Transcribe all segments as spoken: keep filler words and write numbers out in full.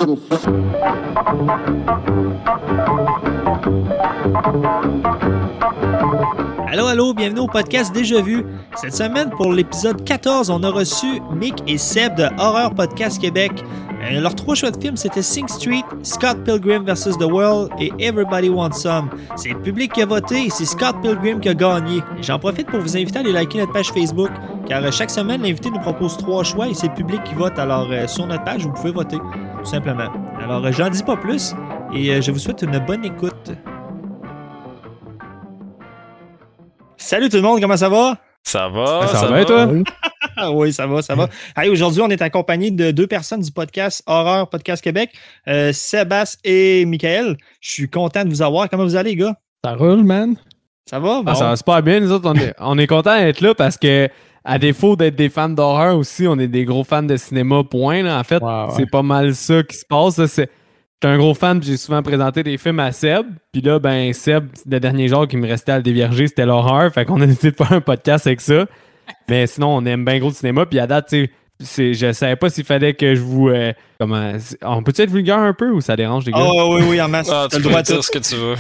Allô, allô, bienvenue au podcast Déjà Vu. Cette semaine, pour l'épisode quatorze, on a reçu Mick et Seb de Horreur Podcast Québec. Euh, leurs trois choix de films, c'était Sing Street, Scott Pilgrim versus The World et Everybody Wants Some. C'est le public qui a voté et c'est Scott Pilgrim qui a gagné. Et j'en profite pour vous inviter à aller liker notre page Facebook, car euh, chaque semaine, l'invité nous propose trois choix et c'est le public qui vote. Alors, euh, sur notre page, vous pouvez voter, tout simplement. Alors, euh, j'en dis pas plus et euh, je vous souhaite une bonne écoute. Salut tout le monde, comment ça va? Ça va, ça, ça va, va, toi? Oui, ça va, ça va. Hey, aujourd'hui, on est accompagné de deux personnes du podcast Horreur Podcast Québec, euh, Sébastien et Michael. Je suis content de vous avoir. Comment vous allez, les gars? Ça roule, man. Ça va? Bon. Ah, ça va super bien. Nous autres, on est, on est contents d'être là parce que, à défaut d'être des fans d'horreur aussi, on est des gros fans de cinéma, point. Là. En fait, ouais, ouais. c'est pas mal ça qui se passe. Là. C'est... J'étais un gros fan, j'ai souvent présenté des films à Seb. Puis là, ben Seb, le dernier genre qui me restait à le dévierger, c'était l'horreur. Fait qu'on a décidé de faire un podcast avec ça. Mais sinon, on aime bien gros le cinéma. Puis à date, tu sais, je savais pas s'il fallait que je vous... Euh, comment, on peut-tu être vulgaire un peu ou ça dérange les gars? Oh oui, oui, en masse. Ah, tu peux dire tout ce que tu veux.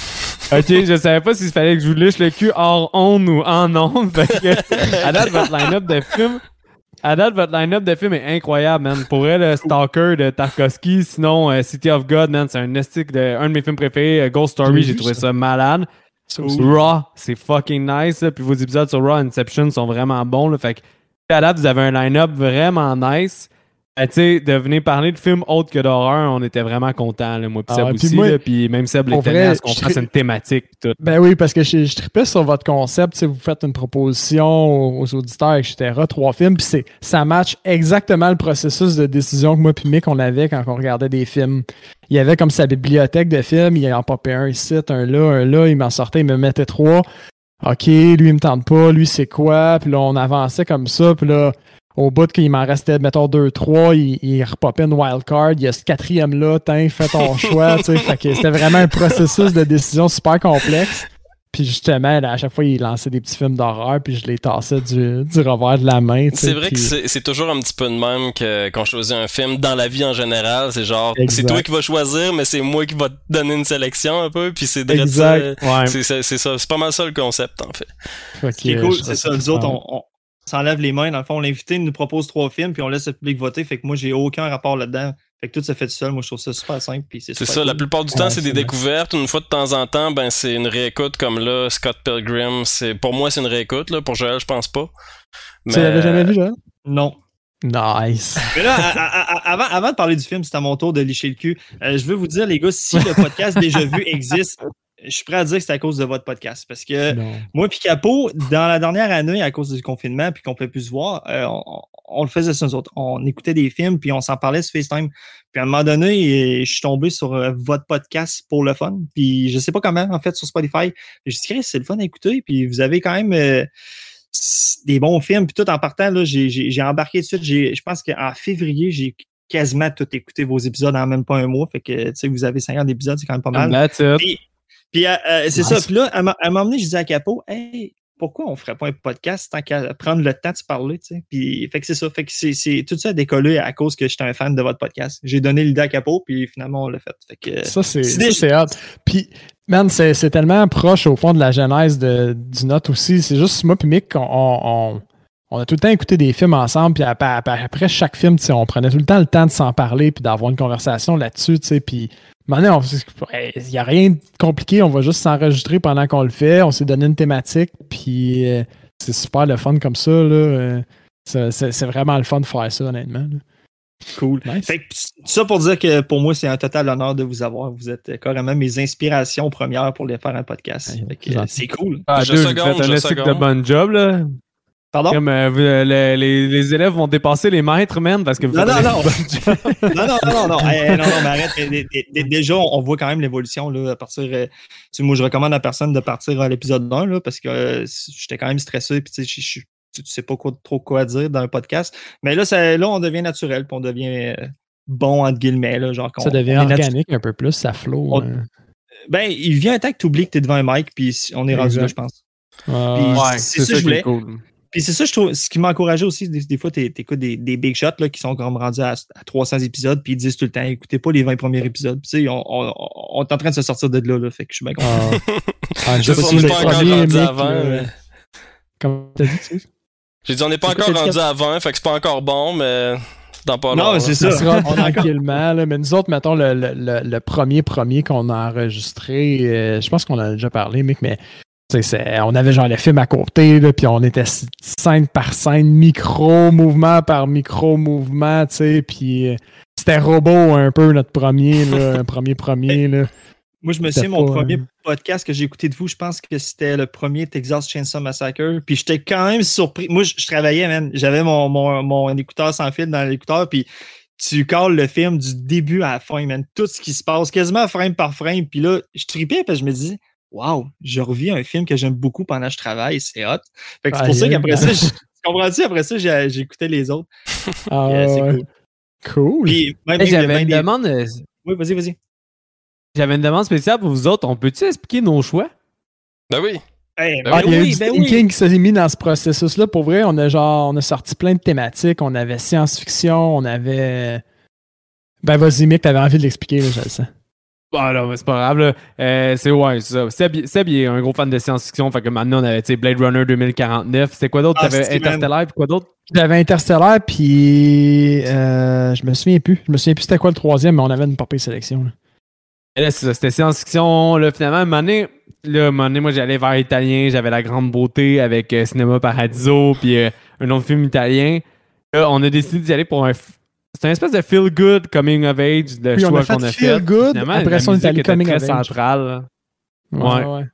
Ok, je savais pas s'il fallait que je vous liche le cul hors onde ou en onde. Fait que, à date, votre line-up de films... À date, votre line-up de films est incroyable, man. Pour elle, le Stalker de Tarkovsky, sinon uh, City of God, man, c'est un estique de un de mes films préférés. Uh, Ghost Story, j'ai, j'ai trouvé ça, ça malade. Ça Raw, c'est fucking nice. Là. Puis vos épisodes sur Raw Inception sont vraiment bons. Là. Fait que à date, vous avez un line-up vraiment nice. Euh, tu sais, de venir parler de films autres que d'horreur, on était vraiment contents, là, moi pis Seb ah, aussi, moi, là, puis même Seb les tenait à ce qu'on fasse une thématique pis tout. Ben oui, parce que je, je tripais sur votre concept, vous faites une proposition aux, aux auditeurs, et cetera, trois films, puis c'est, ça match exactement le processus de décision que moi pis Mick on avait quand on regardait des films. Il y avait comme sa bibliothèque de films, il en popait un ici, un là, un là, il m'en sortait, il me mettait trois. OK, lui il me tente pas, lui c'est quoi, puis là on avançait comme ça, puis là... Au bout qu'il m'en restait, mettons, deux, trois, il, il repopait une wildcard. Il y a ce quatrième-là, t'in, fais ton choix. Fait que c'était vraiment un processus de décision super complexe. Puis justement, là, à chaque fois, il lançait des petits films d'horreur, puis je les tassais du, du revers de la main. C'est vrai puis... que c'est, c'est toujours un petit peu de même que, qu'on choisit un film dans la vie en général. C'est genre, exact. C'est toi qui vas choisir, mais c'est moi qui va te donner une sélection un peu. Puis c'est direct ça. Ouais. C'est, c'est, c'est ça. C'est pas mal ça le concept, en fait. Okay, Ce qui est cool, c'est ça. Nous autres, on... on... s'enlève les mains. Dans le fond, l'invité nous propose trois films, puis on laisse le public voter. Fait que moi, j'ai aucun rapport là-dedans. Fait que tout se fait tout seul. Moi, je trouve ça super simple. Puis c'est c'est super ça. cool. La plupart du temps, ouais, c'est, c'est des vrai. découvertes. Une fois de temps en temps, ben c'est une réécoute comme là, Scott Pilgrim. C'est, pour moi, c'est une réécoute. Là. Pour Joël, je pense pas. Mais... Tu l'avais jamais vu, Joël? Non. Nice. Mais là, à, à, à, avant, avant de parler du film, c'est à mon tour de licher le cul. Euh, je veux vous dire, les gars, si le podcast Déjà Vu existe, je suis prêt à dire que c'est à cause de votre podcast. Parce que non. Moi puis Capo, dans la dernière année, à cause du confinement, puis qu'on ne pouvait plus se voir, euh, on, on le faisait ça nous autres. On écoutait des films, puis on s'en parlait sur FaceTime. Puis à un moment donné, je suis tombé sur euh, votre podcast pour le fun. Puis je sais pas comment, en fait, sur Spotify. Je dis, c'est le fun à écouter. Puis vous avez quand même euh, des bons films. Puis tout en partant, là, j'ai, j'ai, j'ai embarqué tout de suite. J'ai, je pense qu'en février, j'ai quasiment tout écouté vos épisodes en même pas un mois. Fait que, tu sais, vous avez cinquante épisodes, c'est quand même pas mal. That's it. Puis, Puis euh, c'est nice. Ça. Puis là, à un moment donné, je disais à Capo, hey, pourquoi on ferait pas un podcast tant qu'à prendre le temps de se parler, tu sais? Puis, fait que c'est ça. Fait que c'est, c'est tout ça a décollé à cause que j'étais un fan de votre podcast. J'ai donné l'idée à Capo, puis finalement, on l'a fait. Fait que, ça, c'est, c'est, ça, c'est hot. Puis, man, c'est, c'est tellement proche au fond de la genèse de, du Note aussi. C'est juste moi puis Mick, on, on, on a tout le temps écouté des films ensemble, puis après, après chaque film, tu sais, on prenait tout le temps le temps de s'en parler, puis d'avoir une conversation là-dessus, tu sais, puis maintenant, il n'y a rien de compliqué, on va juste s'enregistrer pendant qu'on le fait, on s'est donné une thématique, puis euh, c'est super le fun comme ça, là. Euh, c'est, c'est, c'est vraiment le fun de faire ça, honnêtement. Là. Cool. Nice. Fait que, ça pour dire que pour moi, c'est un total honneur de vous avoir. Vous êtes carrément mes inspirations premières pour les faire un podcast. Fait que, euh, c'est cool. Ah, je deux, seconde, vous faites un éthique de bon job, là. Pardon? Comme, euh, vous, les, les, les élèves vont dépasser les maîtres, man, parce que vous non, faites non, un non. bon job. non, non, non, non, hey, non, non, mais arrête. Déjà, on voit quand même l'évolution, là, à partir... Euh, moi, je recommande à personne de partir à l'épisode un, là, parce que euh, j'étais quand même stressé, puis tu sais, je tu sais pas quoi, trop quoi dire dans un podcast. Mais là, ça, là on devient naturel, puis on devient euh, bon, entre guillemets. Là, genre ça devient organique natu- un peu plus, ça flow. On, hein. Ben, il vient un temps que tu oublies que tu es devant un mic, puis on est rendu là, je pense. Euh, ouais, c'est, c'est ça que je voulais. Cool. Puis c'est ça, je trouve, ce qui m'a encouragé aussi, des, des fois, tu écoutes des, des big shots là, qui sont comme rendus à, à trois cents épisodes, puis ils disent tout le temps, écoutez pas les vingt premiers épisodes. Puis tu sais, on, on, on est en train de se sortir de là, là fait que je suis bien content. Ah, je sais pas si on n'est pas encore rendu à vingt. Euh... Mais... Comment t'as dit, tu sais? J'ai dit, on n'est pas encore rendu à vingt, fait que c'est pas encore bon, mais... Dans pas non, c'est ça. Ça sera tranquillement. Là, mais nous autres, mettons, le, le, le, le premier premier qu'on a enregistré, euh, je pense qu'on en a déjà parlé, mec, mais c'est, on avait genre les films à côté, là, puis on était scène par scène, micro-mouvement par micro-mouvement, tu sais, puis euh, c'était robot un peu, notre premier, là, premier premier, là. Moi, je me souviens, mon pas, premier euh... podcast que j'ai écouté de vous, je pense que c'était le premier Texas Chainsaw Massacre. Puis j'étais quand même surpris. Moi, je, je travaillais, man. J'avais mon, mon, mon écouteur sans fil dans l'écouteur. Puis tu calls le film du début à la fin, man. Tout ce qui se passe, quasiment frame par frame. Puis là, je tripais parce que je me dis, waouh, je revis un film que j'aime beaucoup pendant que je travaille. C'est hot. Fait que c'est pour ah, ça qu'après ça, je, comprends-tu? Après ça, j'ai, j'écoutais les autres. Ah, yeah, c'est cool. Cool. Puis, même, hey, j'avais une des... demande. Oui, vas-y, vas-y. J'avais une demande spéciale pour vous autres. On peut-tu expliquer nos choix? Ben oui. Hey, ben ah, oui, il y a eu du ben thinking oui. qui s'est mis dans ce processus-là. Pour vrai, on a genre on a sorti plein de thématiques. On avait science-fiction, on avait... Ben vas-y, Mick, t'avais envie de l'expliquer, là, je le sens. Bon, là, c'est pas grave, là. Euh, c'est ouais, c'est ça. Seb, Seb, il est un gros fan de science-fiction. Fait que maintenant, on avait, tu sais, Blade Runner deux mille quarante-neuf. C'était quoi d'autre? Ah, t'avais Interstellar, puis quoi d'autre? J'avais Interstellar, puis euh, je me souviens plus. Je me souviens plus c'était quoi le troisième, mais on avait une portée sélection, là. Et là, c'est ça, c'était science-fiction. Là, finalement, un moment donné, là, un moment donné, moi, j'allais vers l'italien. J'avais La Grande Beauté avec euh, Cinéma Paradiso, puis euh, un autre film italien. Là, on a décidé d'y aller pour un... F... C'est une espèce de feel-good coming of age, de oui, choix on a fait qu'on a feel fait. Good, finalement, après ça, on est allé coming très of age. centrale. Ouais, ouais. ouais.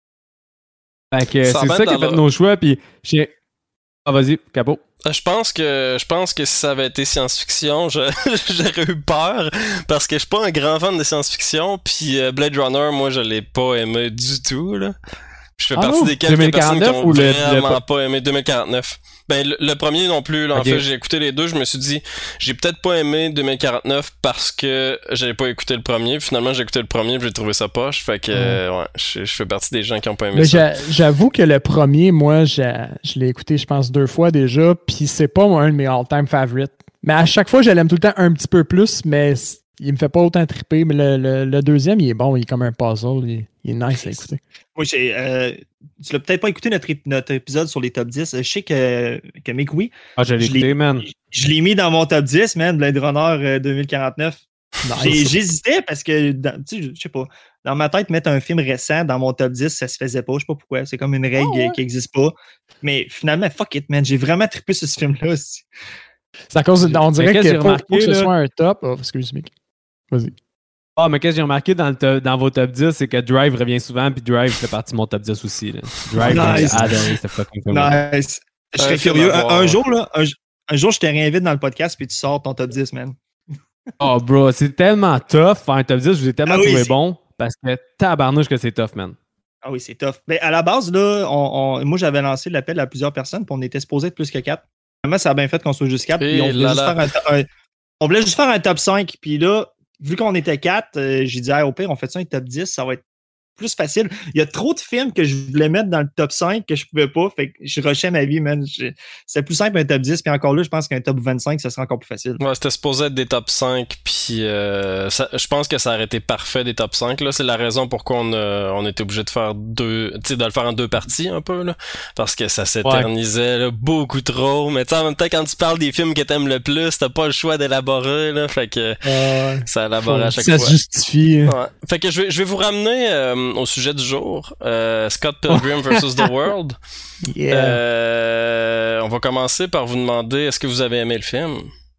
Fait que ça c'est ça qui a fait le... nos choix, puis j'ai... Ah, vas-y, Capot. Je pense que je pense que si ça avait été science-fiction, je, j'aurais eu peur parce que je suis pas un grand fan de science-fiction, puis Blade Runner, moi je l'ai pas aimé du tout là. Je fais ah partie non, des quelques personnes qui ont vraiment le... pas aimé deux mille quarante-neuf. Ben le, le premier non plus là, en okay. fait, j'ai écouté les deux, je me suis dit j'ai peut-être pas aimé deux mille quarante-neuf parce que j'avais pas écouté le premier, puis finalement j'ai écouté le premier, puis j'ai trouvé ça poche, fait que mm. ouais, je, je fais partie des gens qui ont pas aimé mais ça. J'a, j'avoue que le premier, moi j'ai, je l'ai écouté je pense deux fois déjà, puis c'est pas moi, un de mes all-time favorites. Mais à chaque fois, je l'aime tout le temps un petit peu plus, mais il me fait pas autant triper. Mais le, le, le deuxième, il est bon, il est comme un puzzle, il, il est nice à écouter. Moi, j'ai, euh, tu l'as peut-être pas écouté notre, notre épisode sur les top dix. Je sais que, que Mick, oui. Ah, je l'ai écouté, l'ai, man. Je l'ai mis dans mon top dix, man, Blade Runner euh, deux mille quarante-neuf. Nice. J'ai, j'hésitais parce que, tu sais, je sais pas, dans ma tête, mettre un film récent dans mon top dix, ça se faisait pas. Je sais pas pourquoi. C'est comme une règle oh, ouais. qui existe pas. Mais finalement, fuck it, man. J'ai vraiment trippé sur ce film-là aussi. C'est à cause de, on dirait que pour, pour que ce soit un top. Oh, excuse moi Vas-y. Ah, mais qu'est-ce que j'ai remarqué dans, le top, dans vos top dix, c'est que Drive revient souvent, puis Drive fait partie de mon top dix aussi. Là. Drive, nice. j'ai adoré cette fucking film. Nice. Je serais curieux. Un, un jour, là, un, un jour, je te réinvite dans le podcast, puis tu sors ton top dix, man. Oh, bro, c'est tellement tough faire un top dix. Je vous ai tellement ah, oui, trouvé c'est... bon, parce que tabarnouche que c'est tough, man. Ah oui, c'est tough. Mais à la base, là, on, on, moi, j'avais lancé l'appel à plusieurs personnes, puis on était supposé être plus que quatre. Vraiment, ça a bien fait qu'on soit juste quatre, puis on voulait, juste faire un, un, on voulait juste faire un top cinq, puis là, vu qu'on était quatre, euh, j'ai dit, ah, au pire, on fait ça un top dix, ça va être plus facile. Il y a trop de films que je voulais mettre dans le top cinq que je pouvais pas, fait que je rushais ma vie, man. Je... C'est plus simple un top dix, puis encore là, je pense qu'un top vingt-cinq, ça serait encore plus facile. Ouais, c'était supposé être des top cinq, puis euh, ça, je pense que ça aurait été parfait des top cinq, là. C'est la raison pourquoi on, a, on était obligé de faire deux, tu sais, de le faire en deux parties, un peu, là. Parce que ça s'éternisait, là, beaucoup trop. Mais tu sais, en même temps, quand tu parles des films que t'aimes le plus, t'as pas le choix d'élaborer, là. Fait que euh, ça élabore à chaque ça fois. Ça se justifie. Ouais. Fait que je vais, je vais vous ramener euh, au sujet du jour. Euh, Scott Pilgrim versus The World. Yeah. Euh, on va commencer par vous demander, est-ce que vous avez aimé le film?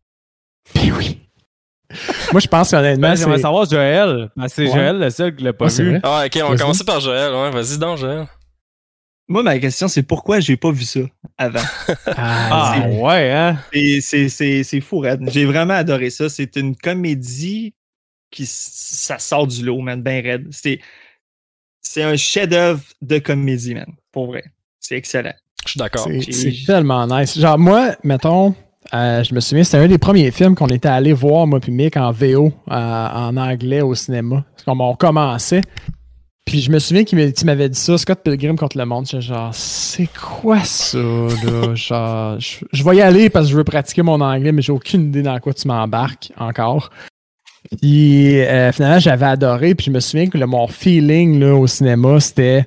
Ben oui. Moi, je pense honnêtement, ben, c'est... J'aimerais savoir Joël. Ben, c'est ouais. Joël le seul qui l'a pas ouais, vu. Ah, ok, on va commencer par Joël. Ouais. Vas-y donc, Joël. Moi, ma question, c'est pourquoi j'ai pas vu ça avant? Ah, c'est, ouais, hein? C'est, c'est, c'est, c'est fou, Red. J'ai vraiment adoré ça. C'est une comédie qui ça sort du lot, man, ben raide. C'est, c'est un chef-d'œuvre de comédie, man. Pour vrai. C'est excellent. Je suis d'accord. C'est, c'est tellement nice. Genre, moi, mettons, euh, je me souviens, c'était un des premiers films qu'on était allé voir, moi puis Mick, en V O, euh, en anglais au cinéma. Parce qu'on on commençait. Puis je me souviens qu'il m'avait dit ça, Scott Pilgrim contre le monde. J'étais genre, c'est quoi ça, là? Genre, je, je vais y aller parce que je veux pratiquer mon anglais, mais j'ai aucune idée dans quoi tu m'embarques encore. Puis euh, finalement, j'avais adoré. Puis je me souviens que là, mon feeling là, au cinéma, c'était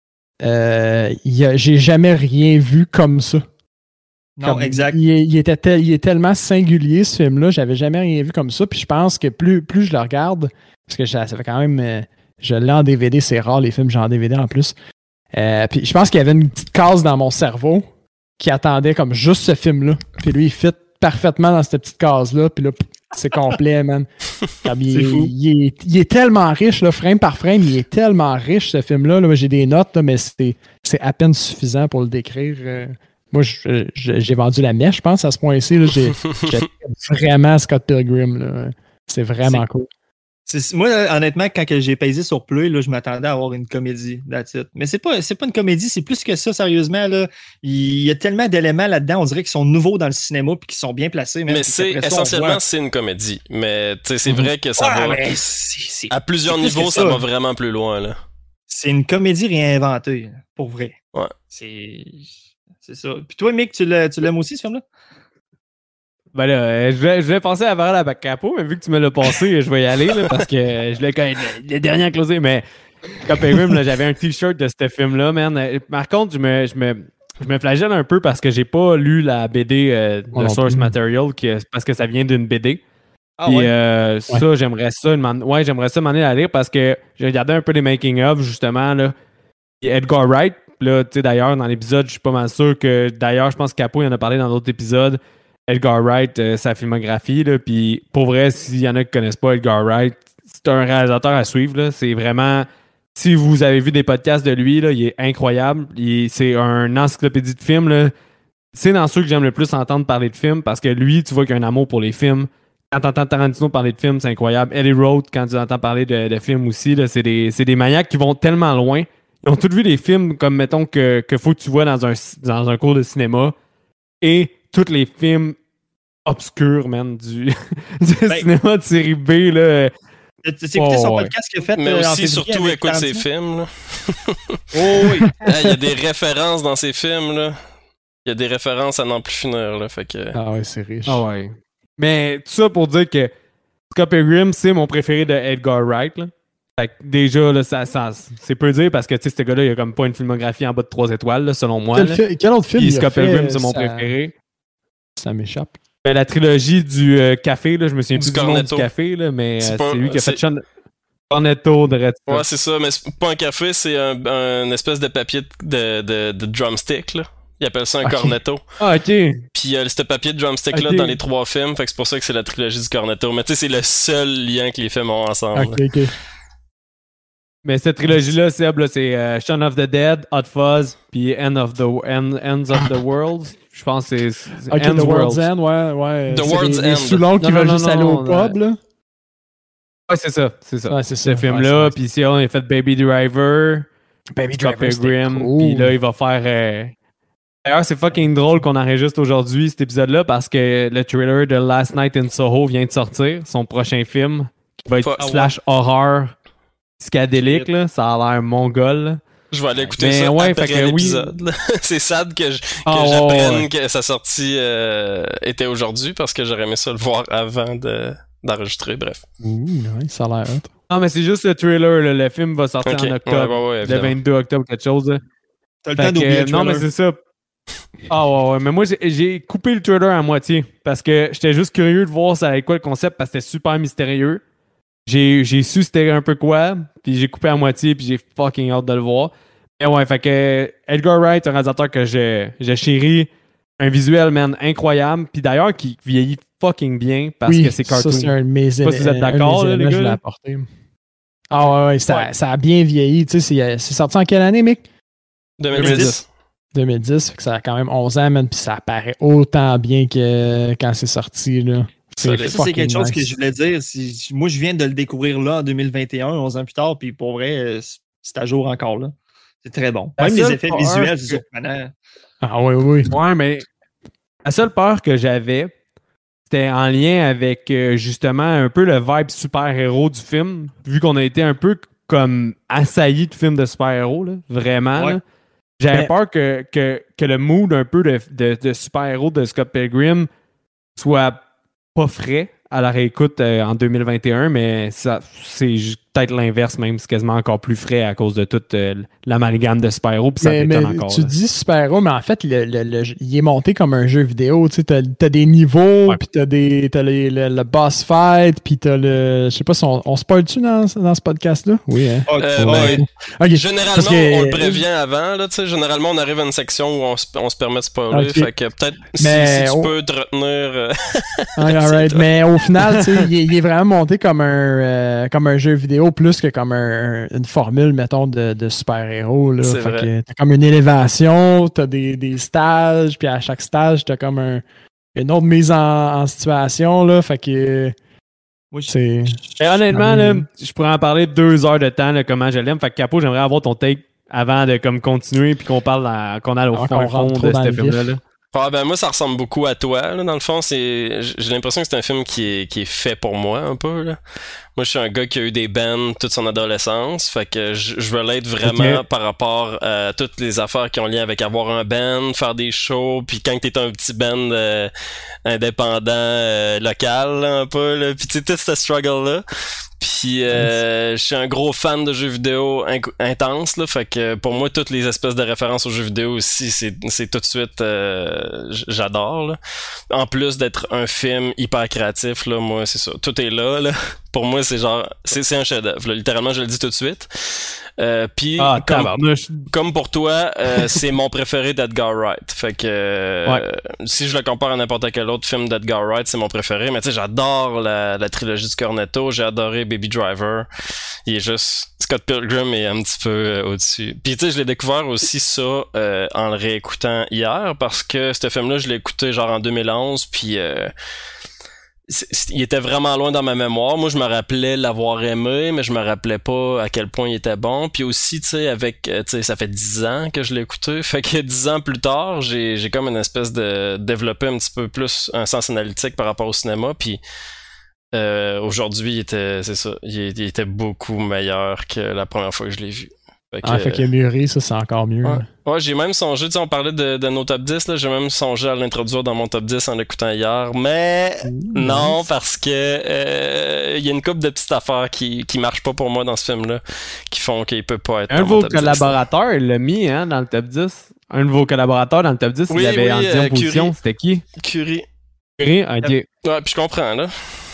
euh, y a, j'ai jamais rien vu comme ça. Non, comme, exact. Il, il, était tel, il est tellement singulier, ce film-là. J'avais jamais rien vu comme ça. Puis je pense que plus, plus je le regarde, parce que ça fait quand même... Euh, je l'ai en D V D, c'est rare les films, j'ai en D V D en plus. Euh, puis je pense qu'il y avait une petite case dans mon cerveau qui attendait comme juste ce film-là. Puis lui, il fit parfaitement dans cette petite case-là. Puis là, c'est complet, man. Comme il, c'est fou. Il est, il est tellement riche, là, frame par frame, il est tellement riche, ce film-là. Là, j'ai des notes, là, mais c'est, c'est à peine suffisant pour le décrire. Euh, moi, je, je, j'ai vendu la mèche, je pense, à ce point-ci. Là, j'ai, j'ai vraiment Scott Pilgrim. Là. C'est vraiment c'est... cool. C'est, moi, honnêtement, quand que j'ai pesé sur play, là, je m'attendais à avoir une comédie. That's it. Mais c'est pas, c'est pas une comédie, c'est plus que ça, sérieusement. Là. Il y a tellement d'éléments là-dedans, on dirait qu'ils sont nouveaux dans le cinéma et qu'ils sont bien placés. Même, mais c'est essentiellement, voit... c'est une comédie. Mais c'est mm-hmm. vrai que ça ah, va. C'est, c'est, à plusieurs niveaux, ça, ça va vraiment plus loin. Là. C'est une comédie réinventée, pour vrai. Ouais. C'est, c'est ça. Puis toi, Mick, tu, l'as, tu l'aimes aussi, ce film-là? Ben là, euh, je vais, je vais penser à Varel à bac capot, mais vu que tu me l'as passé, je vais y aller là, parce que je l'ai quand même le dernier à closer. Mais Scott Pilgrim, là, j'avais un t-shirt de ce film-là, man. Par contre, je me, je me, je me flagelle un peu parce que j'ai pas lu la B D euh, de oh, Source Material, qui, parce que ça vient d'une B D. Ah, Puis ouais. euh, ouais. ça, j'aimerais ça, une, ouais, j'aimerais ça m'en aller à lire parce que j'ai regardé un peu les making-of, justement, là. Edgar Wright, là, tu sais, d'ailleurs, dans l'épisode, je suis pas mal sûr que, d'ailleurs, je pense que Capo, il en a parlé dans d'autres épisodes. Edgar Wright, euh, sa filmographie, là, puis pour vrai, s'il y en a qui connaissent pas Edgar Wright, c'est un réalisateur à suivre, là, c'est vraiment, si vous avez vu des podcasts de lui, là, il est incroyable, il, c'est un encyclopédie de films, là. C'est dans ceux que j'aime le plus entendre parler de films, parce que lui, tu vois qu'il a un amour pour les films. Quand tu entends Tarantino parler de films, c'est incroyable. Ellie Roth, quand tu entends parler de, de films aussi, là, c'est, des, c'est des maniaques qui vont tellement loin. Ils ont tous vu des films comme, mettons, que, que faut que tu vois dans un, dans un cours de cinéma, et tous les films obscurs, man, du, du ben, cinéma de série B, là. Tu as écouté son podcast qu'il a fait? Mais euh, aussi, surtout, écoute ses films, là. Oh oui! Il y a des références dans ses films, là. Il y a des références à n'en plus finir, là, fait que... Ah ouais, c'est riche. Ah ouais. Mais tout ça pour dire que Scott Pilgrim, c'est mon préféré de Edgar Wright, là. Fait que déjà, là, ça, ça, c'est peu dire parce que, tu sais, ce gars-là, il a comme pas une filmographie en bas de trois étoiles, là, selon moi. Quel, fi- quel autre film Puis il Scott a fait, Pilgrim, c'est mon ça... préféré. Ça m'échappe. La trilogie du euh, café, là, je me souviens du plus du nom du café, là, mais c'est, euh, pas, c'est lui qui a c'est... fait Sean... Cornetto de Red Ouais, c'est ça, mais c'est pas un café, c'est un, un espèce de papier de, de, de drumstick, là. Ils appellent ça un okay. cornetto. Ah, ok. Puis il y a ce papier de drumstick-là okay. dans les trois films, fait que c'est pour ça que c'est la trilogie du cornetto. Mais tu sais, c'est le seul lien que les films ont ensemble. Ok, ok. Mais cette trilogie-là, c'est, là, c'est euh, Shaun of the Dead, Hot Fuzz, puis End of the End, Ends of the World. Je pense que c'est, c'est okay, Ends The World's World. End, ouais, ouais. The c'est World's les, End. Les Soulons qui veulent juste non, aller au non, pub, là. Ouais, c'est ça, c'est ça. Ouais, c'est ça. Ce film-là, ouais, puis si on a fait Baby Driver, Baby Scott Driver, Pilgrim, cool. Puis là, il va faire... Euh... D'ailleurs, c'est fucking drôle qu'on enregistre aujourd'hui cet épisode-là parce que le trailer de Last Night in Soho vient de sortir, son prochain film, qui va être oh, slash ouais. horreur psychédélique, là. Ça a l'air mongol, là. Je vais aller écouter mais ça ouais, après fait que l'épisode. Oui. C'est sad que, je, que oh, j'apprenne ouais. que sa sortie euh, était aujourd'hui parce que j'aurais aimé ça le voir avant de, d'enregistrer, bref. Ouh, ouais, ça a l'air hot. Non, mais c'est juste le trailer, là. Le film va sortir okay. en octobre, ouais, ouais, ouais, le vingt-deux octobre, quelque chose. Là. T'as le temps d'oublier le Non, mais c'est ça. Ah ouais, ouais, mais moi, j'ai, j'ai coupé le trailer à moitié parce que j'étais juste curieux de voir ça avec quoi le concept parce que c'était super mystérieux. J'ai, j'ai su c'était un peu quoi, puis j'ai coupé à moitié, puis j'ai fucking hâte de le voir. Mais ouais, fait que Edgar Wright, un réalisateur que j'ai, j'ai chéri, un visuel, man, incroyable, puis d'ailleurs qui vieillit fucking bien parce oui, que c'est cartoon. Ça, c'est un de mes, je sais pas si vous êtes d'accord, là, les gars. Je l'ai apporté. Ah ouais, ouais, ça, ouais. ça a bien vieilli. Tu sais, c'est, c'est sorti en quelle année, Mick? deux mille dix. deux mille dix, fait que ça a quand même onze ans, man, puis ça apparaît autant bien que quand c'est sorti, là. C'est ça, c'est quelque chose nice. Que je voulais dire. Si, moi, je viens de le découvrir là en deux mille vingt et un, onze ans plus tard, puis pour vrai, c'est à jour encore là. C'est très bon. Même les effets visuels, c'est surprenant. Ah oui, oui. Ouais, mais la seule peur que j'avais, c'était en lien avec euh, justement un peu le vibe super-héros du film, vu qu'on a été un peu comme assailli de films de super-héros, là, vraiment. Ouais. Là. J'avais mais... peur que, que, que le mood un peu de, de, de super-héros de Scott Pilgrim soit pas frais à la réécoute euh, en deux mille vingt et un, mais ça, c'est peut-être l'inverse même, c'est quasiment encore plus frais à cause de toute euh, l'amalgame de super-héros, puis ça mais, détonne mais encore. Tu là. dis super-héros, mais en fait, le, le, le, il est monté comme un jeu vidéo, tu sais, t'as, t'as des niveaux, ouais. puis t'as, des, t'as les, le, le boss fight, puis t'as le... Je sais pas si on, on spoil-tu dans, dans ce podcast-là? Oui, hein? Euh, ouais. Okay. Généralement, que... on le prévient avant, là, tu sais, généralement, on arrive à une section où on se, on se permet de spoiler, okay. fait que peut-être mais, si, si tu oh... peux te retenir... Euh... all right, mais au final, tu sais, il, il est vraiment monté comme un, euh, comme un jeu vidéo plus que comme un, une formule, mettons, de, de super-héros. Là. C'est fait vrai. que t'as comme une élévation, t'as des, des stages, puis à chaque stage, t'as comme un, une autre mise en, en situation. Là, fait que... Oui, c'est... Et honnêtement, là, je pourrais en parler deux heures de temps, là, comment je l'aime. Fait que Capo, j'aimerais avoir ton take avant de comme, continuer puis qu'on parle à, qu'on aille au fond, fond, fond de ce film-là. Là. Ah ben moi ça ressemble beaucoup à toi là, dans le fond c'est j'ai l'impression que c'est un film qui est qui est fait pour moi un peu là. Moi je suis un gars qui a eu des bands toute son adolescence, fait que je, je veux l'être vraiment okay. par rapport à toutes les affaires qui ont lien avec avoir un band, faire des shows, puis quand t'es un petit band euh, indépendant euh, local là, un peu là, puis tu sais tout ce struggle là. Puis euh, je suis un gros fan de jeux vidéo inc- intense là, fait que pour moi toutes les espèces de références aux jeux vidéo aussi c'est c'est tout de suite euh, j'adore là. En plus d'être un film hyper créatif là, moi c'est ça, tout est là là. Pour moi c'est genre c'est c'est un chef-d'œuvre là, littéralement je le dis tout de suite. Euh, puis ah, comme, comme pour toi euh, c'est mon préféré d'Edgar Wright, fait que euh, ouais. si je le compare à n'importe quel autre film d'Edgar Wright c'est mon préféré, mais tu sais j'adore la, la trilogie du Cornetto, j'ai adoré Baby Driver, il est juste Scott Pilgrim est un petit peu euh, au-dessus. Puis tu sais je l'ai découvert aussi ça euh, en le réécoutant hier parce que ce film là je l'ai écouté genre en deux mille onze puis euh, il était vraiment loin dans ma mémoire. Moi, je me rappelais l'avoir aimé, mais je me rappelais pas à quel point il était bon. Puis aussi, tu sais, avec, tu sais, ça fait dix ans que je l'ai écouté. Fait que dix ans plus tard, j'ai, j'ai comme une espèce de développé un petit peu plus un sens analytique par rapport au cinéma. Puis euh, aujourd'hui, il était, c'est ça, il, il était beaucoup meilleur que la première fois que je l'ai vu. Fait que, ah, fait qu'il a mûri, ça, c'est encore mieux. Ouais, ouais j'ai même songé, tu sais, on parlait de, de nos top dix, là, j'ai même songé à l'introduire dans mon top dix en l'écoutant hier, mais mmh, non, nice. Parce que euh, il y a une couple de petites affaires qui, qui marchent pas pour moi dans ce film-là, qui font qu'il peut pas être un dans mon top dix. Un de vos collaborateurs, il l'a mis hein, dans le top dix. Un de vos collaborateurs dans le top dix, oui, il avait oui, en dixième euh, position, Curie. C'était qui? Curie. Curie, ok. Ouais, puis je comprends, là.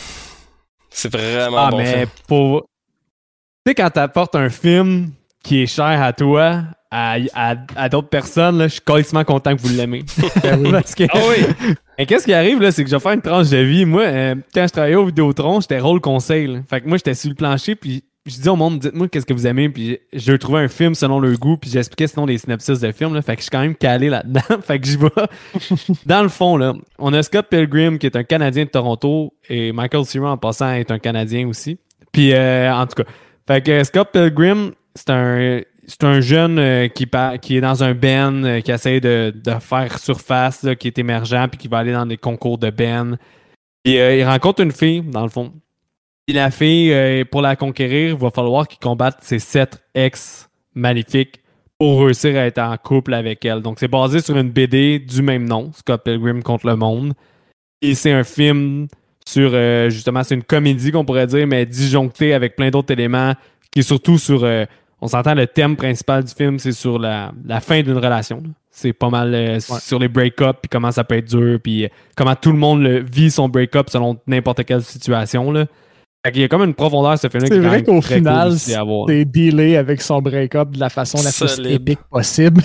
C'est vraiment ah, bon mais film. Pour... Tu sais, quand t'apportes un film qui est cher à toi, à, à, à d'autres personnes, là, je suis quasiment content que vous l'aimez. Parce que, ah oui! Et qu'est-ce qui arrive, là, c'est que je vais faire une tranche de vie. Moi, euh, quand je travaillais au Vidéotron, j'étais rôle conseil. Là. Fait que moi, j'étais sur le plancher, puis je dis au monde, dites-moi qu'est-ce que vous aimez, puis je trouvais un film selon leur goût, puis j'expliquais sinon des synopsis de films. Là. Fait que je suis quand même calé là-dedans. Fait que j'y vais. Dans le fond, là, on a Scott Pilgrim, qui est un Canadien de Toronto, et Michael Cera, en passant, est un Canadien aussi. Puis, euh, en tout cas, fait que Scott Pilgrim, c'est un, c'est un jeune euh, qui, par, qui est dans un band, euh, qui essaie de, de faire surface, là, qui est émergent, puis qui va aller dans des concours de band. Puis euh, il rencontre une fille, dans le fond. Puis la fille, euh, pour la conquérir, il va falloir qu'il combatte ses sept ex maléfiques pour réussir à être en couple avec elle. Donc c'est basé sur une B D du même nom, Scott Pilgrim contre le monde. Et c'est un film sur, euh, justement, c'est une comédie qu'on pourrait dire, mais disjonctée avec plein d'autres éléments, qui est surtout sur... Euh, on s'entend, le thème principal du film, c'est sur la, la fin d'une relation. Là. C'est pas mal euh, ouais. sur les break-up, puis comment ça peut être dur, puis euh, comment tout le monde le, vit son break-up selon n'importe quelle situation. Là. Fait qu'il y a comme une profondeur, ce film-là. C'est qui vrai qu'au final, cool c'est dealé avec son break-up de la façon la plus Solide. épique possible.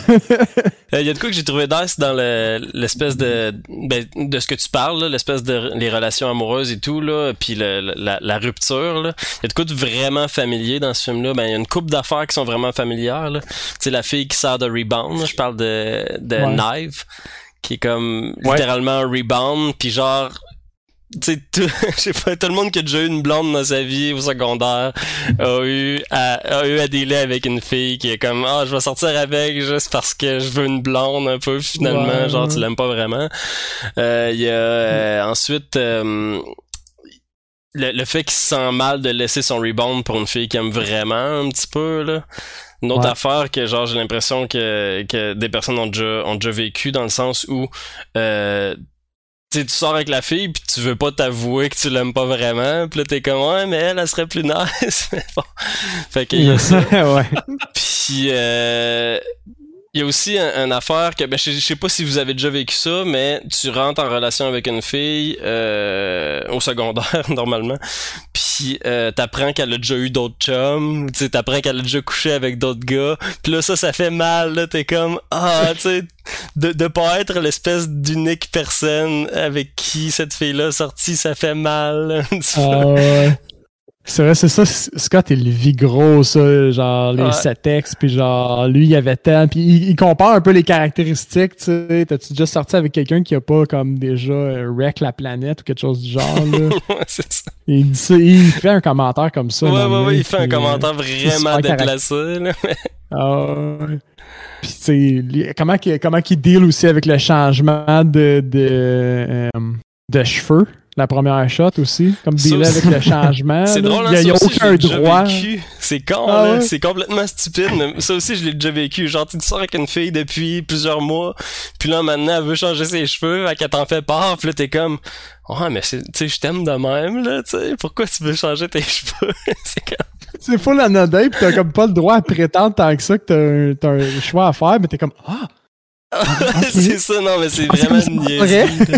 Il euh, y a de quoi que j'ai trouvé nice dans le, l'espèce de ben, de ce que tu parles, là, l'espèce de les relations amoureuses et tout, là, puis le, la, la rupture. Là. Il y a de quoi de vraiment familier dans ce film-là. Ben, il y a une couple d'affaires qui sont vraiment familières. Tu sais, la fille qui sort de Rebound, là, je parle de, de ouais. Knive, qui est comme ouais. littéralement un rebound, puis genre... Tu sais, tout, je sais pas, tout le monde qui a déjà eu une blonde dans sa vie au secondaire a eu à, a eu à dealer avec une fille qui est comme, ah, je vais sortir avec juste parce que je veux une blonde un peu, finalement, ouais, genre, ouais. tu l'aimes pas vraiment. Euh, il y a, euh, ensuite, euh, le, le fait qu'il se sent mal de laisser son rebound pour une fille qu'il aime vraiment un petit peu, là. Une autre ouais. affaire que, genre, j'ai l'impression que, que des personnes ont déjà, ont déjà vécu dans le sens où, euh, tu sais, tu sors avec la fille pis tu veux pas t'avouer que tu l'aimes pas vraiment, pis là t'es comme ouais mais elle, elle serait plus nice. Mais bon. Fait qu'il y a ça. ouais. Pis euh, il y a aussi un, une affaire que ben je sais pas si vous avez déjà vécu ça, mais tu rentres en relation avec une fille euh, au secondaire normalement, puis euh, t'apprends qu'elle a déjà eu d'autres chums, tu sais t'apprends qu'elle a déjà couché avec d'autres gars, puis là ça ça fait mal là, t'es comme ah tu sais de de pas être l'espèce d'unique personne avec qui cette fille-là est sortie, ça fait mal. Ah ouais. C'est vrai, c'est ça. Scott, il vit gros, ça, genre les ouais. sept ex, puis genre, lui, il avait tant, puis il, il compare un peu les caractéristiques, tu sais. T'as-tu déjà sorti avec quelqu'un qui a pas, comme, déjà euh, wreck la planète ou quelque chose du genre, là? Ouais, c'est ça. Il, dit ça, il fait un commentaire comme ça. Ouais, ouais, ouais, il fait un commentaire vraiment déplacé, là. Ah ouais. Puis, tu sais, comment, comment il deal aussi avec le changement de, de, euh, de cheveux? La première shot aussi, comme dealer avec le changement. C'est là. drôle, hein, il n'y a, a aucun droit. C'est con, ah, là. Ouais. C'est complètement stupide, mais ça aussi, je l'ai déjà vécu. Genre, tu sors avec une fille depuis plusieurs mois, puis là, maintenant, elle veut changer ses cheveux, elle t'en fait part, puis là, t'es comme, ouais, mais tu sais, je t'aime de même, là, tu sais, pourquoi tu veux changer tes cheveux? C'est comme... C'est full anodin, pis t'as comme pas le droit à prétendre tant que ça que t'as un, t'as un choix à faire, mais t'es comme, ah! Okay. C'est ça, non, mais c'est vraiment une niaiserie.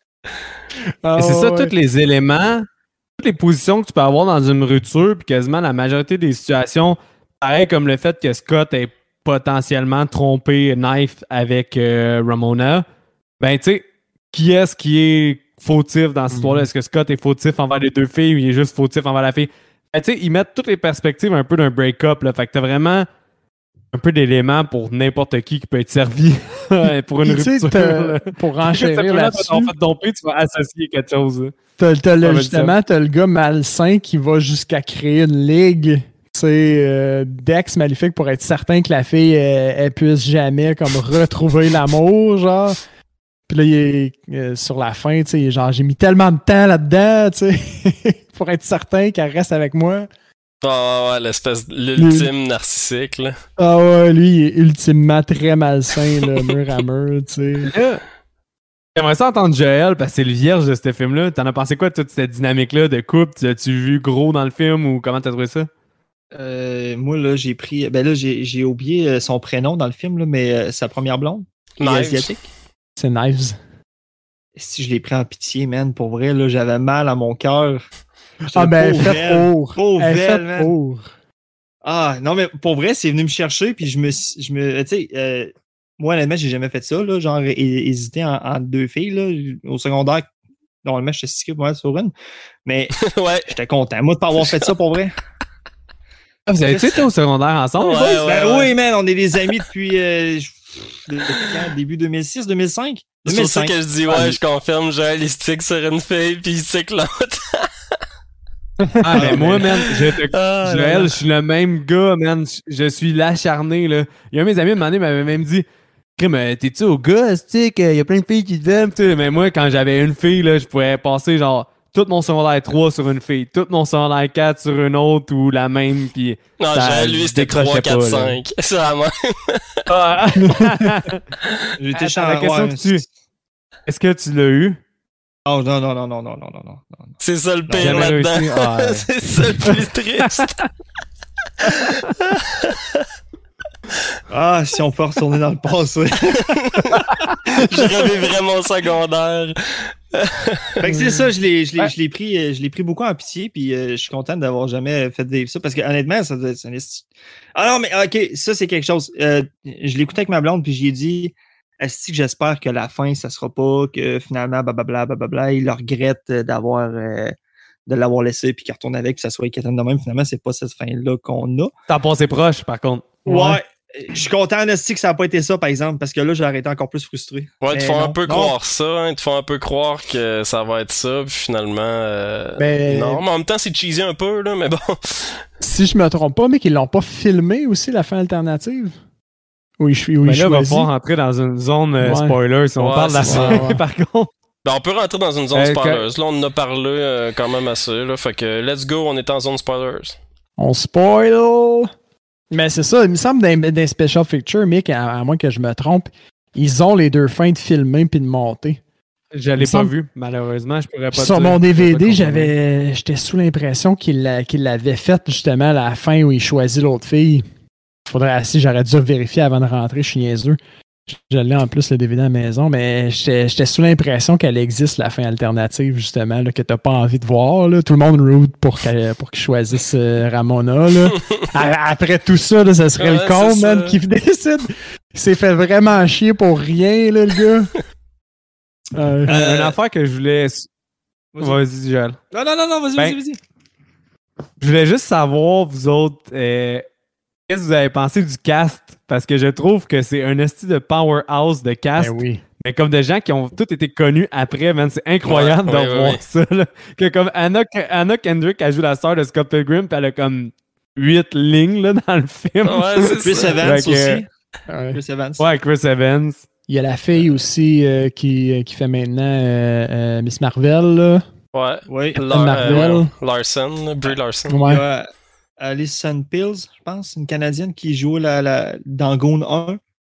Ah, c'est ouais. ça, tous les éléments, toutes les positions que tu peux avoir dans une rupture, puis quasiment la majorité des situations, pareil comme le fait que Scott ait potentiellement trompé Knife avec euh, Ramona, ben tu sais, qui est-ce qui est fautif dans cette mm-hmm. histoire-là? Est-ce que Scott est fautif envers les deux filles ou il est juste fautif envers la fille? Ben tu sais, ils mettent toutes les perspectives un peu d'un break-up, là, fait que t'as vraiment un peu d'éléments pour n'importe qui qui peut être servi pour une rupture. Pour enchérir là-dessus. En fait, domper, tu vas associer quelque chose. T'as, t'as le, justement, t'as le gars malsain qui va jusqu'à créer une ligue, tu sais, euh, d'ex maléfique pour être certain que la fille, elle, elle puisse jamais comme retrouver l'amour, genre. Puis là, il est euh, sur la fin, tu sais, genre, j'ai mis tellement de temps là-dedans, tu sais, pour être certain qu'elle reste avec moi. Ah oh, ouais, l'espèce l'ultime lui... narcissique, là. Ah ouais, lui, il est ultimement très malsain, là, mur à mur, tu sais. J'aimerais ça entendre Joël, parce que c'est le vierge de ce film-là. T'en as pensé quoi de toute cette dynamique-là de couple? As-tu vu gros dans le film ou comment t'as trouvé ça? Euh, moi, là, j'ai pris... Ben là, j'ai, j'ai oublié son prénom dans le film, là, mais euh, sa première blonde, qui est asiatique. C'est Knives. Si je l'ai pris en pitié, man, pour vrai, là, j'avais mal à mon cœur. Ah ben, fait pour. Pauvre elle elle, fait pour. Ah, non, mais pour vrai, c'est venu me chercher, puis je me... Je me tu sais, euh, moi, honnêtement, j'ai jamais fait ça, là, genre, hésiter entre en deux filles, là, au secondaire. Normalement, j'étais stické pour moi sur une, mais ouais. J'étais content, moi, de pas avoir fait ça, pour vrai. Ah, vous avez été au secondaire ensemble? Ouais, ouais, ben, ouais. Oui, man, on est des amis depuis, euh, depuis quand, début deux mille six, deux mille cinq? C'est pour ça que je dis, ouais, ah, je confirme, Joël, il stick sur une fille, puis il stick l'autre. Ah, mais moi, man, je te... ah, Joël, je suis le même gars, man. Je suis l'acharné, là. Il y a un de mes amis, un moment donné, m'avait même dit, mais t'es-tu au gars, tu sais, qu'il y a plein de filles qui te veulent, tu sais. Mais moi, quand j'avais une fille, là, je pouvais passer, genre, tout mon secondaire trois sur une fille, tout mon secondaire quatre sur une autre ou la même, puis non, Joël, lui, c'était trois, quatre, cinq. C'est la même. Ah. J'étais Attends, la question que tu... Est-ce que tu l'as eu? Oh non, non, non, non, non, non, non, non. C'est ça le pire là-dedans. Ah, ouais. C'est ça le plus triste. Ah, si on peut retourner dans le passé. Je rêvais vraiment au secondaire. Fait que c'est ça, je l'ai, je l'ai, je l'ai pris, je l'ai pris beaucoup en pitié, puis euh, je suis content d'avoir jamais fait des, ça, parce que honnêtement, ça doit être un esti... Ah non, mais ok, ça c'est quelque chose. Euh, je l'ai écouté avec ma blonde, puis j'ai dit, est-ce que j'espère que la fin, ça sera pas, que finalement, blablabla, blablabla, il regrette d'avoir, euh, de l'avoir laissé, puis qu'il retourne avec, puis ça soit équitable de même. Finalement, c'est pas cette fin-là qu'on a. T'en pensé proche, par contre. Ouais. ouais. Je suis content, Nasty, que ça n'a pas été ça, par exemple, parce que là, j'aurais été encore plus frustré. Ouais, ils te font non, un peu non. croire ça, hein, ils te font un peu croire que ça va être ça, puis finalement... Euh... Ben... Non, mais en même temps, c'est cheesy un peu, là, mais bon... Si je me trompe pas, mais qu'ils l'ont pas filmé aussi, la fin alternative? Oui, je suis... Oui, ben je là, choisis. on va pouvoir rentrer dans une zone euh, ouais. spoiler si on ouais, parle de la fin, ouais. par contre. Ben, on peut rentrer dans une zone Euh, spoilers. Là, on en a parlé euh, quand même assez. Là, fait que let's go, on est en zone spoilers. On spoil! Mais c'est ça, il me semble d'un, d'un special feature, Mick, à, à moins que je me trompe, ils ont les deux fins de filmer puis de monter. Je l'ai pas semble... vu, malheureusement, je pourrais pas Sur dire, mon D V D, j'avais, j'étais sous l'impression qu'il, l'a, qu'il l'avait fait justement à la fin où il choisit l'autre fille. Faudrait, si j'aurais dû vérifier avant de rentrer, je suis niaiseux. Je l'ai en plus le D V D à la maison, mais j'étais, j'étais sous l'impression qu'elle existe, la fin alternative, justement, là, que t'as pas envie de voir. Là. Tout le monde root pour, pour qu'il choisisse euh, Ramona. Là. Après tout ça, là, ça serait ouais, le con, man, qui décide. Il s'est fait vraiment chier pour rien, là, le gars. Euh, euh, une affaire que je voulais. Vas-y, vas-y Joël. Non, non, non, non, vas-y, ben, vas-y, vas-y. Je voulais juste savoir, vous autres, euh, qu'est-ce que vous avez pensé du cast? Parce que je trouve que c'est un esti de powerhouse de cast. Ben oui. Mais comme des gens qui ont tous été connus après, man, c'est incroyable ouais, de ouais, voir ouais. ça. Là. Que comme Anna, Anna Kendrick a joué la sœur de Scott Pilgrim, puis elle a comme huit lignes là, dans le film. Ouais, c'est Chris ça. Evans que, aussi. Ouais. Chris Evans. Ouais, Chris Evans. Il y a la fille aussi euh, qui, qui fait maintenant euh, euh, Miss Marvel. Là. Ouais. Oui. Lar- Marvel. Euh, Larson, Brie Larson. Ouais. ouais. Alison Pills, je pense, une Canadienne qui joue la, la, dans Gone un.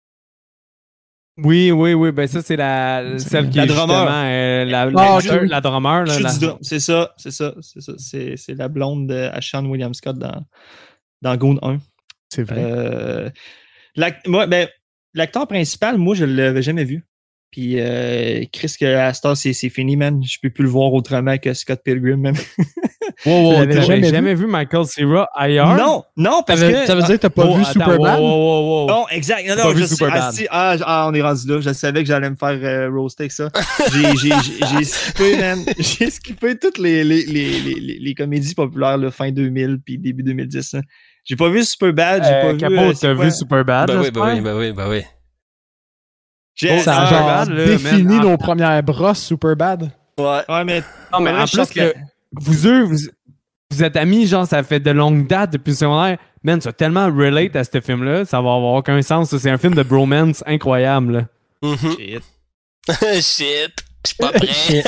Oui, oui, oui. Ben ça, c'est la celle qui la est drummer. justement euh, la, oh, la, la drummer. Là, la... C'est ça, c'est ça, c'est ça. C'est, c'est la blonde de Sean William Scott dans, dans Gone un. C'est vrai. Euh, moi, ben, l'acteur principal, moi, je ne l'avais jamais vu. Puis, euh, Chris, que à Star, c'est, c'est fini, man. Je peux plus le voir autrement que Scott Pilgrim, même. Wow, wow, t'as jamais, jamais vu Michael Cera ailleurs? Non, non, parce ça veut, que... Ça veut dire que t'as pas oh, vu attends, Superbad? Wow, wow, wow. Non, exact. Non, t'as non, pas je vu sais, Superbad. ah, si, ah, ah, on est rendu là. Je savais que j'allais me faire euh, roaster avec ça. J'ai, j'ai, j'ai, j'ai skippé, man. J'ai skippé toutes les, les, les, les, les, les comédies populaires, là, fin deux mille puis début deux mille dix. Hein. J'ai pas vu Superbad, j'ai euh, pas Capo, vu... Euh, t'as vu Superbad, ben oui, ben oui, ben oui, ben oui. J'ai oh, ça a genre là, défini man, nos en... premières brosses Superbad. Ouais, ouais, mais... Non, mais en plus que vous deux, vous, vous êtes amis, genre, ça fait de longue date depuis le secondaire. Man, ça tellement relate à ce film-là, ça va avoir aucun sens. C'est un film de bromance incroyable, là. Mm-hmm. Shit. Shit. Je suis pas prêt.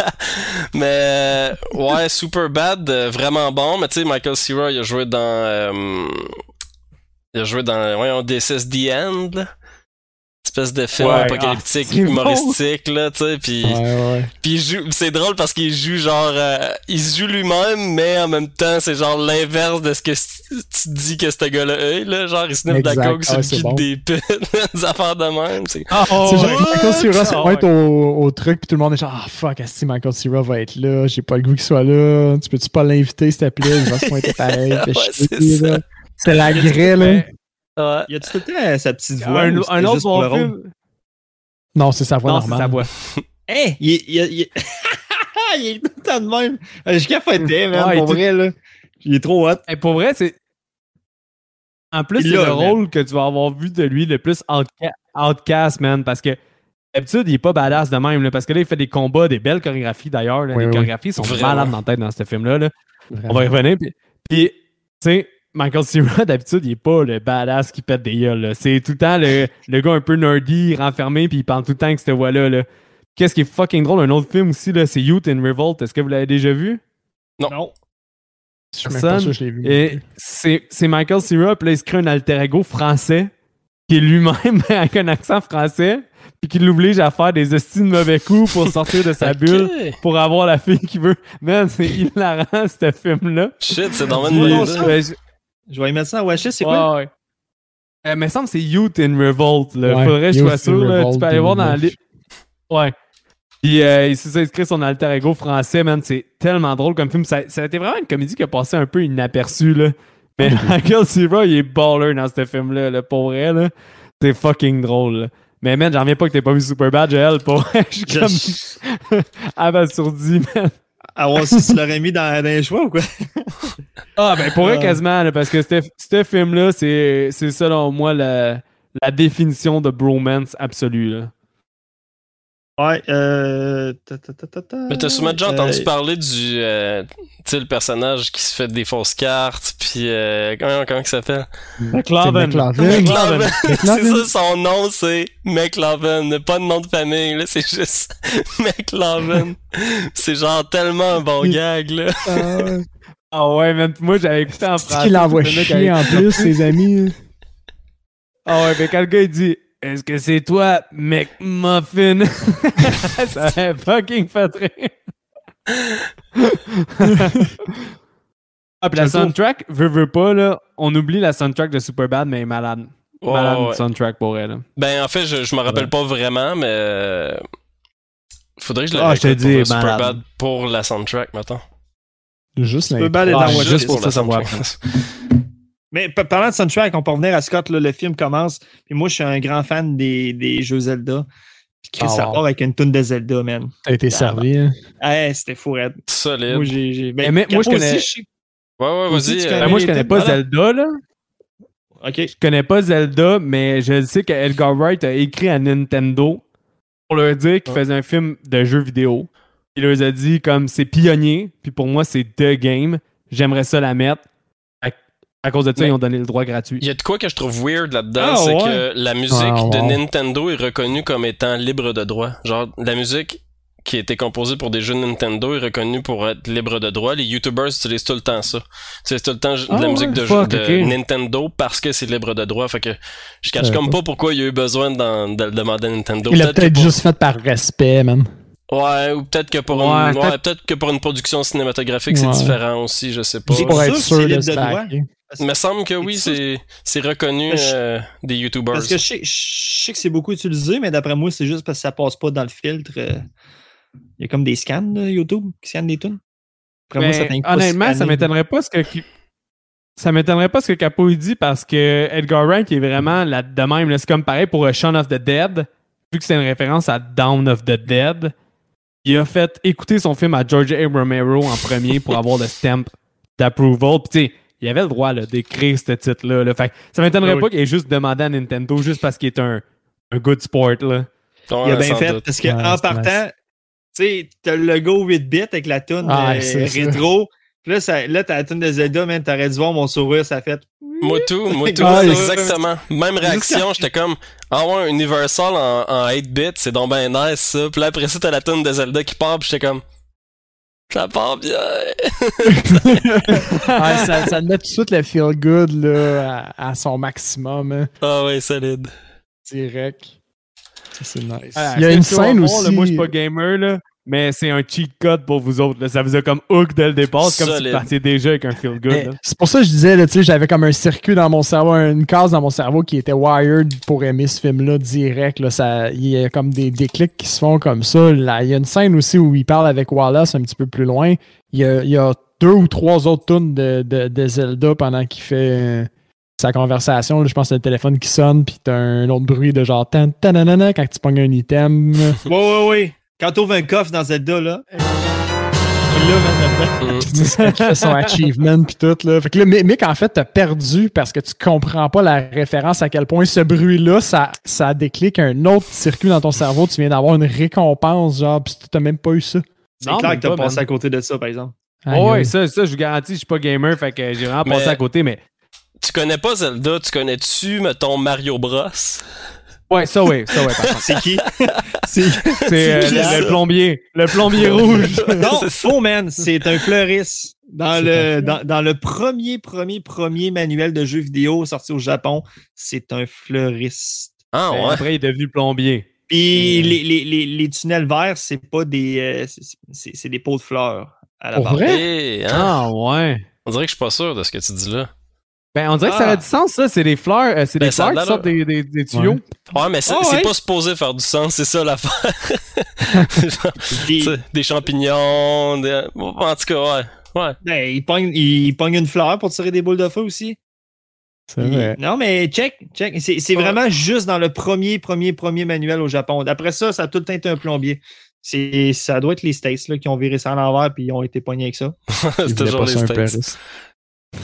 Mais, ouais, Superbad, euh, vraiment bon. Mais tu sais, Michael Cera, il a joué dans... Euh, il a joué dans, voyons, This is the End, là. Espèce de film ouais, apocalyptique, ah, humoristique, bon. Là, tu sais, pis, ouais, ouais. pis il joue, c'est drôle parce qu'il joue genre, euh, il se joue lui-même, mais en même temps, c'est genre l'inverse de ce que tu dis que ce gars-là est, là, genre, il sniffe de la coke sur le cul bon. Des putes, des affaires de même, c'est... Oh, oh, c'est genre, Michael Cera se pointe au, au truc, pis tout le monde est genre, ah, oh, fuck, si Michael Cera va être là, j'ai pas le goût qu'il soit là, tu peux-tu pas l'inviter, s'il te plaît, il va se pointer pareil, ouais, c'est, chier, là. C'est la grêle, là. Ouais. Y a-tu tout le temps sa petite voix? Un, un autre bon film? Non, c'est sa voix non, normale. c'est sa voix. Hé! Il, il, il, il est tout le temps de même. Je capotais, man, ouais, pour vrai, tout... là. Il est trop hot. Et pour vrai, c'est... En plus, il c'est le man. Rôle que tu vas avoir vu de lui le plus outca- outcast, man, parce que d'habitude, il est pas badass de même, là, parce que là, il fait des combats, des belles chorégraphies, d'ailleurs. Là, oui, les oui. chorégraphies sont vraiment malades dans la tête dans ce film-là. Là. On va y revenir. Puis, puis tu sais... Michael Cera, d'habitude, il est pas le badass qui pète des gueules. Là. C'est tout le temps le, le gars un peu nerdy, renfermé, puis il parle tout le temps avec cette voix-là. Là. Qu'est-ce qui est fucking drôle, un autre film aussi, là, c'est Youth in Revolt. Est-ce que vous l'avez déjà vu? Non. non. Je suis même pas sûr que je l'ai vu. Et c'est, c'est Michael Cera, puis là, il se crée un alter ego français, qui est lui-même avec un accent français, puis qui l'oblige à faire des estis de mauvais coups pour sortir de sa okay. bulle, pour avoir la fille qu'il veut. Man, c'est hilarant, ce film-là. Shit, c'est dans une Je vais y mettre ça à Watchlist, c'est quoi? Ouais, ouais. Euh, mais il me semble que c'est Youth in Revolt. Là. Ouais, faudrait que je sois sûr. Là. Tu peux aller voir dans la liste. Ouais. Puis euh, il s'est inscrit son alter ego français, man. C'est tellement drôle comme film. Ça, ça a été vraiment une comédie qui a passé un peu inaperçue. Là. Mais Michael Cera, il est baller dans ce film-là. Là, pour vrai, là. C'est fucking drôle. Là. Mais man, j'en reviens pas que t'aies pas vu Superbad, Joël. Pour vrai, je suis comme abasourdi, man. Ah ouais, si tu l'aurais mis dans, dans les choix ou quoi? Ah, ben pour eux, quasiment, là, parce que ce film-là, c'est, c'est selon moi la, la définition de bromance absolue. Là. Ouais, euh... Mais t'as sûrement déjà entendu euh... parler du... Euh, tu sais, le personnage qui se fait des fausses cartes, puis... Euh, comment, comment il s'appelle? McLovin. McLovin. C'est ça, son nom, c'est McLovin. Pas de nom de famille, là, c'est juste McLovin. C'est genre tellement un bon gag, là. Ah ouais, mais moi, j'avais écouté en français. C'est qu'il envoie chier en plus, ses amis. Ah ouais, mais quand le gars, il dit... Est-ce que c'est toi, McMuffin? Ça a fucking fait rire. Ah, puis la soundtrack, veux, veux pas, là, on oublie la soundtrack de Superbad, mais elle est malade. Oh, malade ouais. soundtrack pour elle. Là. Ben, en fait, je, je me rappelle ouais. pas vraiment, mais... Faudrait que je le ah, je te dis, pour Superbad pour la soundtrack, maintenant. Juste Superbad est dans ah, juste, juste pour ça, ça me Mais parlant de soundtrack, on peut revenir à Scott, là, le film commence. Puis moi, je suis un grand fan des, des jeux Zelda. Puis Chris, oh, ça part avec une toune de Zelda, man. T'as été ah, servi, hein? Ouais, c'était fou, Red. Solide. Moi, j'ai. j'ai... Ben, mais moi, je connais. Aussi, je... Ouais, ouais, vas-y. Ben, moi, je connais pas voilà. Zelda, là. Ok. Je connais pas Zelda, mais je sais que Edgar Wright a écrit à Nintendo pour leur dire qu'il faisait un film de jeux vidéo. Il leur a dit, comme, c'est pionnier. Puis pour moi, c'est The Game. J'aimerais ça la mettre. À cause de ça, mais ils ont donné le droit gratuit. Il y a de quoi que je trouve weird là-dedans, ah, c'est ouais. que la musique ah, wow. de Nintendo est reconnue comme étant libre de droit. Genre, la musique qui a été composée pour des jeux Nintendo est reconnue pour être libre de droit. Les YouTubers utilisent tout le temps ça. C'est tout le temps de ah, la musique ouais, de, fuck, de okay. Nintendo parce que c'est libre de droit. Fait que je cache comme pas pourquoi il y a eu besoin de, de le demander à Nintendo. Il l'a peut-être pour... juste fait par respect, man. Ouais, ou peut-être que pour ouais, une, peut-être... ouais, peut-être que pour une production cinématographique, ouais. c'est différent aussi, je sais pas. C'est pour être sûr de ça. Il me semble que oui, c'est, c'est reconnu euh, des YouTubers. Parce que je sais, je sais que c'est beaucoup utilisé, mais d'après moi, c'est juste parce que ça passe pas dans le filtre. Il y a comme des scans, là, YouTube, qui scannent des tunes. Moi, ça honnêtement, ça m'étonnerait pas ce que... Ça m'étonnerait pas ce que Capo il dit parce que Edgar Wright est vraiment là de même. Là, c'est comme pareil pour Shaun of the Dead. Vu que c'est une référence à Dawn of the Dead, il a fait écouter son film à George A. Romero en premier pour avoir le stamp d'approval. Puis tu sais, il avait le droit là, d'écrire ce titre-là. Là. Fait que ça m'étonnerait oui. pas qu'il ait juste demandé à Nintendo juste parce qu'il est un, un good sport. Là. Ouais, il a bien fait doute. parce qu'en ouais, partant, tu sais, t'as le logo huit bits avec la toune ah, euh, rétro. Puis là, ça, là, t'as la toune de Zelda, man, t'aurais dû voir mon sourire, ça fait. Moi tout, moi tout, ah, exactement. Même réaction, j'étais comme, ah ouais, Universal en, en huit bits, c'est donc ben nice ça. Puis là, après ça, t'as la toune de Zelda qui part, puis j'étais comme, ça part bien. ah, ça, ça met tout de suite le feel good là, à, à son maximum. Hein. Ah ouais, solide. Direct. Ça, c'est nice. Ah, il y a une scène voir, aussi. Là, moi, je suis pas gamer, là. Mais c'est un cheat code pour vous autres. Là. Ça vous a comme hook dès le départ. C'est comme si vous partiez déjà avec un feel good. C'est pour ça que je disais, là, j'avais comme un circuit dans mon cerveau, une case dans mon cerveau qui était wired pour aimer ce film-là direct. Là. Ça, il y a comme des déclics qui se font comme ça. Là, il y a une scène aussi où il parle avec Wallace un petit peu plus loin. Il y a, il y a deux ou trois autres tunes de, de, de Zelda pendant qu'il fait euh, sa conversation. Là, je pense que c'est le téléphone qui sonne puis t'as un autre bruit de genre tan, tananana quand tu pognes un item. Ouais, ouais, ouais. Quand t'ouvres un coffre dans Zelda, là. Là, c'est ça qui fait son achievement pis tout, là. Fait que là, Mick, en fait, t'as perdu parce que tu comprends pas la référence à quel point ce bruit-là, ça, ça déclique un autre circuit dans ton cerveau. Tu viens d'avoir une récompense, genre, pis t'as même pas eu ça. C'est non, clair que t'as pas, passé man. à côté de ça, par exemple. Ah, oh, ouais, ça, ça, je vous garantis, je suis pas gamer, fait que j'ai vraiment mais passé à côté, mais. Tu connais pas Zelda, tu connais-tu, mettons, Mario Bros? Ouais, ça oui, ça oui. C'est qui? C'est, c'est euh, le, le plombier. Le plombier rouge. Non, faux, man. C'est un fleuriste. Dans le, dans, dans le premier, premier, premier manuel de jeux vidéo sorti au Japon, c'est un fleuriste. Ah ouais. Après, il est devenu plombier. Puis mmh. les, les, les, les tunnels verts, c'est pas des... Euh, c'est, c'est, c'est des pots de fleurs à la base. Hey, hein? Ah ouais. On dirait que je suis pas sûr de ce que tu dis là. Ben, on dirait ah. que ça a du sens, ça. C'est des fleurs, euh, c'est ben, des fleurs qui sortent des, des, des tuyaux. Ouais, ouais mais c'est, oh, c'est ouais. pas supposé faire du sens, c'est ça l'affaire. des... des champignons, des... en tout cas, ouais. ouais. Ben, il pogne, il pogne une fleur pour tirer des boules de feu aussi. C'est vrai. Non, mais check, check. C'est, c'est ouais. vraiment juste dans le premier, premier, premier manuel au Japon. Après ça, ça a tout le temps été un plombier. C'est, ça doit être les States là, qui ont viré ça à l'envers puis ils ont été pognés avec ça. C'est toujours les States.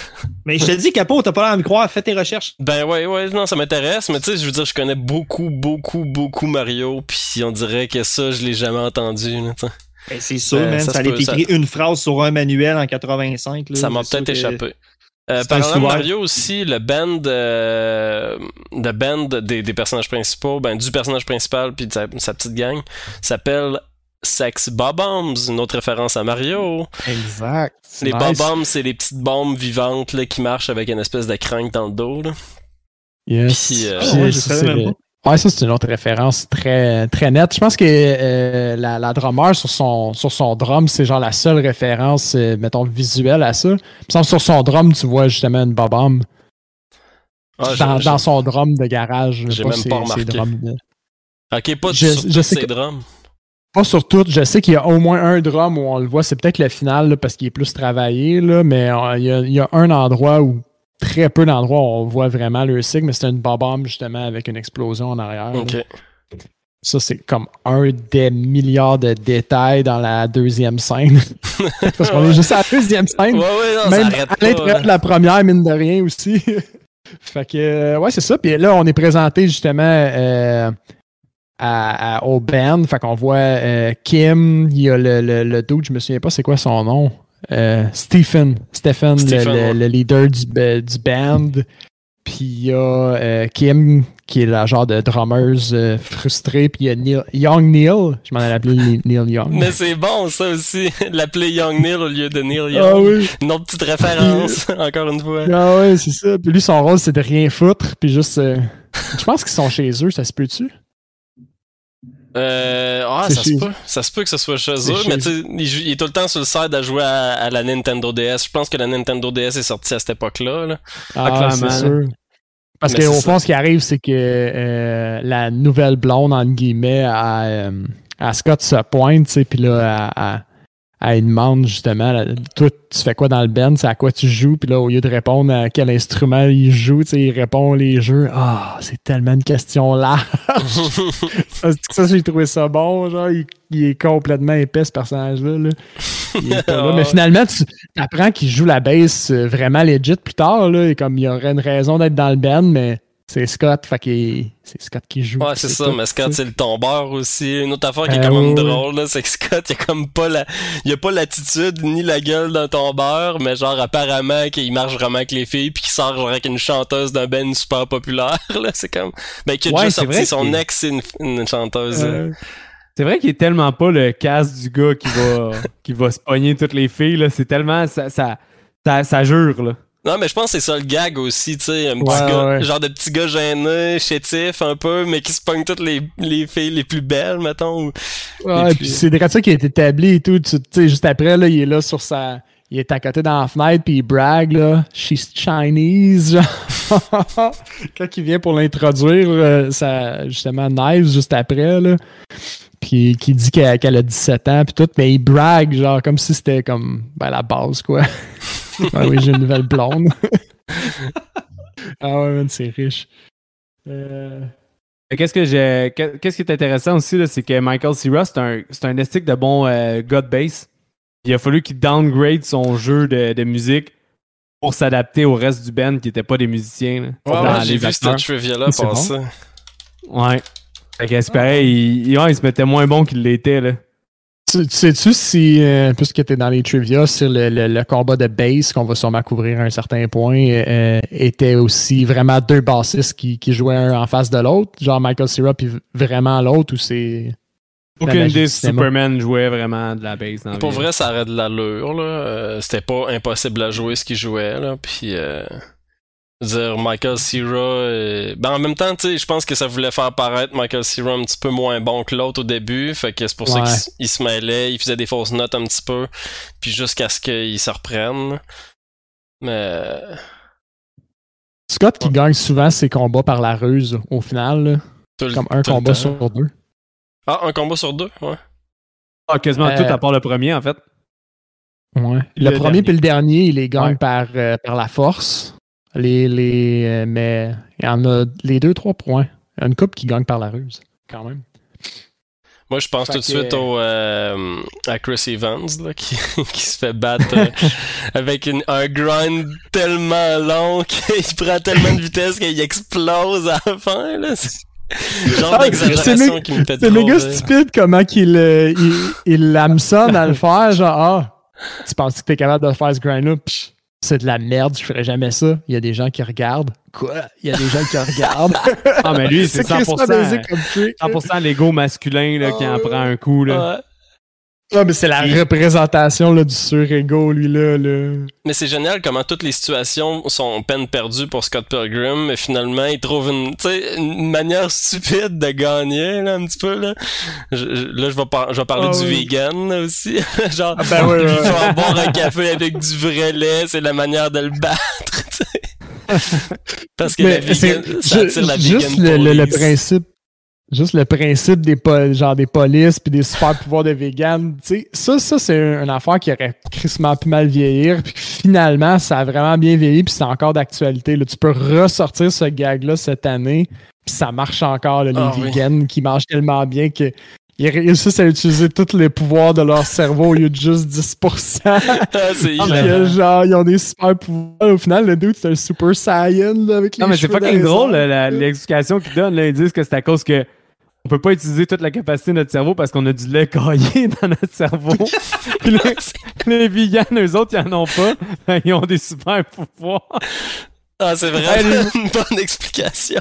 Mais je te dis, Capo, t'as pas l'air de me croire, fais tes recherches. Ben ouais, ouais, non, ça m'intéresse, mais tu sais, je veux dire, je connais beaucoup, beaucoup, beaucoup Mario, puis on dirait que ça, je l'ai jamais entendu, là, t'sais. Ben c'est sûr, euh, man, ça, ça allait écrit ça... une phrase sur un manuel en quatre-vingt-cinq. Là, ça m'a peut-être échappé. Euh, parlant de Mario aussi, le band, euh, le band des, des personnages principaux, ben du personnage principal puis de sa, sa petite gang, s'appelle Sex Bob-Bombs, une autre référence à Mario. Exact. Les nice. Bob-Bombs, c'est les petites bombes vivantes là, qui marchent avec une espèce de crank dans le dos. Là. Yes. Puis, euh, oh, ouais, je savais même pas. Ouais, ça, c'est une autre référence très, très nette. Je pense que euh, la, la drummer sur son, sur son drum, c'est genre la seule référence, euh, mettons, visuelle à ça. Il me semble que sur son drum, tu vois justement une bob-bomb. Ah, dans, dans son drum de garage. J'ai pas même ses, pas remarqué. De... Ok, pas je, sur je sais ses que... drums. Pas sur tout. Je sais qu'il y a au moins un drum où on le voit. C'est peut-être le final là, parce qu'il est plus travaillé, là, mais euh, il, y a, il y a un endroit où très peu d'endroits où on voit vraiment le cycle, mais c'est une bob-bomb justement avec une explosion en arrière. Ok. Là. Ça, c'est comme un des milliards de détails dans la deuxième scène. Parce qu'on est juste à la deuxième scène. Ouais, ouais, non, même ça à l'intérieur de la première, mine de rien aussi. Fait que, euh, ouais, c'est ça. Puis là, on est présenté justement euh, à, à, au band. Fait qu'on voit euh, Kim, il y a le, le, le dude, je me souviens pas c'est quoi son nom. Euh, Stephen. Stephen, Stephen le, ouais. le, le leader du, du band. Puis il y a euh, Kim, qui est la genre de drummeuse euh, frustrée. Puis il y a Neil, Young Neil. Je m'en ai appelé Neil Young. Mais c'est bon, ça aussi. L'appeler Young Neil au lieu de Neil Young. Ah oui. Une autre petite référence, encore une fois. Ah ouais, c'est ça. Puis lui, son rôle, c'est de rien foutre. Puis juste... Euh... Je pense qu'ils sont chez eux. Ça se peut-tu? Euh, ah, ça se peut. Ça se peut que ce soit chez eux, mais tu sais, il, il est tout le temps sur le side à jouer à, à la Nintendo D S. Je pense que la Nintendo D S est sortie à cette époque-là. Là. Ah, c'est sûr. Parce qu'au fond, ce qui arrive, c'est que euh, la nouvelle blonde, entre guillemets, à, euh, à Scott se pointe, tu sais, puis là, à, à, elle demande justement, là, toi, tu fais quoi dans le band, c'est à quoi tu joues, puis là, au lieu de répondre à quel instrument il joue, tu sais, il répond les jeux. Ah, oh, c'est tellement une question large. ça, ça, j'ai trouvé ça bon, genre, il, il est complètement épais, ce personnage-là. Là. Il est pas là. Mais finalement, tu apprends qu'il joue la bass vraiment legit plus tard, là, et comme il y aurait une raison d'être dans le band, mais c'est Scott, fait que c'est Scott qui joue. Ouais, c'est, c'est ça, tout, mais Scott, c'est le tombeur aussi. Une autre affaire qui est euh, quand même ouais. drôle, là, c'est que Scott, il a comme pas la, il a pas l'attitude ni la gueule d'un tombeur, mais genre, apparemment, qu'il marche vraiment avec les filles pis qu'il sort genre avec une chanteuse d'un band super populaire, là, c'est comme, ben, qui a ouais, déjà sorti vrai son qu'il... ex, c'est une, une chanteuse. Euh... C'est vrai qu'il est tellement pas le casse du gars qui va, qui va se pogner toutes les filles, là. C'est tellement, ça, ça, ça, ça jure, là. Non, mais je pense que c'est ça le gag aussi, tu sais, un petit ouais, gars, ouais. genre de petit gars gêné, chétif un peu, mais qui se pogne toutes les, les filles les plus belles, mettons. Ou, ouais, plus... puis c'est de ça qui a été établi et tout, tu sais, juste après, là, il est là sur sa... Il est à côté dans la fenêtre, puis il brague, là, « She's Chinese », genre. Quand il vient pour l'introduire, euh, ça, justement, Knives, juste après, là, puis qui dit qu'elle, qu'elle a dix-sept ans, puis tout, mais il brague, genre, comme si c'était comme, ben, la base, quoi. Ah oui, j'ai une nouvelle blonde. Ah ouais, man, c'est riche. Euh... Qu'est-ce que j'ai, qu'est-ce qui est intéressant aussi, là, c'est que Michael Cera, c'est un, c'est un estique de bon euh, gars de bass. Il a fallu qu'il downgrade son jeu de, de musique pour s'adapter au reste du band qui n'étaient pas des musiciens. Là, ouais, ouais, j'ai vu cette trivia-là passer. Bon. Ouais. Fait que c'est pareil, il, il, ouais, il se mettait moins bon qu'il l'était, là. Tu, tu sais-tu si, euh, puisque tu es dans les trivia, sur le, le, le combat de bass qu'on va sûrement couvrir à un certain point, euh, était aussi vraiment deux bassistes qui, qui jouaient un en face de l'autre, genre Michael Cera puis vraiment l'autre, ou c'est... Aucune idée si Superman jouait vraiment de la bass. Dans Pour vrai, ça aurait de l'allure, là. Euh, c'était pas impossible à jouer ce qu'il jouait, là. Puis, euh, dire Michael Cera. Euh... Ben, en même temps, tu sais, je pense que ça voulait faire paraître Michael Cera un petit peu moins bon que l'autre au début. Fait que c'est pour ouais. ça qu'il se mêlait, il faisait des fausses notes un petit peu. Puis jusqu'à ce qu'il se reprenne. Mais. Scott qui ouais. gagne souvent ses combats par la ruse, au final, là. Tout comme un combat sur deux. Ah, un combat sur deux, ouais. Ah, quasiment euh, tout à part le premier, en fait. Ouais. Le, le premier puis le dernier, il les gagne ouais. par, euh, par la force. Les, les, euh, mais il y en a les deux, trois points. Il y a une couple qui gagne par la ruse, quand même. Moi, je pense fait tout de que... suite au, euh, à Chris Evans, là, qui, qui se fait battre euh, avec une, un grind tellement long qu'il prend tellement de vitesse qu'il explose à la fin, là. C'est... Genre ah, d'exagération qui me fait c'est méga stupide comment qu'il euh, il, il l'hameçonne à le faire, genre ah, tu penses que t'es capable de faire ce grind-là? Psh, c'est de la merde, je ferais jamais ça. Il y a des gens qui regardent. Quoi? Il y a des gens qui regardent. Ah, mais lui, c'est, c'est cent pour cent, cent pour cent l'ego masculin là, oh, qui en prend un coup. Là. Ouais. Ah, mais c'est la représentation là, du sur-ego, lui-là. Là. Mais c'est génial comment toutes les situations sont peine perdues pour Scott Pilgrim, mais finalement, il trouve une, une manière stupide de gagner, là, un petit peu, là. Je, je, là, je vais, par- je vais parler oh, du oui. vegan, là, aussi. Genre, ah ben oui, il ouais. faut boire un café avec du vrai lait, c'est la manière de le battre, tu sais. Parce que mais la vegan, ça attire la vegan juste le, le, le principe. Juste le principe des po- genre des polices puis des super pouvoirs de vegan, tu sais, ça, ça c'est une, une affaire qui aurait crissement pu mal vieillir, puis finalement, ça a vraiment bien vieilli, puis c'est encore d'actualité. Là. Tu peux ressortir ce gag-là cette année, puis ça marche encore, là, les oh, vegans oui. qui mangent tellement bien que ils réussissent à utiliser tous les pouvoirs de leur cerveau au lieu de juste dix pour cent. Ah, c'est que, genre, ils ont des super pouvoirs. Au final, le dude, c'est un super saiyan là, avec les non, mais c'est fucking drôle, là, la, l'explication qu'ils donnent. Là, ils disent que c'est à cause que on peut pas utiliser toute la capacité de notre cerveau parce qu'on a du lait caillé dans notre cerveau. Puis là, les vegans, eux autres, ils en ont pas. Ils ont des super pouvoirs. Ah, c'est vraiment une bonne explication.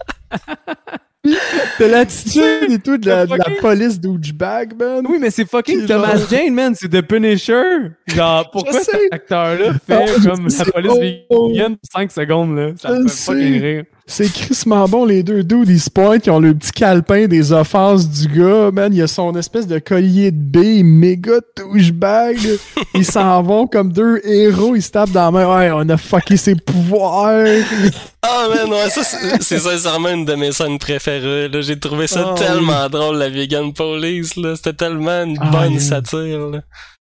De l'attitude et tout de la, de la police douchebag, man. Oui, mais c'est fucking c'est Thomas genre... Jane, man. C'est The Punisher. Genre, pourquoi cet acteur-là fait non, comme la police vegan pour cinq secondes, là? Ça me fait fucking rire. C'est crissement bon, les deux dudes. Ils se pointent, ils ont le petit calepin des offenses du gars, man. Il a son espèce de collier de billes, méga douchebag. Ils s'en vont comme deux héros. Ils se tapent dans la main. Ouais, on a fucké ses pouvoirs. Ah, man, ouais, ça, c'est, c'est sincèrement une de mes scènes préférées. Là. J'ai trouvé ça oh, tellement oui. drôle, la Vegan Police. Là. C'était tellement une ah, bonne oui. satire. Là.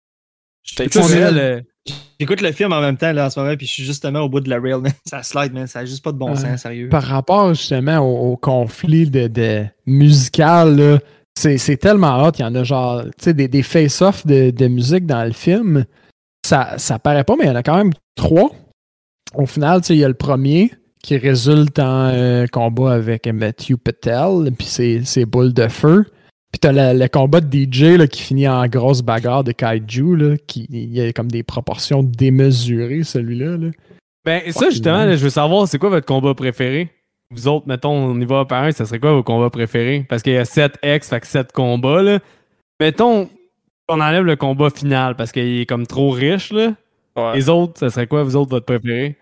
Le... J'écoute le film en même temps là, en ce moment, puis je suis justement au bout de la rail. Ça slide, man. Ça n'a juste pas de bon euh, sens, sérieux. Par rapport justement au, au conflit de, de musical, là, c'est, c'est tellement hot. Il y en a genre des, des face-off de, de musique dans le film. Ça, ça paraît pas, mais il y en a quand même trois. Au final, il y a le premier qui résulte en euh, combat avec Matthew Patel, puis ses, ses boules de feu. Puis t'as le, le combat de D J là, qui finit en grosse bagarre de kaiju, là, qui il y a comme des proportions démesurées, celui-là. Là. Ben, ça, Fuck justement, là, je veux savoir, c'est quoi votre combat préféré? Vous autres, mettons, on y va par un, ça serait quoi vos combats préférés? Parce qu'il y a sept ex, fait que sept combats, là. Mettons, on enlève le combat final parce qu'il est comme trop riche, là. Ouais. Les autres, ça serait quoi, vous autres, votre préféré?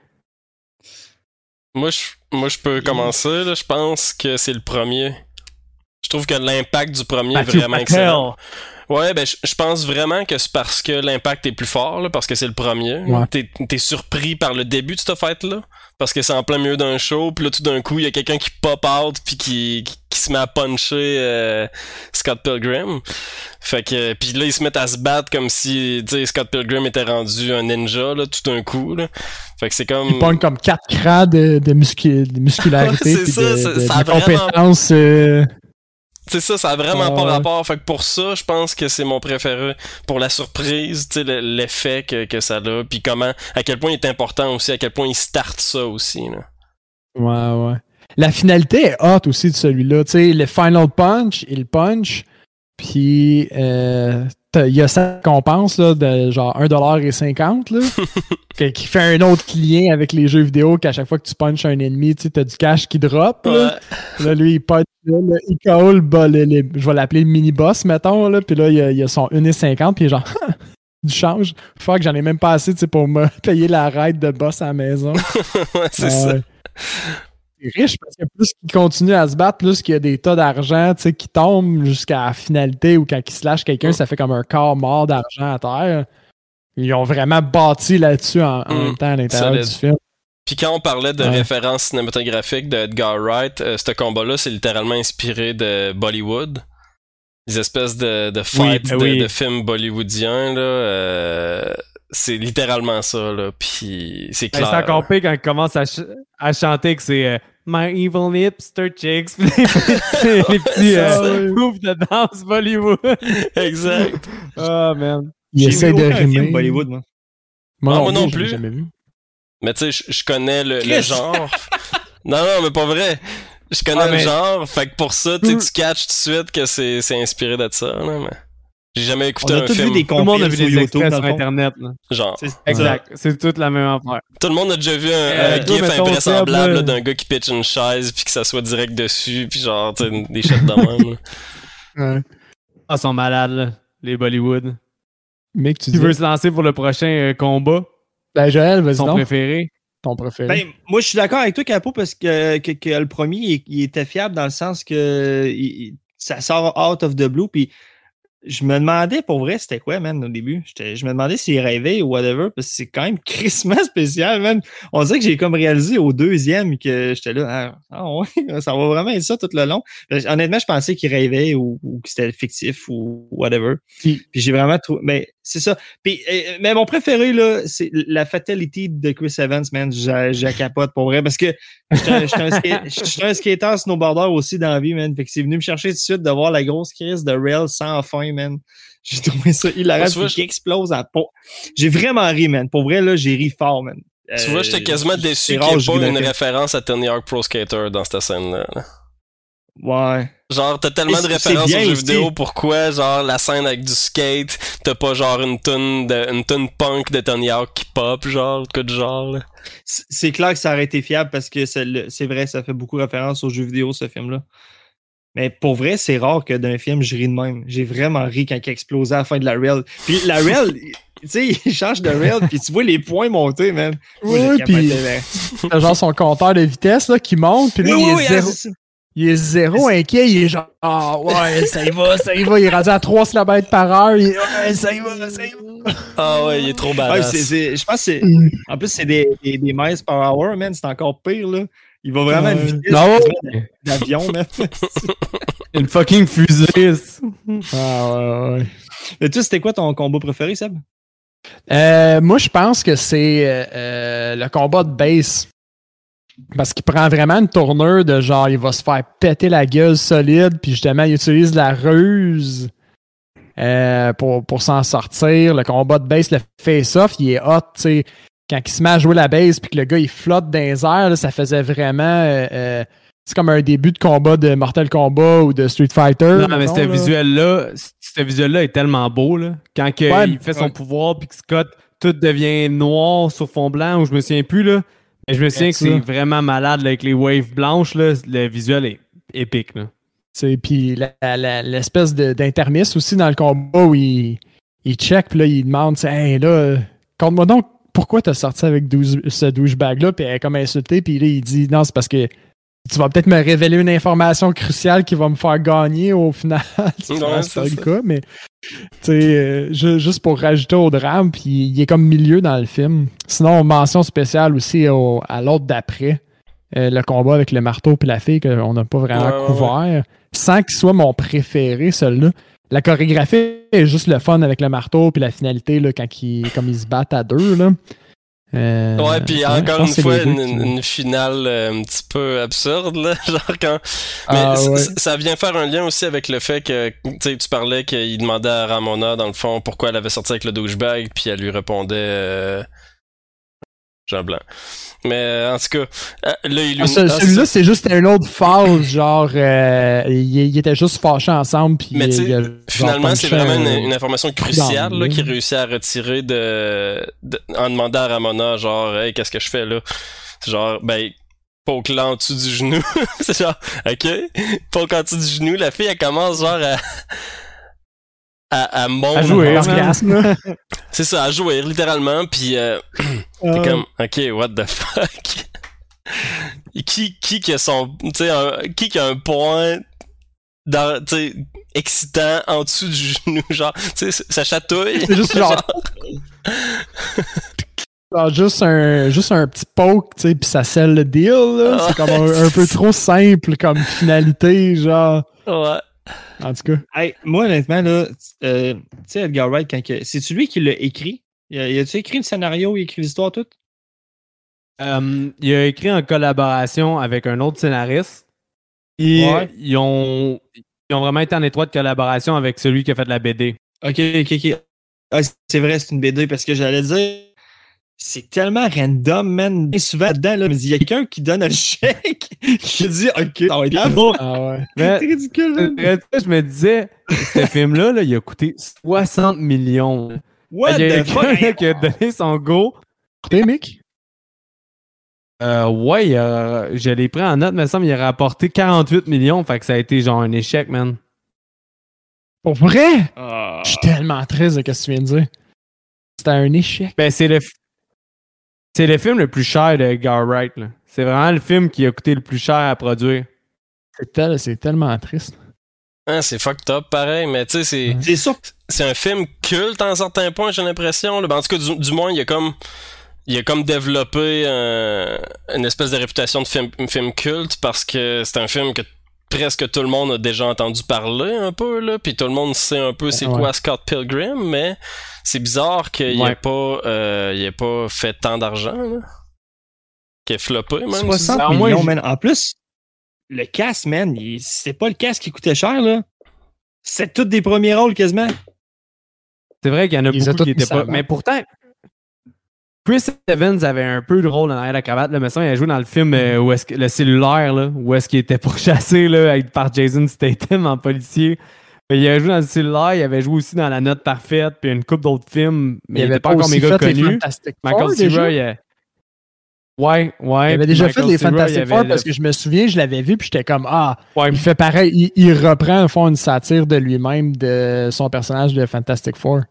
Moi, je, moi, je peux commencer, là. Je pense que c'est le premier. Je trouve que l'impact du premier Matthew est vraiment Patel. excellent. Ouais, ben, je, je pense vraiment que c'est parce que l'impact est plus fort, là, parce que c'est le premier. Ouais. T'es, t'es surpris par le début de cette fête-là, parce que c'est en plein milieu d'un show, puis là, tout d'un coup, il y a quelqu'un qui pop out, puis qui, qui, qui se met à puncher euh, Scott Pilgrim. Fait que, puis là, ils se mettent à se battre comme si, tu sais, Scott Pilgrim était rendu un ninja, là, tout d'un coup, là. Fait que c'est comme... Il pogne comme quatre crans de, de, muscu- de muscularité, c'est puis ça, de, c'est, de, ça de compétences... Vraiment... Euh... C'est ça, ça a vraiment oh, pas rapport. Fait que pour ça, je pense que c'est mon préféré. Pour la surprise, tu sais, le, l'effet que, que ça a, puis comment, à quel point il est important aussi, à quel point il starte ça aussi, là. Ouais, ouais. La finalité est hot aussi de celui-là. Tu sais, le final punch, il punch, puis euh, il y a sa récompense là, de genre un dollar cinquante là, qui fait un autre lien avec les jeux vidéo qu'à chaque fois que tu punches un ennemi, tu sais, t'as du cash qui drop. Là, ouais. Là lui, il punch, là, là, il K O le, le, le, le, je vais l'appeler le mini-boss, mettons, là, puis là, il y a, il y a son un dollar cinquante, puis genre, du change. Fuck, j'en ai même pas assez pour me payer la ride de boss à la maison. Ouais, c'est euh, ça. C'est riche parce que plus qu'il continue à se battre, plus qu'il y a des tas d'argent qui tombent jusqu'à la finalité ou quand il se lâche quelqu'un, mm. ça fait comme un corps mort d'argent à terre. Ils ont vraiment bâti là-dessus en, en mm. même temps à l'intérieur Solide. Du film. Puis quand on parlait de ouais. références cinématographiques de Edgar Wright, euh, ce combat-là, c'est littéralement inspiré de Bollywood. Des espèces de, de fights oui, de, oui. de films bollywoodiens, là. Euh, c'est littéralement ça, là. Puis c'est clair. C'est encore pire quand il commence à, ch- à chanter que c'est euh, My Evil Hipster Chicks. les petits, les petits euh, moves de danse Bollywood. Exact. Oh, man. Il essaie de rimer. Bollywood, moi. Moi, ah, non, moi non plus. Jamais vu. Mais tu sais, je connais le, le genre. non, non, mais pas vrai. Je connais ah, mais... le genre. Fait que pour ça, tu catches tout de suite que c'est, c'est inspiré de ça. Là, mais... J'ai jamais écouté un film. Tout le monde a vu des extraits sur Internet. Là. Genre. C'est exact. C'est toute la même affaire. Tout le monde a déjà vu un, euh, un gif invraisemblable là, d'un gars qui pitch une chaise puis que ça soit direct dessus puis genre, tu sais, des shit de même. Ouais. Ah, ils sont malades, là, les Bollywood. Mec, tu tu veux se lancer pour le prochain euh, combat? Ben, Joël, vas-y. Ton donc. préféré? Ton préféré. Ben, moi, je suis d'accord avec toi, Capo, parce que, que, que le premier, il, il était fiable dans le sens que il, ça sort out of the blue puis je me demandais pour vrai c'était quoi, man, au début. J'étais, je me demandais s'il rêvait ou whatever, parce que c'est quand même crissement spécial, man. On dirait que j'ai comme réalisé au deuxième que j'étais là, ah, ah ouais, ça va vraiment être ça tout le long. Honnêtement, je pensais qu'il rêvait ou, ou que c'était fictif ou whatever. Puis, puis j'ai vraiment trouvé. Mais c'est ça. Puis, mais mon préféré, là, c'est la fatality de Chris Evans, man. J'ai, j'ai capote pour vrai, parce que j'étais un, j'étais un, skate, j'étais un skater snowboarder aussi dans la vie, man. Fait que c'est venu me chercher tout de suite de voir la grosse crise de rail sans fin, man. J'ai trouvé ça hilarant, puis qui explose à peau. J'ai vraiment ri, man. Pour vrai, là, j'ai ri fort, man. Euh, tu vois, j'étais quasiment déçu qu'il n'y ait pas une référence à Tony Hawk Pro Skater dans cette scène-là. Ouais. Genre, t'as tellement de références aux jeux vidéo, pourquoi, genre, la scène avec du skate, t'as pas, genre, une toune de, une toune punk de Tony Hawk qui pop, genre, que de genre, là. C'est clair que ça aurait été fiable parce que c'est, le, c'est vrai, ça fait beaucoup référence aux jeux vidéo, ce film-là. Mais pour vrai, c'est rare que d'un film, je ris de même. J'ai vraiment ri quand il explosait à la fin de la rail. Puis la rail, tu sais, il change de rail, puis tu vois les points monter, man. Oui, puis t'as genre son compteur de vitesse, là, qui monte, puis là, oui, il, oui, est zéro, ah, il est zéro inquiet, il est genre, ah oh, ouais, ça y va, ça y va, il est rendu à trois kilomètres par heure, il est, ouais, ça y va, ça y va. Ah ouais, il est trop badass. Ouais, c'est, c'est, je pense que c'est, en plus, c'est des, des, des miles par hour, man, c'est encore pire, là. Il va vraiment euh, une vitesse non. d'avion, man. Une fucking fusée. Ah ouais, ouais. Mais toi, c'était quoi ton combat préféré, Seb? Euh, moi, je pense que c'est euh, le combat de base. Parce qu'il prend vraiment une tournure de genre, il va se faire péter la gueule solide, puis justement, il utilise la ruse euh, pour, pour s'en sortir. Le combat de base, le face-off, il est hot, tu sais. Quand il se met à jouer la base puis que le gars il flotte dans les airs, là, ça faisait vraiment. Euh, euh, c'est comme un début de combat de Mortal Kombat ou de Street Fighter. Non, mais ce visuel-là, ce visuel-là est tellement beau. Là. Quand que ouais, il fait son ouais. pouvoir puis que Scott, tout devient noir sur fond blanc, ou je me souviens plus, là. Mais je me souviens que c'est vraiment malade là, avec les waves blanches. Là, le visuel est épique. Puis la, la, l'espèce de, d'intermiss aussi dans le combat où il, il check puis là, il demande hey, là, compte-moi donc. Pourquoi t'as sorti avec douze, ce douchebag-là, puis elle est comme insultée, puis là, il dit, non, c'est parce que tu vas peut-être me révéler une information cruciale qui va me faire gagner au final. C'est non, c'est pas le cas, mais tu sais, euh, juste pour rajouter au drame, puis il est comme milieu dans le film. Sinon, mention spéciale aussi au, à l'autre d'après, euh, le combat avec le marteau puis la fille qu'on n'a pas vraiment ouais, couvert, ouais. Sans qu'il soit mon préféré, celui-là. La chorégraphie est juste le fun avec le marteau puis la finalité là, quand ils, comme ils se battent à deux. Là. Euh, ouais, puis encore une fois, une, qui... une finale euh, un petit peu absurde. Là, genre quand... Mais ah, ouais. c- ça vient faire un lien aussi avec le fait que tu parlais qu'il demandait à Ramona, dans le fond, pourquoi elle avait sorti avec le douchebag, puis elle lui répondait... Euh... Jean Blanc. Mais euh, en tout cas, euh, là, il lui... ah, ce, ah, celui-là, c'est juste une autre phase, genre, euh, ils il étaient juste fâchés ensemble. Puis mais tu sais, finalement, c'est vraiment une, une information cruciale là, qu'il réussit à retirer de, de, en demandant à Ramona, genre, hey, qu'est-ce que je fais là? C'est genre, ben, poke-la en dessous du genou. C'est genre, ok, poke en dessous du genou. La fille, elle commence genre à. À, à, mon, à jouer, c'est ça, à jouer littéralement, puis euh, t'es uh... comme, ok, what the fuck, qui qui qui a son, tu sais, qui qui a un point, dans, tu sais, excitant en dessous du genou, genre, tu sais, ça chatouille. C'est juste genre, genre juste un juste un petit poke, tu sais, puis ça scelle le deal, là. C'est comme un, un peu trop simple comme finalité, genre. Ouais. En tout cas. Hey, moi, honnêtement, là, euh, tu sais, Edgar Wright, quand que, c'est-tu lui qui l'a écrit? Il a, il a-tu écrit le scénario, il a écrit l'histoire, tout? Euh, il a écrit en collaboration avec un autre scénariste. Et ouais. ils, ont, ils ont vraiment été en étroite collaboration avec celui qui a fait la B D. Ok, ok, ok. Ah, c'est vrai, c'est une B D parce que j'allais dire, c'est tellement random, man. Bien souvent dedans, là, mais il y a quelqu'un qui donne un chèque qui dit ok, ça va être grave. Ah ouais. C'est ridicule, man. Je me disais, ce film-là, là, il a coûté soixante millions. What il y a the fuck? quelqu'un qui a donné son go. T'es Mick? Euh, ouais, il a, je l'ai pris en note, me semble, il a rapporté quarante-huit millions, fait que ça a été genre un échec, man. Pour vrai? Oh. Je suis tellement triste de ce que tu viens de dire. C'était un échec. Ben, c'est le, c'est le film le plus cher de Edgar Wright, là. C'est vraiment le film qui a coûté le plus cher à produire. C'est, tel, c'est tellement triste. Ah, c'est fucked up, pareil, mais tu sais, c'est, c'est sûr. C'est un film culte à un certain point, j'ai l'impression. Là. Ben, en tout cas, du, du moins, il y a comme... Il a comme développé euh, une espèce de réputation de film, film culte parce que c'est un film que presque tout le monde a déjà entendu parler un peu, là, puis tout le monde sait un peu c'est ouais. quoi Scott Pilgrim, mais c'est bizarre qu'il ouais. ait pas euh, il ait pas fait tant d'argent, là. Qu'il ait floppé, même. soixante si millions, man. En plus, le cast, man, il, c'est pas le cast qui coûtait cher, là. C'est tous des premiers rôles, quasiment. C'est vrai qu'il y en a ils beaucoup qui étaient pas... Mais pourtant... Chris Evans avait un peu de rôle en arrière de la cravate. Là, mais ça, il a joué dans le film euh, où est-ce que, le cellulaire, là, où est-ce qu'il était pourchassé là, par Jason Statham en policier. Mais il a joué dans le cellulaire, il avait joué aussi dans La Note Parfaite, puis une couple d'autres films, mais il n'était pas encore méga connu. Michael Cera, il a... Ouais, ouais. Il avait déjà Michael fait les Fantastic Four parce le... que je me souviens, je l'avais vu, puis j'étais comme, ah, ouais. il fait pareil, il, il reprend, au fond, une satire de lui-même, de son personnage de Fantastic Four.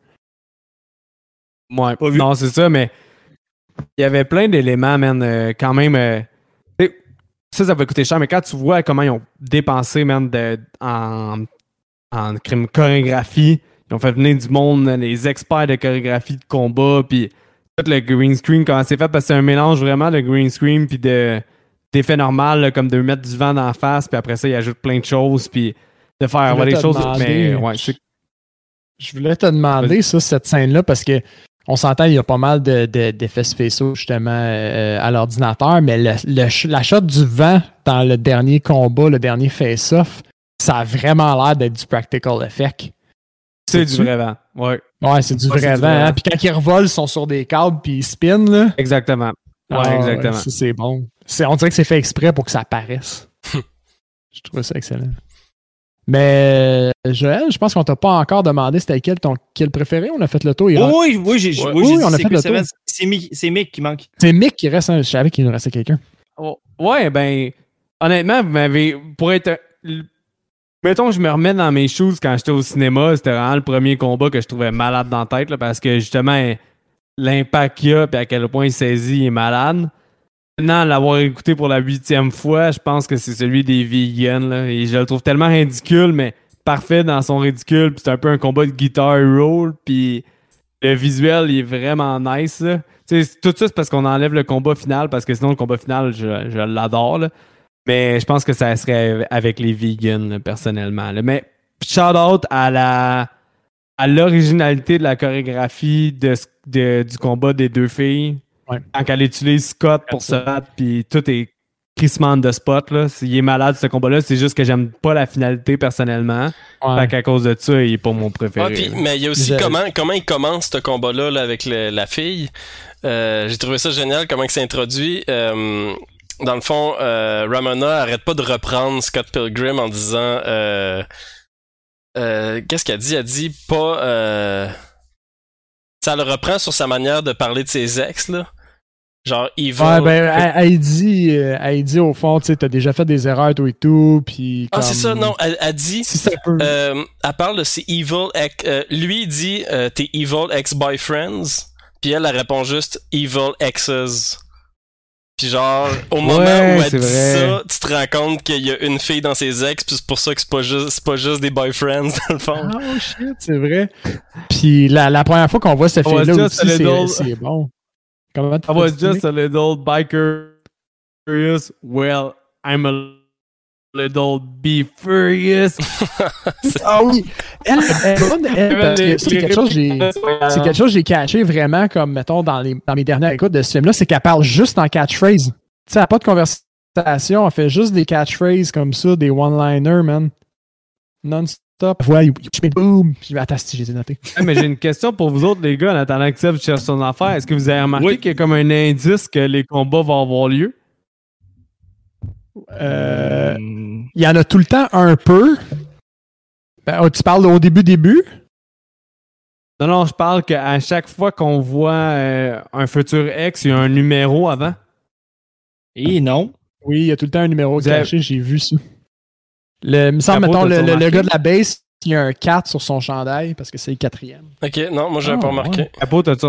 Ouais, non, c'est ça, mais il y avait plein d'éléments, man, euh, quand même. Euh, ça, ça va coûter cher, mais quand tu vois comment ils ont dépensé, man, de, en, en crime chorégraphie, ils ont fait venir du monde, les experts de chorégraphie de combat, puis tout le green screen, comment c'est fait, parce que c'est un mélange vraiment de green screen, puis de, d'effets normaux, là, comme de mettre du vent d'en face, puis après ça, ils ajoutent plein de choses, puis de faire avoir des choses. Mais, ouais, c'est... Je voulais te demander, ça, cette scène-là, parce que on s'entend, il y a pas mal de, de, d'effets spéciaux justement euh, à l'ordinateur, mais le, le, la shot du vent dans le dernier combat, le dernier face-off, ça a vraiment l'air d'être du practical effect. C'est, c'est du vrai vent, ouais. Ouais, c'est du ouais, vrai c'est vent. Du hein? Puis quand ils revolent, ils sont sur des câbles puis ils spinent, là. Exactement. Ouais, ah, exactement. Ouais, ça, c'est bon. C'est, on dirait que c'est fait exprès pour que ça apparaisse. Je trouve ça excellent. Mais Joël, je pense qu'on t'a pas encore demandé c'était quel ton quel préféré. On a fait le tour. Il oh, oui, oui, j'ai, ouais. oui, oui, j'ai on dit, a fait le tour. C'est Mick, c'est Mick qui manque. C'est Mick qui reste. Hein, je savais qu'il nous restait quelqu'un. Oh, ouais, ben, honnêtement, vous m'avez. Pour être. Mettons que je me remets dans mes shoes quand j'étais au cinéma, c'était vraiment le premier combat que je trouvais malade dans la tête, là, parce que justement, l'impact qu'il y a et à quel point il saisit, il est malade. Maintenant, l'avoir écouté pour la huitième fois, je pense que c'est celui des vegans. Là, et je le trouve tellement ridicule, mais parfait dans son ridicule. Puis c'est un peu un combat de Guitar Hero. Puis le visuel, il est vraiment nice. Là. Tout ça, c'est parce qu'on enlève le combat final, parce que sinon, le combat final, je, je l'adore. Là. Mais je pense que ça serait avec les vegans, là, personnellement. Là. Mais shout-out à la à l'originalité de la chorégraphie de, de, du combat des deux filles. Ouais. Quand elle utilise Scott pour se battre, puis tout est crissement de spot, là. Il est malade ce combat-là, c'est juste que j'aime pas la finalité personnellement. Ouais. Fait qu'à cause de ça, il est pas mon préféré. Ouais, pis, mais il y a aussi comment, comment il commence ce combat-là là, avec le, la fille. Euh, j'ai trouvé ça génial, comment il s'introduit. Euh, dans le fond, euh, Ramona arrête pas de reprendre Scott Pilgrim en disant euh, euh, qu'est-ce qu'elle dit? Elle dit pas euh, ça le reprend sur sa manière de parler de ses ex, là. Genre, il va... Ouais, ben, elle, elle, dit, euh, elle dit, au fond, tu sais, t'as déjà fait des erreurs, toi et tout, puis... Ah, comme... c'est ça, non, elle, elle dit... Si ça peut... euh, elle parle de ses evil... Ex, euh, lui, il dit, euh, tes evil ex-boyfriends, puis elle, elle répond juste, evil exes. Puis genre, au moment ouais, où elle dit vrai. ça, tu te rends compte qu'il y a une fille dans ses ex, puis c'est pour ça que c'est pas juste, c'est pas juste des boyfriends, dans le fond. Oh shit, c'est vrai. Puis la, la première fois qu'on voit cette oh, fille-là aussi, c'est, little... c'est bon. Comment I was just a little biker curious. Well, I'm a Little Be Furious. Ah oui! Elle, elle, elle, elle parce que c'est quelque chose que j'ai, c'est quelque chose que j'ai caché vraiment, comme, mettons, dans, les, dans mes dernières écoutes de ce film-là, c'est qu'elle parle juste en catchphrase. Tu sais, elle n'a pas de conversation, elle fait juste des catchphrases comme ça, des one-liners, man. Non-stop. Ouais, boum! Attends, si j'ai noté. Ouais, mais j'ai une question pour vous autres, les gars, en attendant que Seb cherche son affaire. Est-ce que vous avez remarqué oui. qu'il y a comme un indice que les combats vont avoir lieu? Euh, il y en a tout le temps un peu. Ben, oh, tu parles au début, début? Non, non, je parle qu'à chaque fois qu'on voit euh, un futur ex, il y a un numéro avant. Et non. Oui, il y a tout le temps un numéro Vous caché, avez... j'ai vu ça. Le, il me semble, mettons, le, le, le gars de la base, il y a un quatre sur son chandail parce que c'est le quatrième. Ok, non, moi, j'avais oh, pas remarqué. Ouais. Capot, t'as ça.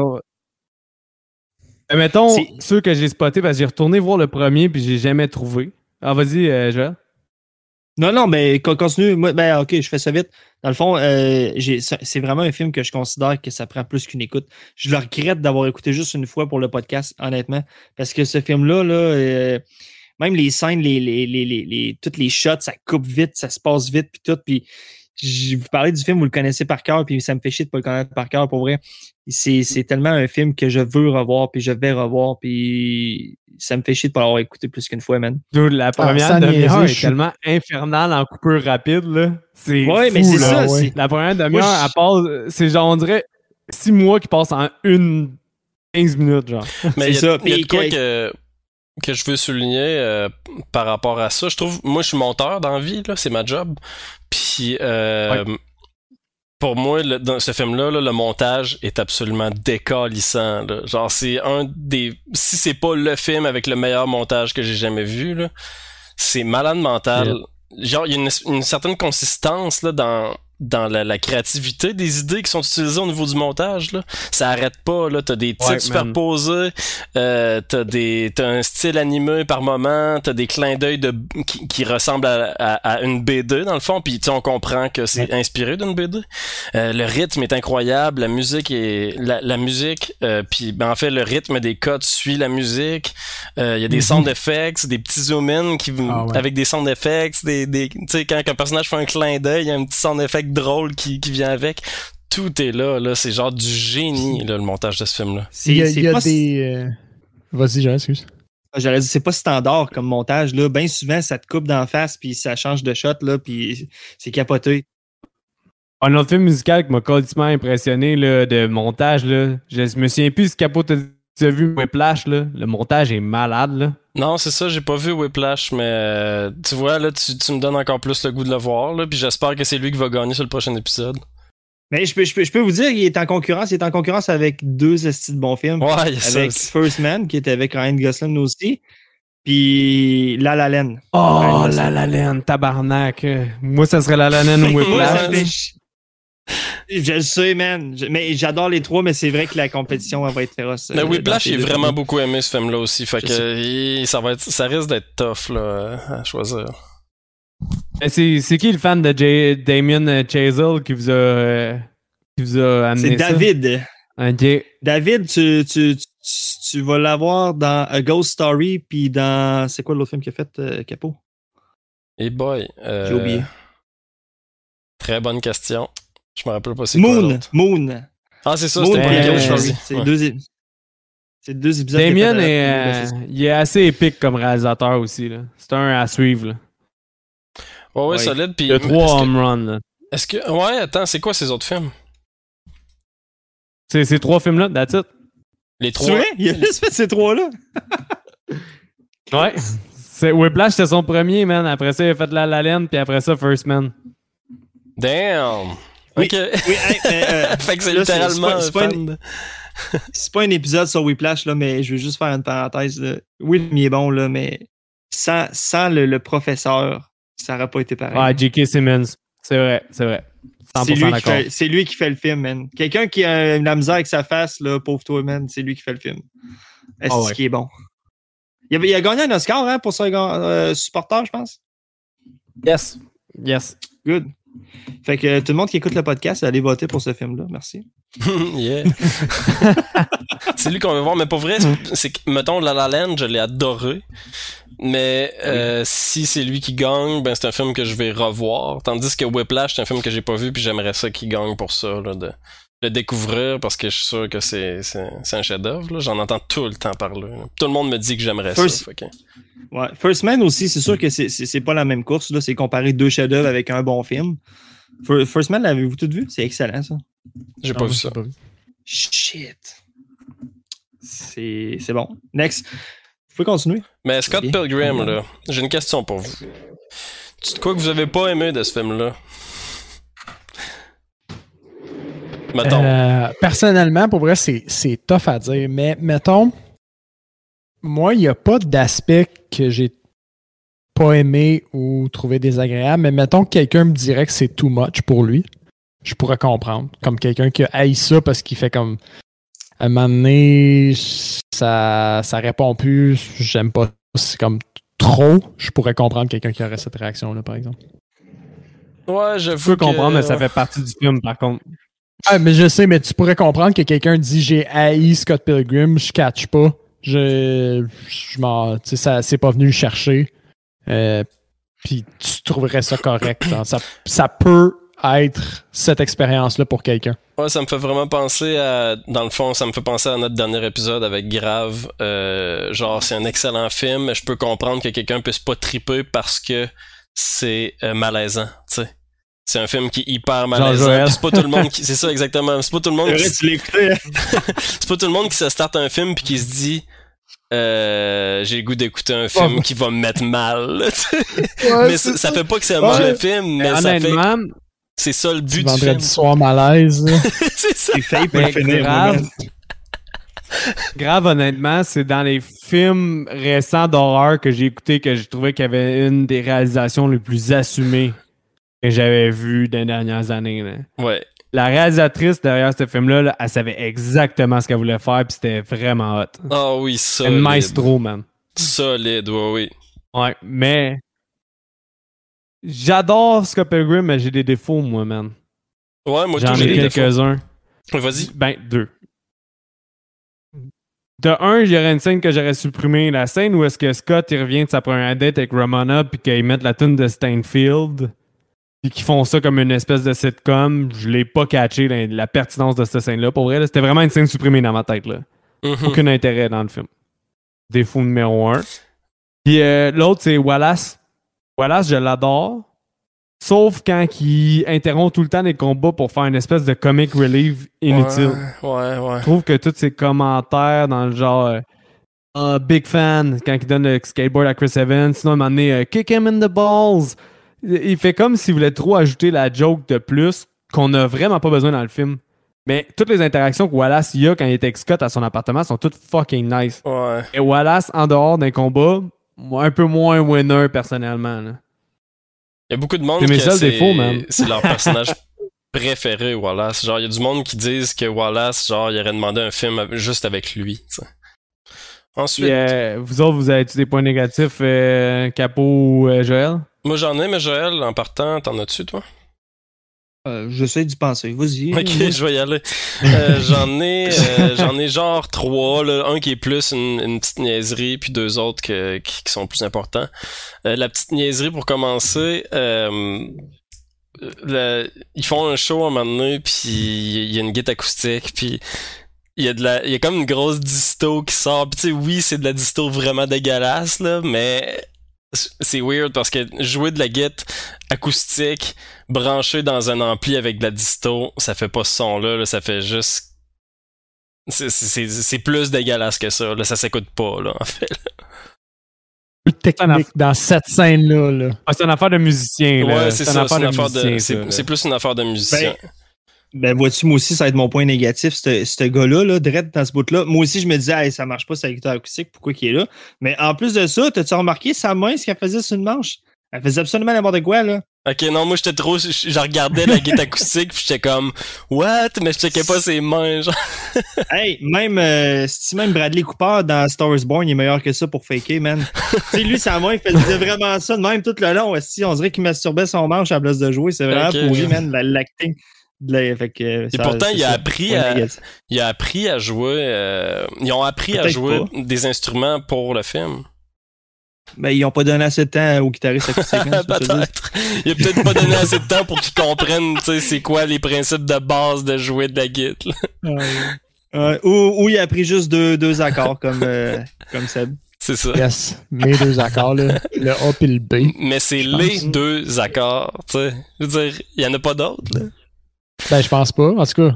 Mettons, c'est... ceux que j'ai spotés, parce que j'ai retourné voir le premier puis j'ai jamais trouvé. Ah, vas-y, euh, Joël. Non, non, mais continue. Moi, ben, ok, je fais ça vite. Dans le fond, euh, j'ai, c'est vraiment un film que je considère que ça prend plus qu'une écoute. Je le regrette d'avoir écouté juste une fois pour le podcast, honnêtement. Parce que ce film-là, là, euh, même les scènes, les, les, les, les, les, toutes les shots, ça coupe vite, ça se passe vite, puis tout. Puis, je vous parlais du film, vous le connaissez par cœur, puis ça me fait chier de pas le connaître par cœur, pour vrai. C'est, c'est tellement un film que je veux revoir, puis je vais revoir, puis ça me fait chier de pas l'avoir écouté plus qu'une fois, man. Dude, la première ah, demi-heure est tellement infernale en coupure rapide, là. C'est ouais, fou, mais c'est là. ça. Ouais. C'est... La première demi-heure, Moi, je... elle passe, c'est genre, on dirait, six mois qui passent en une quinze minutes, genre. Mais c'est ça. Il y a de quoi que... que je veux souligner euh, par rapport à ça. Je trouve, moi, je suis monteur dans la vie, là, c'est ma job. Puis, euh, ouais. pour moi, le, dans ce film-là, là, le montage est absolument décalissant. Là. Genre, c'est un des... Si c'est pas le film avec le meilleur montage que j'ai jamais vu, là, c'est malade mental. Yeah. Genre, il y a une, une certaine consistance là, dans... dans la, la créativité des idées qui sont utilisées au niveau du montage, là. Ça arrête pas, là. T'as des titres ouais, superposés, euh, t'as des, t'as un style animé par moment, t'as des clins d'œil de, qui, qui ressemblent à, à, à une B D, dans le fond, pis tu sais, on comprend que c'est ouais. inspiré d'une B D. Euh, le rythme est incroyable, la musique est, la, la musique, euh, pis ben, en fait, le rythme des codes suit la musique. Il euh, y a des mm-hmm. sound effects, des petits zoom-in qui, ah, ouais. avec des sound effects, des, des, tu sais, quand un personnage fait un clin d'œil, il y a un petit sound effect drôle qui, qui vient avec. Tout est là, là. C'est genre du génie, là, le montage de ce film-là. C'est, il y a, c'est il y a pas des... Euh... Vas-y, Jean, excuse. J'aurais dit, c'est pas standard comme montage, là. Bien souvent, ça te coupe d'en face, puis ça change de shot, là, puis c'est capoté. Un autre film musical qui m'a complètement impressionné, là, de montage, là. Je me souviens plus si Capot t'as Tu as vu Whiplash, là? Le montage est malade, là. Non, c'est ça, j'ai pas vu Whiplash, mais euh, tu vois, là, tu, tu me donnes encore plus le goût de le voir, là, puis j'espère que c'est lui qui va gagner sur le prochain épisode. Mais je peux, je peux, je peux vous dire qu'il est en concurrence, il est en concurrence avec deux estis de bons films. Ouais, avec ça, First Man, qui était avec Ryan Gosling aussi, puis La La Land. Oh, La La Land, tabarnak. Moi, ça serait La La Land ou Whiplash. Je le sais, man. Je, mais j'adore les trois, mais c'est vrai que la compétition elle va être féroce. Mais Whiplash, j'ai vraiment films. beaucoup aimé ce film-là aussi. Fait que il, ça, va être, ça risque d'être tough là, à choisir. C'est, c'est qui le fan de J- Damien Chazelle qui vous a, euh, qui vous a amené c'est ça? C'est David. Okay. David, tu, tu, tu, tu vas l'avoir dans A Ghost Story, puis dans... C'est quoi l'autre film qu'il a fait, euh, Capot? Hey boy. Euh... J'ai oublié. Très bonne question. Je me rappelle pas c'est Moon, quoi l'autre. Moon. Ah, c'est ça, Moon, c'était euh, pas choisi. C'est ouais. deux, c'est deux épisodes. Damien est, euh, il est assez épique comme réalisateur aussi. Là. C'est un à suivre. Là. Ouais, ouais, ouais. solide. Puis, il y a trois home runs. Là. Est-ce que. Ouais, attends, c'est quoi ces autres films? C'est ces trois films-là, that's it. Les trois. C'est vrai? Il a juste fait ces trois-là. Ouais. C'est, Whiplash, c'était son premier, man. Après ça, il a fait La La Land, puis après ça, First Man. Damn! Oui, ok. Oui, hey, euh, fait que c'est là, littéralement c'est, c'est, pas, c'est, pas une, c'est pas un épisode sur Whiplash, là, mais je veux juste faire une parenthèse. Là. Oui, il est bon, là, mais sans, sans le, le professeur, ça n'aurait pas été pareil. Ah, J K. Simmons. C'est vrai, c'est vrai. cent pour cent c'est, lui d'accord. Fait, c'est lui qui fait le film, man. Quelqu'un qui a de la misère avec sa face, là, pauvre toi, man, c'est lui qui fait le film. Est-ce oh, ouais. qu'il est bon? Il a, il a gagné un Oscar hein, pour son euh, supporter, je pense. Yes. Yes. Good. Fait que tout le monde qui écoute le podcast, allez voter pour ce film-là. Merci. Yeah. C'est lui qu'on veut voir. Mais pour vrai, c'est, c'est que, mettons, La La Land, je l'ai adoré. Mais euh, oui. si c'est lui qui gagne, ben c'est un film que je vais revoir. Tandis que Whiplash, c'est un film que j'ai pas vu, puis j'aimerais ça qu'il gagne pour ça, là, de le découvrir, parce que je suis sûr que c'est, c'est, c'est un chef-d'œuvre. Là. J'en entends tout le temps parler. Là. Tout le monde me dit que j'aimerais First... ça. Okay. Ouais. First Man aussi, c'est sûr que c'est, c'est, c'est pas la même course. Là. C'est comparer deux chefs-d'œuvre avec un bon film. First Man, l'avez-vous tout vu? C'est excellent, ça. J'ai pas, non, vu, ça. pas vu ça. Shit. C'est, c'est bon. Next. Vous pouvez continuer. Mais Scott Pilgrim, là, j'ai une question pour vous. Quoi que vous avez pas aimé de ce film-là? Mettons. Euh, personnellement, pour vrai, c'est, c'est tough à dire. Mais mettons, moi, il n'y a pas d'aspect que j'ai pas aimé ou trouvé désagréable. Mais mettons que quelqu'un me dirait que c'est too much pour lui. Je pourrais comprendre. Comme quelqu'un qui haït ça parce qu'il fait comme... À un moment donné, ça, ça répond plus. J'aime pas. C'est comme trop. Je pourrais comprendre quelqu'un qui aurait cette réaction-là, par exemple. Ouais, je peux que... comprendre, mais ça fait partie du film, par contre. Ah, mais je sais, mais tu pourrais comprendre que quelqu'un dit j'ai haï Scott Pilgrim, je catch pas. Je. Je m'en. Tu sais, ça, c'est pas venu le chercher. Euh, Puis tu trouverais ça correct. Hein. Ça, ça peut être cette expérience-là pour quelqu'un. Ouais, ça me fait vraiment penser à... Dans le fond, ça me fait penser à notre dernier épisode avec Grave. Euh, genre, c'est un excellent film, mais je peux comprendre que quelqu'un puisse pas triper parce que c'est euh, malaisant, tu sais. C'est un film qui est hyper malaisant. C'est pas tout le monde qui... C'est ça, exactement. C'est pas tout le monde qui... tu l'écoutais. C'est pas tout le monde qui se starte un film puis qui se dit... Euh, j'ai le goût d'écouter un film oh. qui va me mettre mal. Ouais, mais ça, ça fait pas que c'est un ouais. mauvais film, mais, mais ça fait... C'est ça le but du vendredi film. Soir malaise. C'est ça. C'est fait pour finir. Grave. Grave, honnêtement, c'est dans les films récents d'horreur que j'ai écoutés que j'ai trouvé qu'il y avait une des réalisations les plus assumées que j'avais vues dans les dernières années. Là. Ouais. La réalisatrice derrière ce film-là, là, elle savait exactement ce qu'elle voulait faire, puis c'était vraiment hot. Ah oh oui, ça. Un maestro, man. Solide, ouais, oui. Ouais, mais j'adore Scott Pilgrim, mais j'ai des défauts, moi, man. Ouais, moi, j'en ai quelques-uns. Ouais, vas-y. Ben, deux. De un, il y aurait une scène que j'aurais supprimée. La scène où est-ce que Scott, il revient de sa première date avec Ramona, puis qu'ils mettent la tune de Stainfield, puis qu'ils font ça comme une espèce de sitcom. Je l'ai pas catché, la, la pertinence de cette scène-là. Pour vrai, là, c'était vraiment une scène supprimée dans ma tête, là. Mm-hmm. Aucun intérêt dans le film. Défaut numéro un. Puis euh, l'autre, c'est Wallace. Wallace, je l'adore. Sauf quand il interrompt tout le temps des combats pour faire une espèce de comic relief inutile. Ouais, ouais, ouais. Je trouve que tous ses commentaires dans le genre euh, oh, big fan, quand il donne le skateboard à Chris Evans, sinon à un moment donné, uh, kick him in the balls. Il fait comme s'il voulait trop ajouter la joke de plus qu'on n'a vraiment pas besoin dans le film. Mais toutes les interactions que Wallace y a quand il est avec Scott à son appartement sont toutes fucking nice. Ouais. Et Wallace, en dehors d'un combat, un peu moins winner personnellement. Là. Il y a beaucoup de monde qui c'est, défauts, c'est leur personnage préféré, Wallace. Genre, il y a du monde qui disent que Wallace, genre, il aurait demandé un film juste avec lui. T'sais. Ensuite... Euh, vous autres, vous avez-tu des points négatifs, euh, Capo ou euh, Joël? Moi, j'en ai, mais Joël, en partant, t'en as-tu, toi? Euh, j'essaie d'y penser. Vas-y. Ok, moi. Je vais y aller. Euh, j'en ai, euh, j'en ai genre trois. Là. Un qui est plus une, une petite niaiserie, puis deux autres que, qui, qui sont plus importants. Euh, la petite niaiserie pour commencer. Euh, le, ils font un show à un moment donné, puis il y a une guitare acoustique, puis il y a de la, il y a comme une grosse disto qui sort. Puis tu sais, oui, c'est de la disto vraiment dégueulasse là, mais c'est weird parce que jouer de la guitare acoustique branché dans un ampli avec de la disto, ça fait pas ce son-là, là, ça fait juste... C'est, c'est, c'est plus dégueulasse que ça, là, ça s'écoute pas, là, en fait. Plus technique dans cette scène-là. Là. Ah, c'est une affaire de musicien, là. Ouais, c'est, c'est ça, c'est, une affaire de, musicien, c'est, ça, c'est plus une affaire de musicien. Ben, ben vois-tu, moi aussi, ça va être mon point négatif, ce gars-là, là, direct dans ce bout-là. Moi aussi, je me disais, hey, ça marche pas, sa guitare acoustique, pourquoi qu'il est là? Mais en plus de ça, t'as-tu remarqué sa main, ce qu'elle faisait sur une manche? Elle faisait absolument n'importe quoi, là. Ok, non, moi, j'étais trop... Je, je regardais la guitare acoustique, puis j'étais comme, what? Mais je checkais pas ses mains, genre. Hey, même, euh, si même Bradley Cooper dans Star is Born, il est meilleur que ça pour faker, man. Tu sais, lui, sa main, il faisait vraiment ça, de même tout le long. Aussi, on dirait qu'il masturbait son manche à la place de jouer. C'est vraiment okay, pour lui, man, l'acting. La, fait que, et ça, pourtant, il a, appris à, il a appris à jouer... Euh, ils ont appris Peut-être à jouer pas. Des instruments pour le film. Ben, ils ont pas donné assez de temps aux guitaristes acoustiques. Peut-être. Ils ont peut-être pas donné assez de temps pour qu'ils comprennent, tu sais, c'est quoi les principes de base de jouer de la guitare. Euh, ou, ou il a pris juste deux, deux accords comme, euh, comme Seb. C'est ça. Yes, mes deux accords, là, le A et le B. Mais c'est les pense. deux accords, tu sais. Je veux dire, il y en a pas d'autres, là. Ben, je pense pas, en tout cas.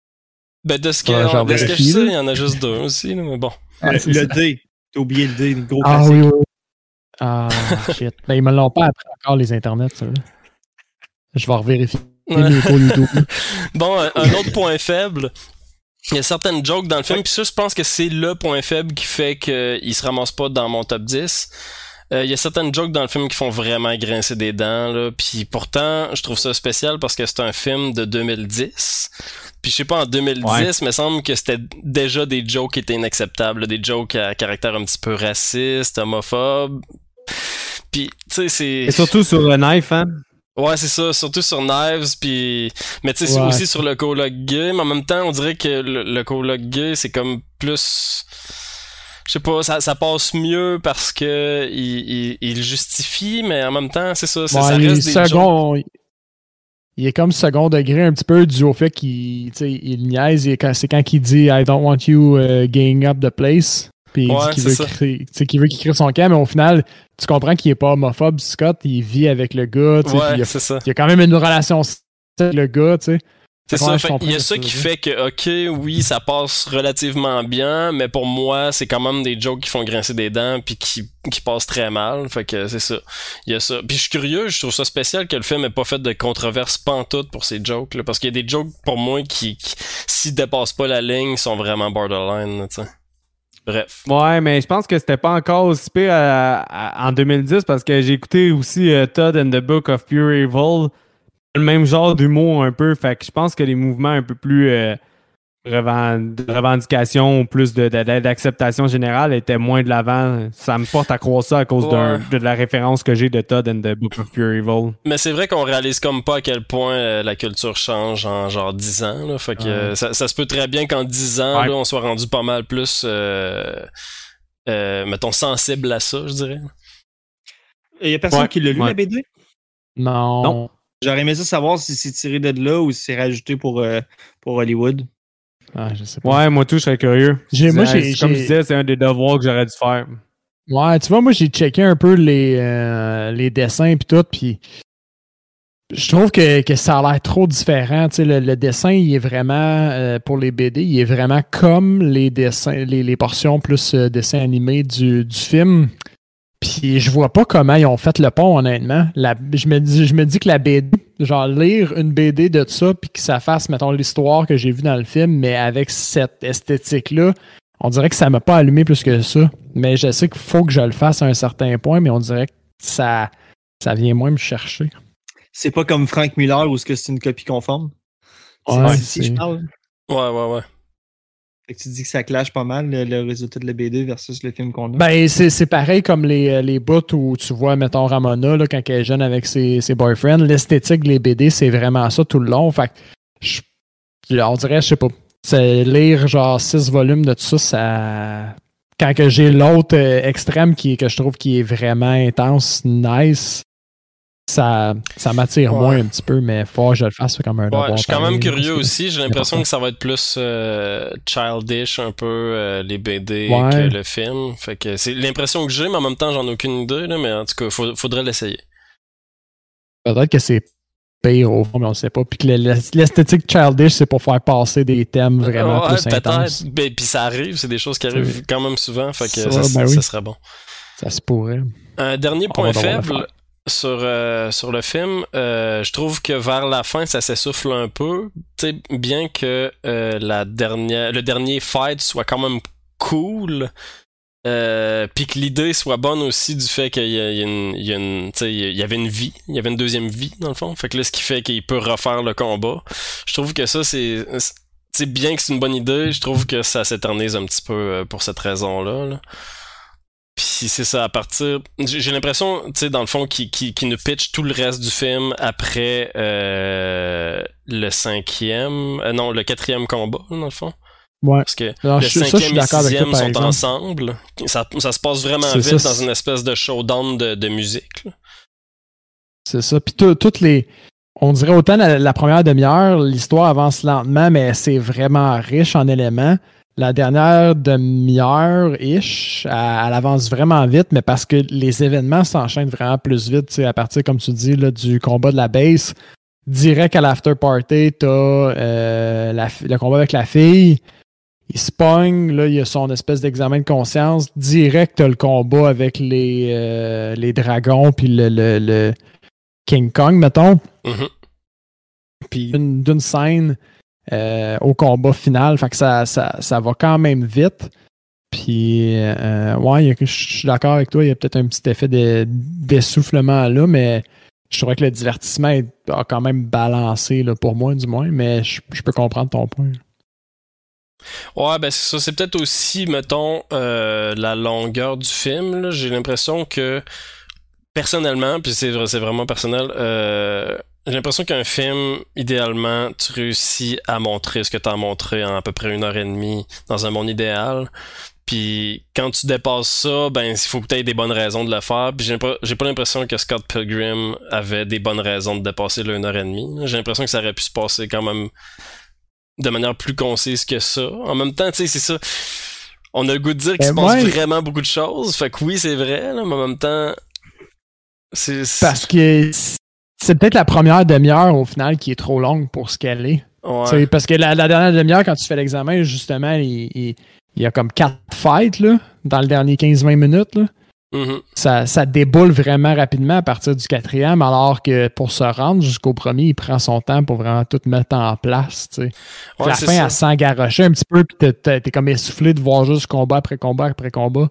Ben, de ce que, ouais, de ce que je sais, il y en a juste deux aussi, là, mais bon. Ah, le, le D. T'as oublié le D, le gros ah, classique. Oui, oui. Ah, shit. Ben, ils me l'ont pas appris encore, les internets, ça. Je vais revérifier ouais. mes cours YouTube. Bon, un, un autre point faible. Il y a certaines jokes dans le film, puis ça, je pense que c'est le point faible qui fait qu'il se ramasse pas dans mon top dix. Euh, il y a certaines jokes dans le film qui font vraiment grincer des dents, là, puis pourtant, je trouve ça spécial parce que c'est un film de deux mille dix. Puis je sais pas, en deux mille dix, ouais. il me semble que c'était déjà des jokes qui étaient inacceptables, là, des jokes à caractère un petit peu raciste, homophobe. Puis, tu sais, c'est... Et surtout sur le Knife, hein? Ouais, c'est ça, surtout sur Knives, puis mais tu sais, ouais. aussi sur le coloc gay, mais en même temps, on dirait que le, le coloc gay, c'est comme plus... Je sais pas, ça, ça passe mieux parce que il, il, il justifie, mais en même temps, c'est ça, c'est, ouais, ça reste des second, jokes. Il est comme second degré un petit peu dû au fait qu'il il niaise, il, c'est quand il dit « I don't want you uh, gaying up the place ». Puis il ouais, dit qu'il veut, créer, qu'il veut qu'il crée son camp, mais au final, tu comprends qu'il est pas homophobe, Scott, il vit avec le gars, tu sais, ouais, il, a, c'est ça. il a quand même une relation avec le gars, tu sais. C'est ça, fait, il y a ça qui fait que, ok, oui, ça passe relativement bien, mais pour moi, c'est quand même des jokes qui font grincer des dents puis qui, qui passent très mal, fait que c'est ça. Il y a ça. Puis je suis curieux, je trouve ça spécial que le film ait pas fait de controverse pantoute pour ces jokes, là, parce qu'il y a des jokes, pour moi, qui, qui s'ils dépassent pas la ligne, sont vraiment borderline, tu sais. Bref. Ouais, mais je pense que c'était pas encore aussi pire à, à, en deux mille dix parce que j'ai écouté aussi uh, Todd and the Book of Pure Evil. Le même genre d'humour un peu. Fait que je pense que les mouvements un peu plus euh, revend- de revendication, plus de, de, d'acceptation générale étaient moins de l'avant. Ça me porte à croire ça à cause ouais. d'un, de la référence que j'ai de Todd and the Book of Pure Evil. Mais c'est vrai qu'on réalise comme pas à quel point euh, la culture change en genre dix ans. Là. Fait que ouais. euh, ça, ça se peut très bien qu'en dix ans, ouais. là, on soit rendu pas mal plus, euh, euh, mettons, sensible à ça, je dirais. Il y a personne ouais. qui l'a lu, ouais. la B D? Non. non. J'aurais aimé ça savoir si c'est tiré de là ou si c'est rajouté pour, euh, pour Hollywood. Ah, je sais pas. Ouais, moi tout, je serais curieux. J'ai, moi, j'ai, comme j'ai... je disais, c'est un des devoirs que j'aurais dû faire. Ouais, tu vois, moi, j'ai checké un peu les, euh, les dessins et tout, puis je trouve que, que ça a l'air trop différent. Tu sais, le, le dessin, il est vraiment, euh, pour les B D, il est vraiment comme les dessins, les, les portions plus euh, dessins animés du, du film. Puis je vois pas comment ils ont fait le pont, honnêtement. La, je, me dis, je me dis que la B D, genre lire une B D de ça, puis que ça fasse, mettons, l'histoire que j'ai vue dans le film, mais avec cette esthétique-là, on dirait que ça m'a pas allumé plus que ça. Mais je sais qu'il faut que je le fasse à un certain point, mais on dirait que ça, ça vient moins me chercher. C'est pas comme Frank Miller où est-ce que c'est une copie conforme? Ouais, c'est ici, je parle. Ouais, ouais, ouais. Fait que tu dis que ça clash pas mal, le, le résultat de la B D versus le film qu'on a. Ben, c'est, c'est pareil comme les, les bouts où tu vois, mettons, Ramona, là, quand elle est jeune avec ses, ses boyfriends. L'esthétique des B D, c'est vraiment ça tout le long. Fait que, je, on dirait, je sais pas, c'est lire genre six volumes de tout ça, ça... Quand que j'ai l'autre euh, extrême qui, que je trouve qui est vraiment intense, nice, ça, ça m'attire ouais. moins un petit peu, mais faut que je le fasse comme un devoir. Ouais, je suis quand même curieux aussi. J'ai l'impression que ça va être plus euh, childish un peu euh, les B D ouais. que le film. Fait que c'est l'impression que j'ai, mais en même temps j'en ai aucune idée. Là, mais en tout cas, faut, faudrait l'essayer. Peut-être que c'est pire au fond, mais on ne sait pas. Puis que l'esthétique childish, c'est pour faire passer des thèmes vraiment ouais, plus intenses. Ben, puis ça arrive, c'est des choses qui arrivent quand même souvent. Fait que ça, ça, ça, ben ça oui. serait bon. Ça se pourrait. Un dernier point faible. Sur, euh, sur le film, euh, je trouve que vers la fin, ça s'essouffle un peu. T'sais, bien que euh, la dernière, le dernier fight soit quand même cool, euh, puis que l'idée soit bonne aussi du fait qu'il y a, il y a une, il y a une, t'sais, il y avait une vie, il y avait une deuxième vie dans le fond. Fait que là, ce qui fait qu'il peut refaire le combat. Je trouve que ça, c'est, c'est bien que c'est une bonne idée. Je trouve que ça s'éternise un petit peu pour cette raison-là. Là. Puis c'est ça, à partir... J'ai l'impression, tu sais, dans le fond, qu'il qui, qui nous pitch tout le reste du film après euh, le cinquième... Euh, non, le quatrième combat, dans le fond. Ouais. Parce que Alors, le je, cinquième ça, et sixième sont exemple. ensemble. Ça, ça se passe vraiment c'est vite ça, dans une espèce de showdown de, de musique. Là. C'est ça. Puis toutes les... On dirait autant la, la première demi-heure, l'histoire avance lentement, mais c'est vraiment riche en éléments. La dernière demi-heure-ish, elle, elle avance vraiment vite, mais parce que les événements s'enchaînent vraiment plus vite, à partir, comme tu dis, là, du combat de la base. Direct à l'after party, t'as euh, la, le combat avec la fille. Il se pogne, là, il y a son espèce d'examen de conscience. Direct, t'as le combat avec les, euh, les dragons puis le, le, le King Kong, mettons. Mm-hmm. Puis d'une, d'une scène euh, au combat final. Fait que ça, ça, ça va quand même vite. Puis, euh, ouais, je suis d'accord avec toi, il y a peut-être un petit effet de, d'essoufflement là, mais je trouvais que le divertissement a quand même balancé, là, pour moi, du moins, mais je, je peux comprendre ton point. Ouais, ben c'est ça. C'est peut-être aussi, mettons, euh, la longueur du film. Là. J'ai l'impression que, personnellement, puis c'est, c'est vraiment personnel, euh, j'ai l'impression qu'un film, idéalement, tu réussis à montrer ce que tu as montré en à peu près une heure et demie dans un monde idéal. Puis quand tu dépasses ça, ben il faut peut-être des bonnes raisons de le faire. Puis j'ai pas, j'ai pas l'impression que Scott Pilgrim avait des bonnes raisons de dépasser là, une heure et demie. J'ai l'impression que ça aurait pu se passer quand même de manière plus concise que ça. En même temps, tu sais, c'est ça. On a le goût de dire qu'il ben se passe ouais. vraiment beaucoup de choses. Fait que oui, c'est vrai, là, mais en même temps, c'est, c'est... Parce que c'est peut-être la première demi-heure au final qui est trop longue pour ce qu'elle est. Ouais. Parce que la, la dernière demi-heure, quand tu fais l'examen, justement, il, il Il y a comme quatre fights là, dans le dernier quinze vingt minutes. Là. Mm-hmm. Ça, ça déboule vraiment rapidement à partir du quatrième, alors que pour se rendre jusqu'au premier, il prend son temps pour vraiment tout mettre en place. Ouais, la fin, ça. Elle s'engarochait un petit peu, puis t'es, t'es, t'es comme essoufflé de voir juste combat après combat après combat.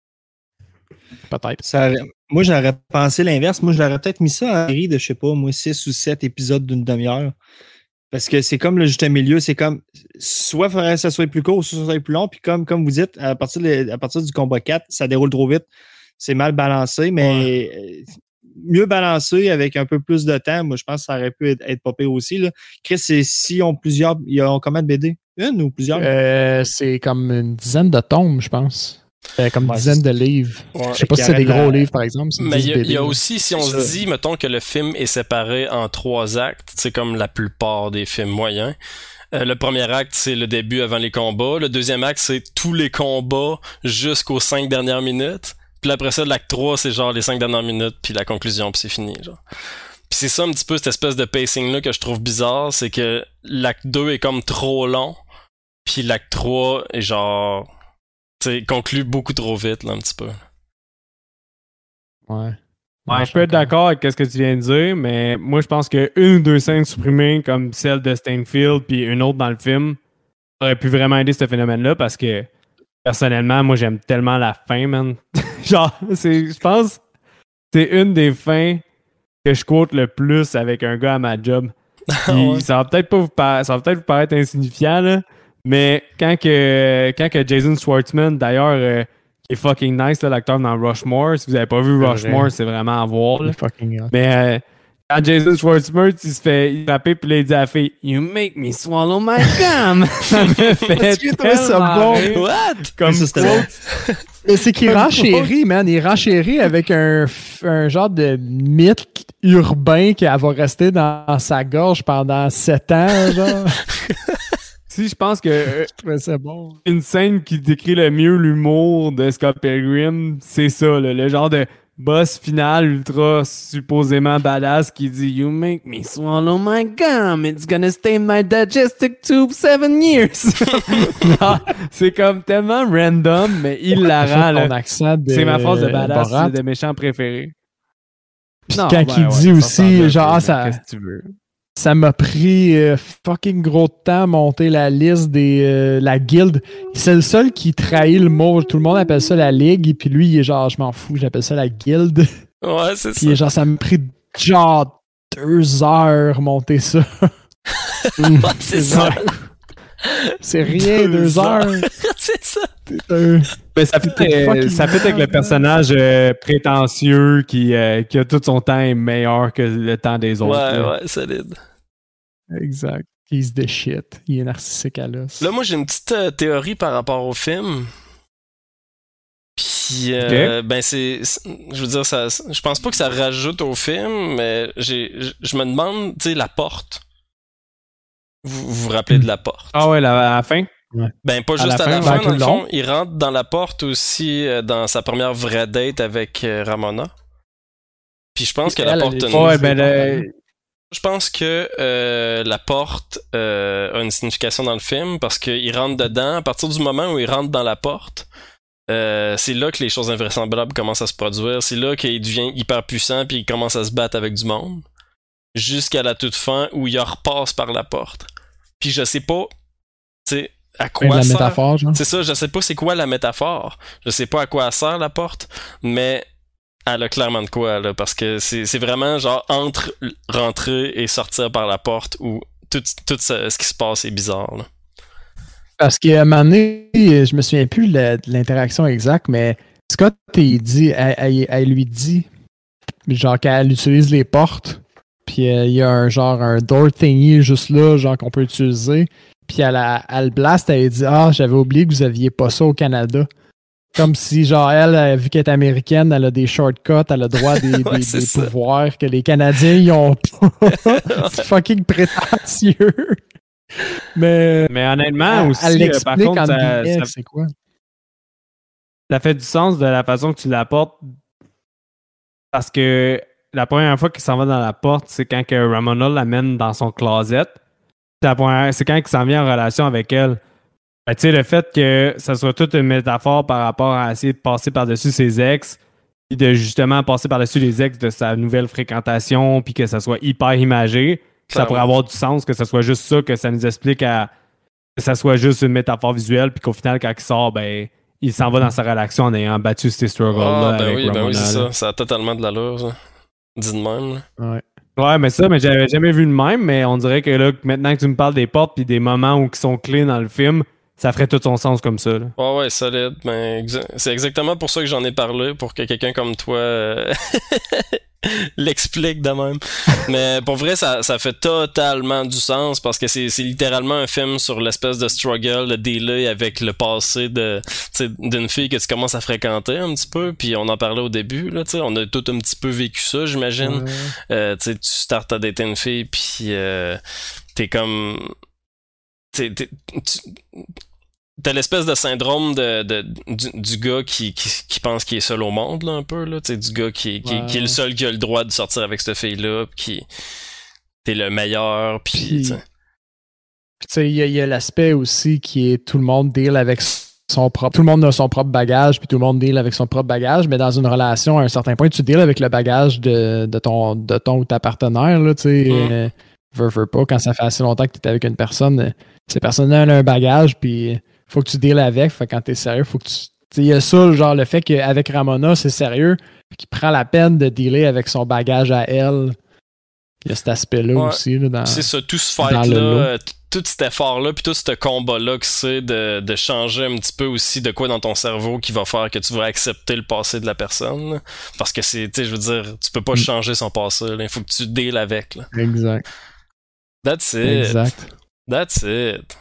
Peut-être. Ça, moi, j'aurais pensé l'inverse. Moi, je l'aurais peut-être mis ça en série de, je sais pas, moi, six ou sept épisodes d'une demi-heure. Parce que c'est comme le juste milieu, c'est comme soit il faudrait que ça soit plus court, soit ça soit plus long, puis comme, comme vous dites, à partir, de, à partir du combat quatre, ça déroule trop vite. C'est mal balancé, mais ouais. mieux balancé avec un peu plus de temps. Moi, je pense que ça aurait pu être, être pas pire aussi. Là. Chris, c'est si on plusieurs. Ils ont combien de B D? Une ou plusieurs? Euh, c'est comme une dizaine de tomes, je pense. Euh, comme une ouais, dizaine de livres. Ouais. Je sais pas si c'est des gros livres, par exemple. Mais il y, y a aussi, si on se dit, mettons que le film est séparé en trois actes, c'est comme la plupart des films moyens. Euh, le premier acte, c'est le début avant les combats. Le deuxième acte, c'est tous les combats jusqu'aux cinq dernières minutes. Puis après ça, l'acte trois, c'est genre les cinq dernières minutes, puis la conclusion, puis c'est fini. Genre. Puis c'est ça un petit peu cette espèce de pacing-là que je trouve bizarre, c'est que l'acte deux est comme trop long, puis l'acte trois est genre... tu conclut beaucoup trop vite, là, un petit peu. Ouais. Ouais, je peux être d'accord avec ce que tu viens de dire, mais moi, je pense qu'une ou deux scènes supprimées, comme celle de Stainfield, puis une autre dans le film, aurait pu vraiment aider ce phénomène-là, parce que, personnellement, moi, j'aime tellement la fin, man. Genre, c'est, je pense c'est une des fins que je quote le plus avec un gars à ma job. Ouais. Ça va peut-être pas vous para- ça va peut-être vous paraître insignifiant, là, mais quand que, quand que Jason Schwartzman, d'ailleurs, euh, qui est fucking nice, là, l'acteur dans Rushmore, si vous avez pas vu Rushmore, c'est, c'est vraiment à voir. Là. Mais euh, quand Jason Schwartzman, il se fait frapper, puis là, il dit à la fille, You make me swallow my gum! Ça me fait ça bon. What? Comme ça, c'était c'est qu'il renchérit, man. Il renchérit avec un, un genre de mythe urbain qu'elle va rester dans sa gorge pendant sept ans, genre. Si je pense que euh, c'est bon. Une scène qui décrit le mieux l'humour de Scott Pilgrim, c'est ça, là, le genre de boss final ultra supposément badass qui dit You make me swallow my gum, it's gonna stay in my digestive tube seven years. Non, c'est comme tellement random, mais il la rend. Là. De... C'est ma phrase de badass, c'est de méchant préféré. Puis quand ouais, il ouais, dit aussi, genre, ça. Qu'est-ce que tu veux? Ça m'a pris euh, fucking gros de temps à monter la liste des euh, la guilde. C'est le seul qui trahit le mot. Tout le monde appelle ça la ligue, et puis lui, il est genre, je m'en fous, j'appelle ça la guilde. Ouais, c'est puis ça. Genre, ça m'a pris genre deux heures monter ça. Ouais, c'est ça. C'est rien, deux, deux heures. heures. C'est ça. Euh, Mais ça fait, euh, ça fait avec le personnage euh, prétentieux qui, euh, qui a tout son temps est meilleur que le temps des autres. Ouais, là. ouais, solide. Exact. He's the shit. Il est narcissique à l'os. Là, moi, j'ai une petite euh, théorie par rapport au film. Puis, euh, okay. ben, c'est, c'est. Je veux dire, ça, je pense pas que ça rajoute au film, mais j'ai, je me demande, tu sais, la porte. Vous, vous vous rappelez de la porte? Ah ouais, la, à la fin? Ouais. Ben, pas juste à la fin, à la fin dans le fond. Il rentre dans la porte aussi euh, dans sa première vraie date avec euh, Ramona. Puis je pense que elle, la porte... Une... Ouais, ben, le... Je pense que euh, la porte euh, a une signification dans le film parce qu'il rentre dedans. À partir du moment où il rentre dans la porte, euh, c'est là que les choses invraisemblables commencent à se produire. C'est là qu'il devient hyper puissant puis il commence à se battre avec du monde. Jusqu'à la toute fin où il repasse par la porte. Puis je sais pas, tu sais, à quoi la sert... métaphore, genre. C'est ça, je sais pas c'est quoi la métaphore. Je sais pas à quoi sert la porte, mais elle a clairement de quoi, là, parce que c'est, c'est vraiment genre entre rentrer et sortir par la porte où tout, tout ce, ce qui se passe est bizarre, là. Parce qu'à un moment donné, je me souviens plus de l'interaction exacte, mais Scott, il dit, elle, elle, elle lui dit, genre qu'elle utilise les portes, puis il euh, y a un genre un door thingy juste là, genre qu'on peut utiliser. Puis elle, elle blast, elle dit « Ah, j'avais oublié que vous aviez pas ça au Canada. » Comme si, genre, elle, vu qu'elle est américaine, elle a des shortcuts, elle a droit à des, ouais, des, des pouvoirs que les Canadiens, ils ont pas. C'est fucking prétentieux. Mais, Mais honnêtement, elle, aussi, elle l'explique par contre, en ça, guillemets, ça, c'est quoi? Ça fait du sens de la façon que tu l'apportes. Parce que la première fois qu'il s'en va dans la porte, c'est quand que Ramona l'amène dans son closet. C'est, la première, c'est quand il s'en vient en relation avec elle. Ben, tu sais, le fait que ça soit toute une métaphore par rapport à essayer de passer par-dessus ses ex, puis de justement passer par-dessus les ex de sa nouvelle fréquentation, puis que ça soit hyper imagé, ça pourrait avoir du sens, que ce soit juste ça, que ça nous explique à, que ça soit juste une métaphore visuelle, puis qu'au final, quand il sort, ben, il s'en va dans sa relation en ayant battu ces struggles-là. Ah, ben avec oui, Ramona, ben oui, c'est là. ça. Ça a totalement de l'allure, ça. Dit de même, là. Ouais. Ouais, mais ça, mais j'avais jamais vu le même, mais on dirait que là, maintenant que tu me parles des portes puis des moments où qui sont clés dans le film, ça ferait tout son sens comme ça, là. Ouais, ouais, solide. Ben, exa- c'est exactement pour ça que j'en ai parlé, pour que quelqu'un comme toi euh, l'explique de même. Mais pour vrai, ça, ça fait totalement du sens parce que c'est, c'est littéralement un film sur l'espèce de struggle, le délai avec le passé de, d'une fille que tu commences à fréquenter un petit peu. Puis on en parlait au début, là, t'sais, on a tout un petit peu vécu ça, j'imagine. Ouais. Euh, tu startes à dater une fille, puis euh, t'es comme... T'es, t'es, tu, t'as l'espèce de syndrome de, de, du, du gars qui, qui, qui pense qu'il est seul au monde, là, un peu, là. T'sais, du gars qui, qui, ouais. qui est le seul qui a le droit de sortir avec cette fille-là, qui t'es le meilleur, pis... Puis, tu sais, il y, y a l'aspect aussi qui est tout le monde deal avec son propre... Tout le monde a son propre bagage, puis tout le monde deal avec son propre bagage, mais dans une relation, à un certain point, tu deals avec le bagage de, de, ton, de ton ou ta partenaire, là, tu sais... Mm. Euh, veux, veux pas, quand ça fait assez longtemps que tu es avec une personne, cette personne-là a un bagage, puis faut que tu deals avec. Fait quand t'es sérieux, faut que tu. Il y a ça, genre le fait qu'avec Ramona, c'est sérieux, qu'il prend la peine de dealer avec son bagage à elle. Il y a cet aspect-là ouais. aussi. Là, dans, c'est ça, tout ce fight-là, tout cet effort-là, puis tout ce combat-là que c'est de, de changer un petit peu aussi de quoi dans ton cerveau qui va faire que tu vas accepter le passé de la personne. Là. Parce que c'est, tu sais, je veux dire, tu peux pas mm. changer son passé. Il faut que tu deals avec. Là. Exact. That's it. Exact. That's it.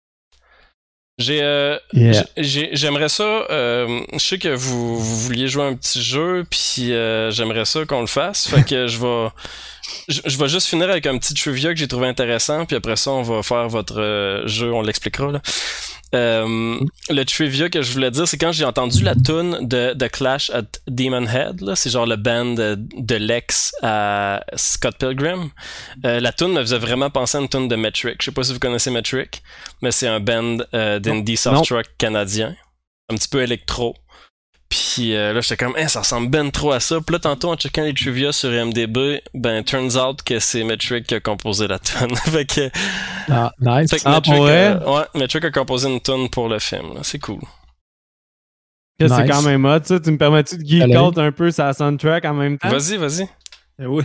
J'ai, euh, yeah. j'ai, j'aimerais ça. Euh, je sais que vous, vous vouliez jouer un petit jeu, puis euh, j'aimerais ça qu'on le fasse. Fait que je vais, je, je vais juste finir avec un petit trivia que j'ai trouvé intéressant, puis après ça, on va faire votre euh, jeu, on l'expliquera là. Euh, le trivia que je voulais dire, c'est quand j'ai entendu la tune de The Clash at Demon Head, là, c'est genre le band de, de Lex à Scott Pilgrim. Euh, la tune me faisait vraiment penser à une tune de Metric. Je sais pas si vous connaissez Metric, mais c'est un band euh, d'indie soft rock canadien, un petit peu électro. Puis euh, là, j'étais comme, hein, ça ressemble ben trop à ça. Puis là, tantôt, en checkant les trivia sur I M D B, ben, turns out que c'est Metric qui a composé la tune. fait que... Ah, nice. Fait que ah, Metric, pour euh, ouais, Metric a composé une tune pour le film. Là. C'est cool. Nice. C'est quand même hot, ça. Tu me permets-tu de geek out un peu sa soundtrack en même temps? Vas-y, vas-y. Eh oui.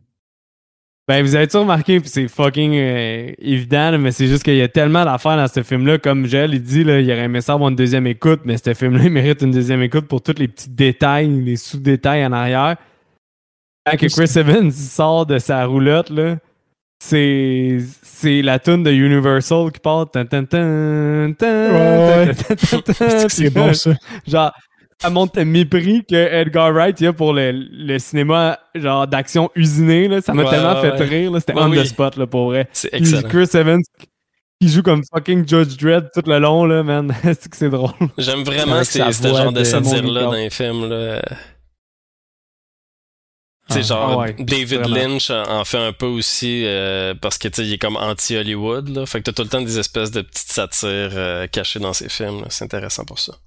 Ben, vous avez-tu remarqué, puis c'est fucking euh, évident, là, mais c'est juste qu'il y a tellement d'affaires dans ce film-là. Comme Joël, il dit, là, il aurait aimé ça avoir une deuxième écoute, mais ce film-là, il mérite une deuxième écoute pour tous les petits détails, les sous-détails en arrière. Quand que Chris Evans sort de sa roulotte, là, c'est, c'est la tune de Universal qui part. Tan, tan, tan, tan, ouais. tan, tan, tan, tan, c'est bon, ça. Genre, ça montre le mépris que Edgar Wright il y a pour le, le cinéma genre d'action usiné. Là. Ça m'a ouais, tellement ouais, fait ouais. rire. Là. C'était ouais, on oui. the spot, là, pour vrai. C'est excellent. Chris Evans qui joue comme fucking Judge Dredd tout le long, là, man. C'est que c'est drôle. J'aime vraiment ce genre de satire-là dans les films, là. Tu sais, ah, genre, ah ouais, David vraiment. Lynch en fait un peu aussi, euh, parce que, tu sais, il est comme anti-Hollywood, là. Fait que t'as tout le temps des espèces de petites satires euh, cachées dans ses films, là. C'est intéressant pour ça.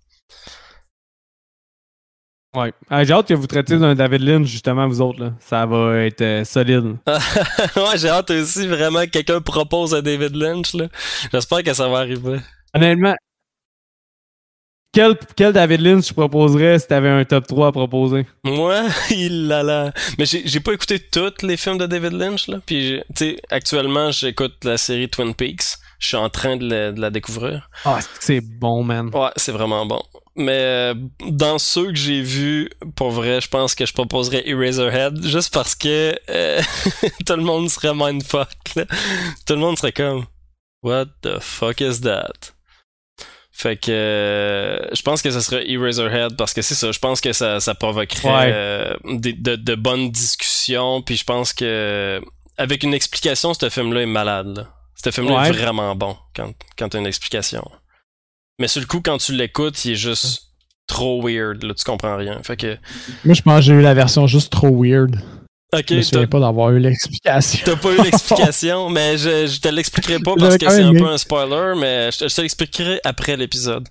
Ouais. Ah, j'ai hâte que vous traitiez d'un David Lynch, justement, vous autres, là. Ça va être euh, solide. Ouais, j'ai hâte aussi, vraiment, que quelqu'un propose à David Lynch, là. J'espère que ça va arriver. Honnêtement, quel, quel David Lynch tu proposerais si t'avais un top trois à proposer? Moi, il a la... Mais j'ai, j'ai pas écouté tous les films de David Lynch, là. Puis, tu sais, actuellement, j'écoute la série Twin Peaks. Je suis en train de la, de la découvrir. Ah, c'est bon, man. Ouais, c'est vraiment bon. Mais euh, dans ceux que j'ai vus, pour vrai, je pense que je proposerais Eraserhead, juste parce que euh, tout le monde serait mindfuck, là. Tout le monde serait comme What the fuck is that? Fait que euh, je pense que ce serait Eraserhead, parce que c'est ça, je pense que ça, ça provoquerait ouais. euh, des, de, de bonnes discussions, puis je pense que avec une explication, ce film-là est malade, là. Ce film-là ouais. est vraiment bon quand, quand t'as une explication. Mais sur le coup, quand tu l'écoutes, il est juste trop weird. Là, tu comprends rien. Fait que... Moi, je pense que j'ai eu la version juste trop weird. Ok. Je me souviens pas d'avoir eu l'explication. T'as pas eu l'explication, mais je, je te l'expliquerai pas parce que c'est un peu un spoiler, mais je te, je te l'expliquerai après l'épisode.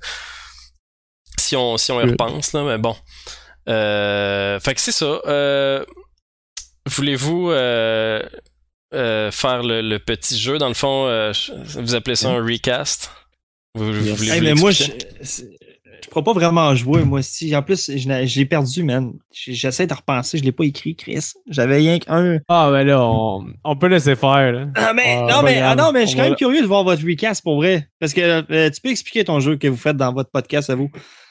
Si on, si on y repense, là, mais bon. Euh, fait que c'est ça. Euh, voulez-vous euh, euh, faire le, le petit jeu? Dans le fond, euh, vous appelez ça un recast? Vous, vous voulez hey, mais moi, je, je pourrais pas vraiment jouer, moi aussi. En plus, je, je l'ai perdu, man. J'essaie de repenser, je l'ai pas écrit, Chris. J'avais rien qu'un. Ah, ben là, on, on peut laisser faire, là. Ah, mais, ah, non, mais, ah, non, mais je suis quand même curieux de voir votre recast, pour vrai. Parce que euh, tu peux expliquer ton jeu que vous faites dans votre podcast à vous.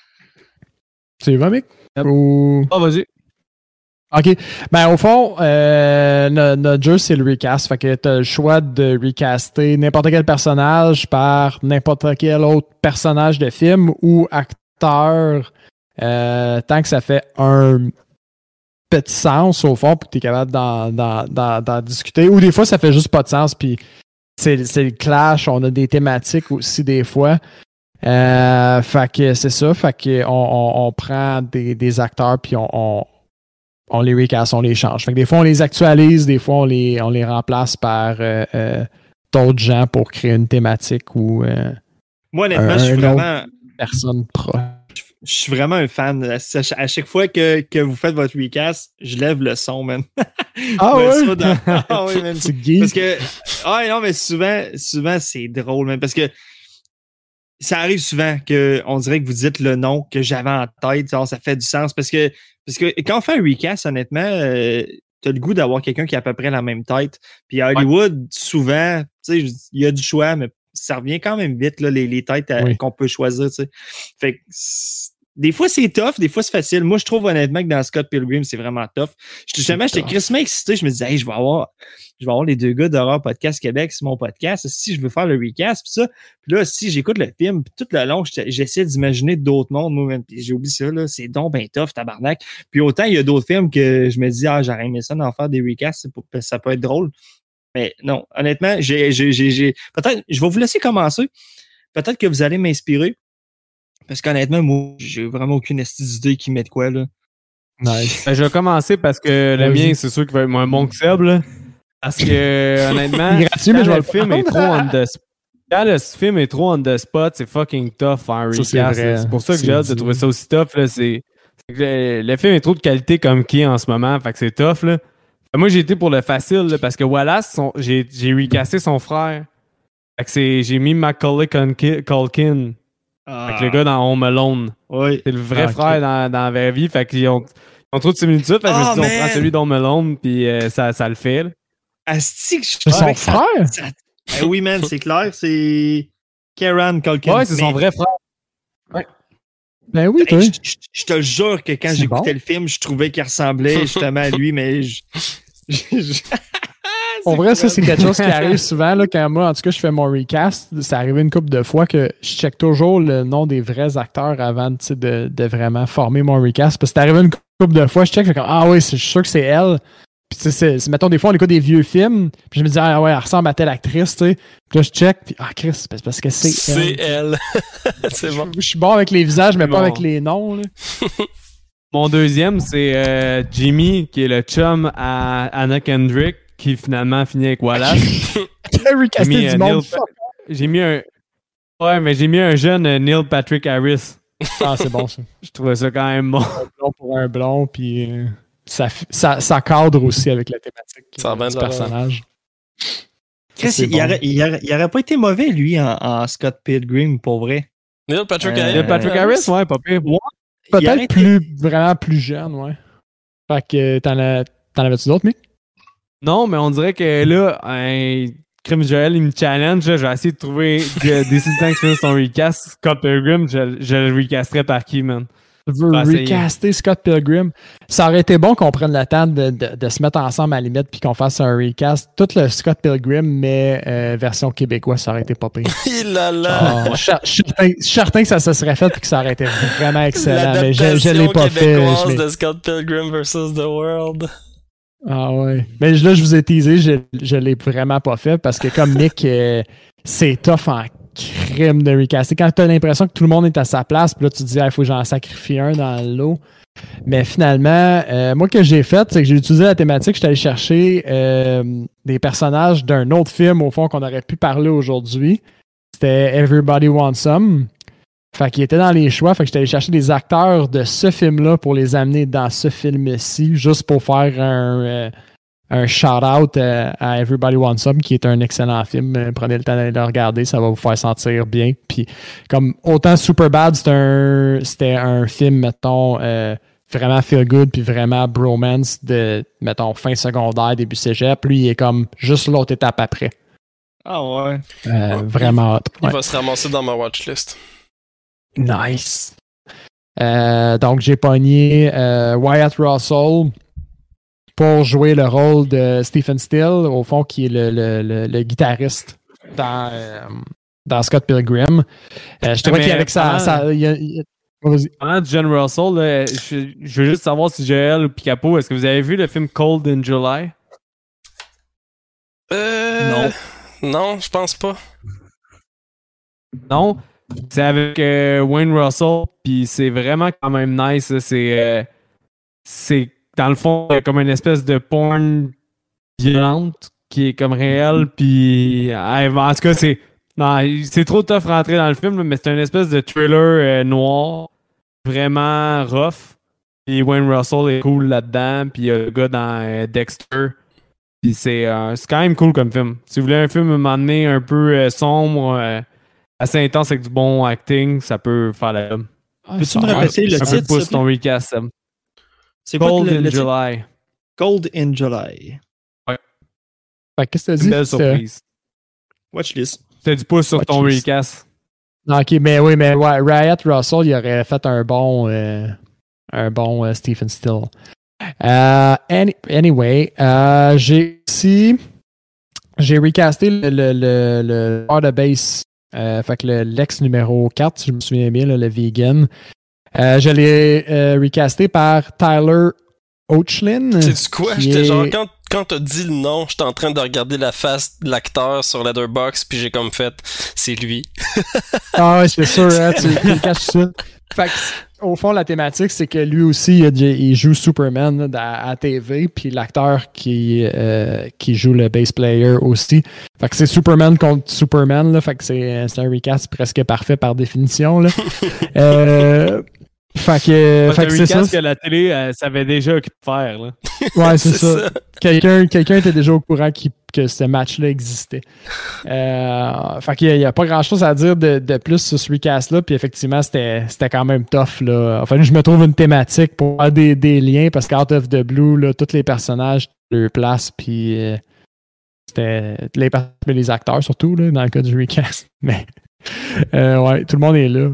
Tu vas, mec? Yep. Ou... Ah, vas-y. OK. Ben, au fond, euh, notre, notre jeu, c'est le recast. Fait que t'as le choix de recaster n'importe quel personnage par n'importe quel autre personnage de film ou acteur, euh, tant que ça fait un petit sens, au fond, puis que t'es capable d'en, d'en, d'en, d'en discuter. Ou des fois, ça fait juste pas de sens, puis c'est, c'est le clash. On a des thématiques aussi, des fois. Euh, fait que c'est ça. Fait que on, on, on prend des, des acteurs, puis on... on on les recast, on les change. Fait que des fois, on les actualise, des fois, on les, on les remplace par euh, euh, d'autres gens pour créer une thématique ou euh, moi, honnêtement, un, je suis vraiment... personne proche. Je suis vraiment un fan. À chaque fois que, que vous faites votre recast, je lève le son, man. Ah ouais? Dans... Ah oui, man. C'est geek. Parce que... Ah non, mais souvent, souvent c'est drôle, man. Parce que ça arrive souvent qu'on dirait que vous dites le nom que j'avais en tête. Ça fait du sens. Parce que Parce que quand on fait un recast, honnêtement, euh, t'as le goût d'avoir quelqu'un qui a à peu près la même tête. Puis à Hollywood, ouais. souvent, tu sais, il y a du choix, mais ça revient quand même vite, là, les, les têtes à, oui. qu'on peut choisir, tu sais. Fait que des fois, c'est tough, des fois, c'est facile. Moi, je trouve honnêtement que dans Scott Pilgrim, c'est vraiment tough. Justement, j'étais crissement excité. Je me disais, hey, je vais avoir, je vais avoir les deux gars d'Horreur Podcast Québec sur mon podcast. Si je veux faire le recast, puis ça. Puis là, si j'écoute le film, puis tout le long, j'essaie d'imaginer d'autres mondes. Moi, puis j'ai oublié ça, là. C'est donc ben tough, tabarnak. Puis autant, il y a d'autres films que je me dis, ah, j'aurais aimé ça d'en faire des recasts. Ça peut être drôle. Mais non, honnêtement, j'ai, j'ai, j'ai, j'ai... peut-être, je vais vous laisser commencer. Peut-être que vous allez m'inspirer. Parce qu'honnêtement, moi, j'ai vraiment aucune idée qui met de quoi, là. Nice. Ben, je vais commencer parce que le mien, c'est sûr qu'il va être moins bon que Seb, là. Parce que, honnêtement, gratuit, mais je vais le film est trop on the spot. Quand le film est trop on the spot, c'est fucking tough faire un recast. C'est, c'est pour ça que c'est j'ai hâte de trouver ça aussi tough, là. C'est, c'est que le, le film est trop de qualité comme qui est en ce moment, fait que c'est tough, là. Moi, j'ai été pour le facile, là, parce que Wallace, son, j'ai, j'ai recasté son frère. Fait que c'est, j'ai mis Macaulay Culkin. Ah. Fait que le gars dans Home Alone. Oui. C'est le vrai ah, frère okay. dans, dans la vraie vie. Fait qu'ils ont, ils ont trop de similitudes. Fait que oh, je me suis dit, on prend celui d'Home Alone, puis euh, ça, ça le fait. Là. Asti que je c'est son frère? Ça, ça... Ben oui, man, c'est clair. C'est Kieran Culkin. Ouais, c'est son vrai frère. Ouais. Ben oui, hey, je, je, je te jure que quand c'est j'écoutais bon. le film, je trouvais qu'il ressemblait justement à lui, mais je... je, je... En vrai, ça, c'est quelque chose qui arrive souvent. Là, quand moi, en tout cas, je fais mon recast, ça arrive une couple de fois que je check toujours le nom des vrais acteurs avant de, de vraiment former mon recast. Parce que c'est arrivé une couple de fois, je check, je fais comme ah oui, je suis sûr que c'est elle. Puis tu sais, c'est, mettons, des fois, on écoute des vieux films, puis je me dis ah ouais, elle ressemble à telle actrice, tu sais. Puis là, je check, puis ah Chris, c'est parce que c'est, c'est elle. elle. C'est bon. Je, je suis bon avec les visages, mais bon. Pas avec les noms, là. Mon deuxième, c'est euh, Jimmy, qui est le chum à Anna Kendrick, qui finalement finit avec Wallace. j'ai, mis, euh, Neil, j'ai mis un. Ouais, mais j'ai mis un jeune euh, Neil Patrick Harris. Ah, c'est bon, ça. Je trouvais ça quand même bon. Un blond pour un blond, puis euh, ça, ça, ça cadre aussi avec la thématique ça euh, du personnage. Chris, il, bon. aurait, il, aurait, il aurait pas été mauvais, lui, en, en Scott Pilgrim, pour vrai. Neil Patrick Harris. Euh, Neil Patrick Harris, ouais, pas pire. Ouais. Peut-être plus, vraiment plus jeune, ouais. Fait que t'en, as, t'en avais-tu d'autres, Mick? Non, mais on dirait que là, un Crime Joël, il me challenge. Là, je vais essayer de trouver des temps que je fasse son recast. Scott Pilgrim, je, je le recasterais par qui, man? Je veux recaster Scott Pilgrim. Ça aurait été bon qu'on prenne le temps de, de, de se mettre ensemble à la limite puis qu'on fasse un recast. Tout le Scott Pilgrim, mais euh, version québécoise, ça aurait été pas pire. Il a là! Je suis certain que ça se serait fait et que ça aurait été vraiment excellent. Mais je, je l'ai pas fait. L'adaptation de Scott Pilgrim versus The World. Ah ouais. Mais là, je vous ai teasé, je, je l'ai vraiment pas fait parce que comme Mick, euh, c'est tough en crime de recaster. Quand tu as l'impression que tout le monde est à sa place, puis là, tu te dis, il ah, faut que j'en sacrifie un dans l'eau. Mais finalement, euh, moi, ce que j'ai fait, c'est que j'ai utilisé la thématique, je suis allé chercher euh, des personnages d'un autre film, au fond, qu'on aurait pu parler aujourd'hui. C'était Everybody Wants Some. Fait qu'il était dans les choix, fait que j'étais allé chercher des acteurs de ce film-là pour les amener dans ce film-ci, juste pour faire un, euh, un shout-out à, à Everybody Wants Some, qui est un excellent film. Prenez le temps d'aller le regarder, ça va vous faire sentir bien. Puis comme autant Superbad, c'était un, c'était un film, mettons, euh, vraiment feel good, puis vraiment bromance de, mettons, fin secondaire, début cégep. Lui, il est comme juste l'autre étape après. Ah ouais. Euh, vraiment hot. Il ouais. va se ramasser dans ma watchlist. Nice. Euh, donc, j'ai pogné euh, Wyatt Russell pour jouer le rôle de Stephen Still, au fond, qui est le, le, le, le guitariste dans, euh, dans Scott Pilgrim. Euh, je trouvais qu'il y avait ça. ça y a, y a... Pendant John Russell, là, je, je veux juste savoir si Joël ou Picapo, est-ce que vous avez vu le film Cold in July? Euh. Non. Non, je pense pas. Non? C'est avec euh, Wayne Russell, puis c'est vraiment quand même nice. C'est, euh, c'est dans le fond comme une espèce de porn violente qui est comme réelle, puis en tout cas, c'est, non, c'est trop tough rentrer dans le film, mais c'est une espèce de thriller euh, noir, vraiment rough. Puis Wayne Russell est cool là-dedans, puis il y a le gars dans euh, Dexter. Puis c'est, euh, c'est quand même cool comme film. Si vous voulez un film à un moment donné un peu euh, sombre, euh, assez intense avec du bon acting, ça peut faire la job. Ah, peux-tu me répéter le titre? Pousse ton recast, Sam. C'est Cold quoi le, in le July. Titre? Cold in July. Ouais. Fait, qu'est-ce que t'as dit? Une belle surprise. Watchlist. T'as du pouce sur Watch ton list. recast. Ok, mais oui, mais ouais, Wyatt Russell, il aurait fait un bon, euh, un bon euh, Stephen Still. Uh, any, anyway, uh, j'ai aussi j'ai recasté le, le, le, le joueur de base. Euh, fait que le, l'ex numéro quatre, si je me souviens bien, là, le vegan. Euh, je l'ai euh, recasté par Tyler Hoechlin. Sais-tu quoi? J'étais est... genre, quand, quand t'as dit le nom, j'étais en train de regarder la face de l'acteur sur Letterboxd, puis j'ai comme fait, c'est lui. Ah ouais, c'est sûr, hein, tu, tu le caches ça. Fait que, au fond, la thématique, c'est que lui aussi, il, il joue Superman là, à, à T V, puis l'acteur qui, euh, qui joue le bass player aussi. Fait que c'est Superman contre Superman, là, fait que c'est, c'est un recast presque parfait par définition. Là. euh, fait que, ouais, fait que c'est ça. que la télé euh, savait déjà qu'il faire. Là. Ouais, c'est, c'est ça. ça. Quelqu'un, quelqu'un était déjà au courant qu'il, que ce match-là existait. Euh, fait qu'il n'y a, a pas grand-chose à dire de, de plus sur ce recast-là. Puis effectivement, c'était, c'était quand même tough. Là. Enfin, je me trouve une thématique pour avoir des, des liens parce qu'Out of the Blue, là, tous les personnages, leur place, puis euh, c'était les, les acteurs surtout, là, dans le cas du recast. Mais euh, ouais, tout le monde est là.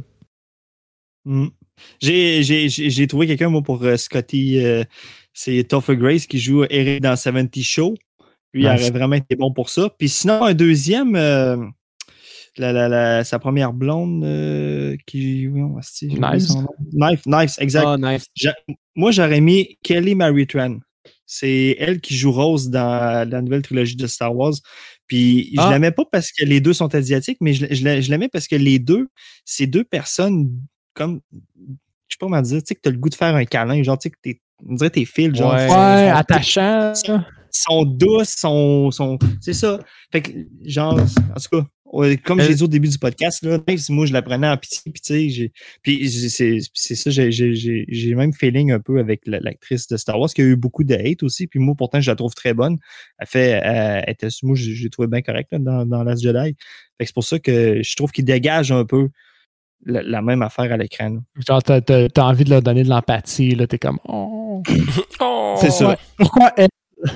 Mm. J'ai, j'ai, j'ai trouvé quelqu'un, moi, pour euh, Scotty. Euh, c'est Topher Grace qui joue Eric dans seventy Show. Lui, nice. Il aurait vraiment été bon pour ça. Puis sinon, un deuxième, euh, la, la, la, sa première blonde euh, qui. Oh, c'est, Knives. Knives, Knives, exact. Oh, nice. J'a, moi, j'aurais mis Kelly Marie Tran. C'est elle qui joue Rose dans la nouvelle trilogie de Star Wars. Puis je ah. l'aimais pas parce que les deux sont asiatiques, mais je, je, je l'aimais parce que les deux, c'est deux personnes comme, je sais pas comment dire, tu sais, que t'as le goût de faire un câlin, genre, tu sais, que t'es, on dirait tes fils, genre. Ouais, ouais attachant. Sont, sont douces, sont, sont, c'est ça. Fait que, genre, en tout cas, comme je l'ai dit au début du podcast, là, moi, je la prenais en pitié, puis tu sais, j'ai, puis c'est, c'est ça, j'ai, j'ai, j'ai, j'ai même feeling un peu avec l'actrice de Star Wars, qui a eu beaucoup de hate aussi, puis moi, pourtant, je la trouve très bonne. Elle fait, elle était, moi, j'ai trouvé bien correcte là, dans, dans Last Jedi. Fait que c'est pour ça que je trouve qu'il dégage un peu la, la même affaire à l'écran. Là. Genre, t'as, t'as, t'as envie de leur donner de l'empathie, là, t'es comme, oh. oh c'est ça. Ouais. Pourquoi elle?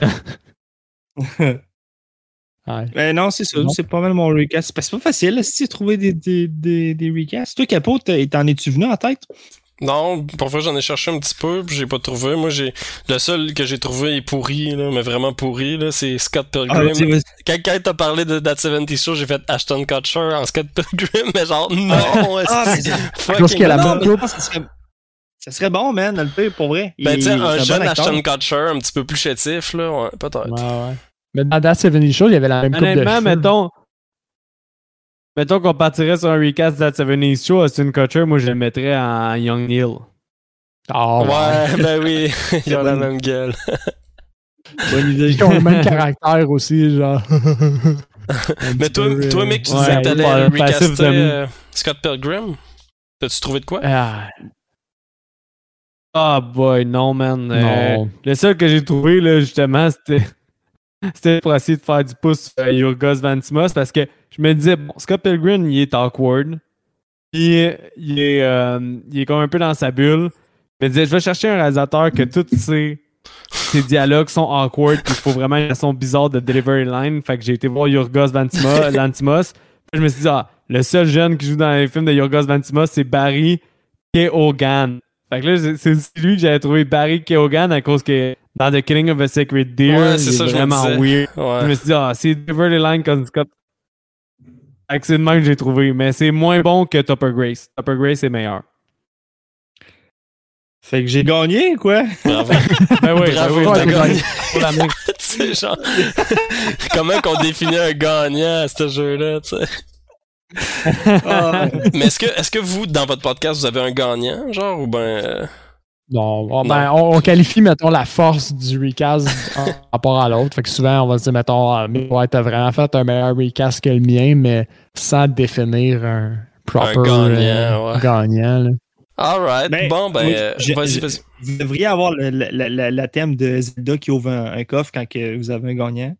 Ouais. Ben non, c'est ça. Non. C'est pas mal mon recast. C'est pas facile là, si tu trouver des, des, des, des recasts. Toi, Capo, t'en es-tu venu en tête? Non, parfois j'en ai cherché un petit peu, puis j'ai pas trouvé. Moi, j'ai le seul que j'ai trouvé est pourri, là, mais vraiment pourri, là, c'est Scott Pilgrim. Ah, quand, quand t'as parlé de That soixante-dix Show, j'ai fait Ashton Kutcher en Scott Pilgrim, mais genre, non, ah, c'est fucking qu'elle a non, non, ça, serait, ça serait bon, man, le pire, pour vrai. Ben, tu sais, un jeune bon Ashton Kutcher, un petit peu plus chétif, là, ouais, peut-être. Ouais, ouais. Mais dans That soixante-dix Show, il y avait la même coupe de Honnêtement, mettons... Mettons qu'on partirait sur un recast de That soixante-dix Show, Ashton Kutcher, moi je le mettrais en Young Neil. Oh, ouais, ouais, ben oui, ils ont la même gueule. Bonne idée. Ils ont le même caractère aussi, genre. Mais toi, peu, toi, mec, tu ouais, disais que t'allais ouais, recaster euh, Scott Pilgrim. T'as-tu trouvé de quoi? Ah oh boy, non, man. Non. Euh, le seul que j'ai trouvé, là, justement, c'était... C'était pour essayer de faire du pouce sur Yorgos Lanthimos parce que je me disais, bon, Scott Pilgrim, il est awkward. Il, il, est, euh, il est comme un peu dans sa bulle. Je me disais, je vais chercher un réalisateur que tous ses, ses dialogues sont awkward puis il faut vraiment une façon bizarre de delivery line. Fait que j'ai été voir Yorgos Lanthimos. Puis je me suis dit, ah, le seul jeune qui joue dans les films de Yorgos Lanthimos, c'est Barry Keoghan. Fait que là, c'est lui que j'avais trouvé Barry Keoghan à cause que dans The Killing of a Sacred Deer, ouais, c'est ça, vraiment weird. Ouais. Je me suis dit, ah, c'est Delivery Line comme Scott. Fait que c'est le même que j'ai trouvé, mais c'est moins bon que Topper Grace. Topper Grace est meilleur. Fait que j'ai gagné, quoi? Bravo. Ben oui, bravo, ben oui, t'as gagné. gagné. Tu sais, genre, comment qu'on définit un gagnant à ce jeu-là, tu sais? ah, mais est-ce que, est-ce que vous, dans votre podcast, vous avez un gagnant, genre, ou ben... Euh... Non, bon, ben, on, on qualifie, mettons, la force du recast en rapport à l'autre. Fait que souvent, on va se dire, mettons, ouais, t'as vraiment fait un meilleur recast que le mien, mais sans définir un proper un gagnant. Euh, ouais. gagnant là. Alright, ben, bon, ben, moi, euh, vas-y, vas-y. Vous devriez avoir le, le, le, le thème de Zelda qui ouvre un, un coffre quand que vous avez un gagnant.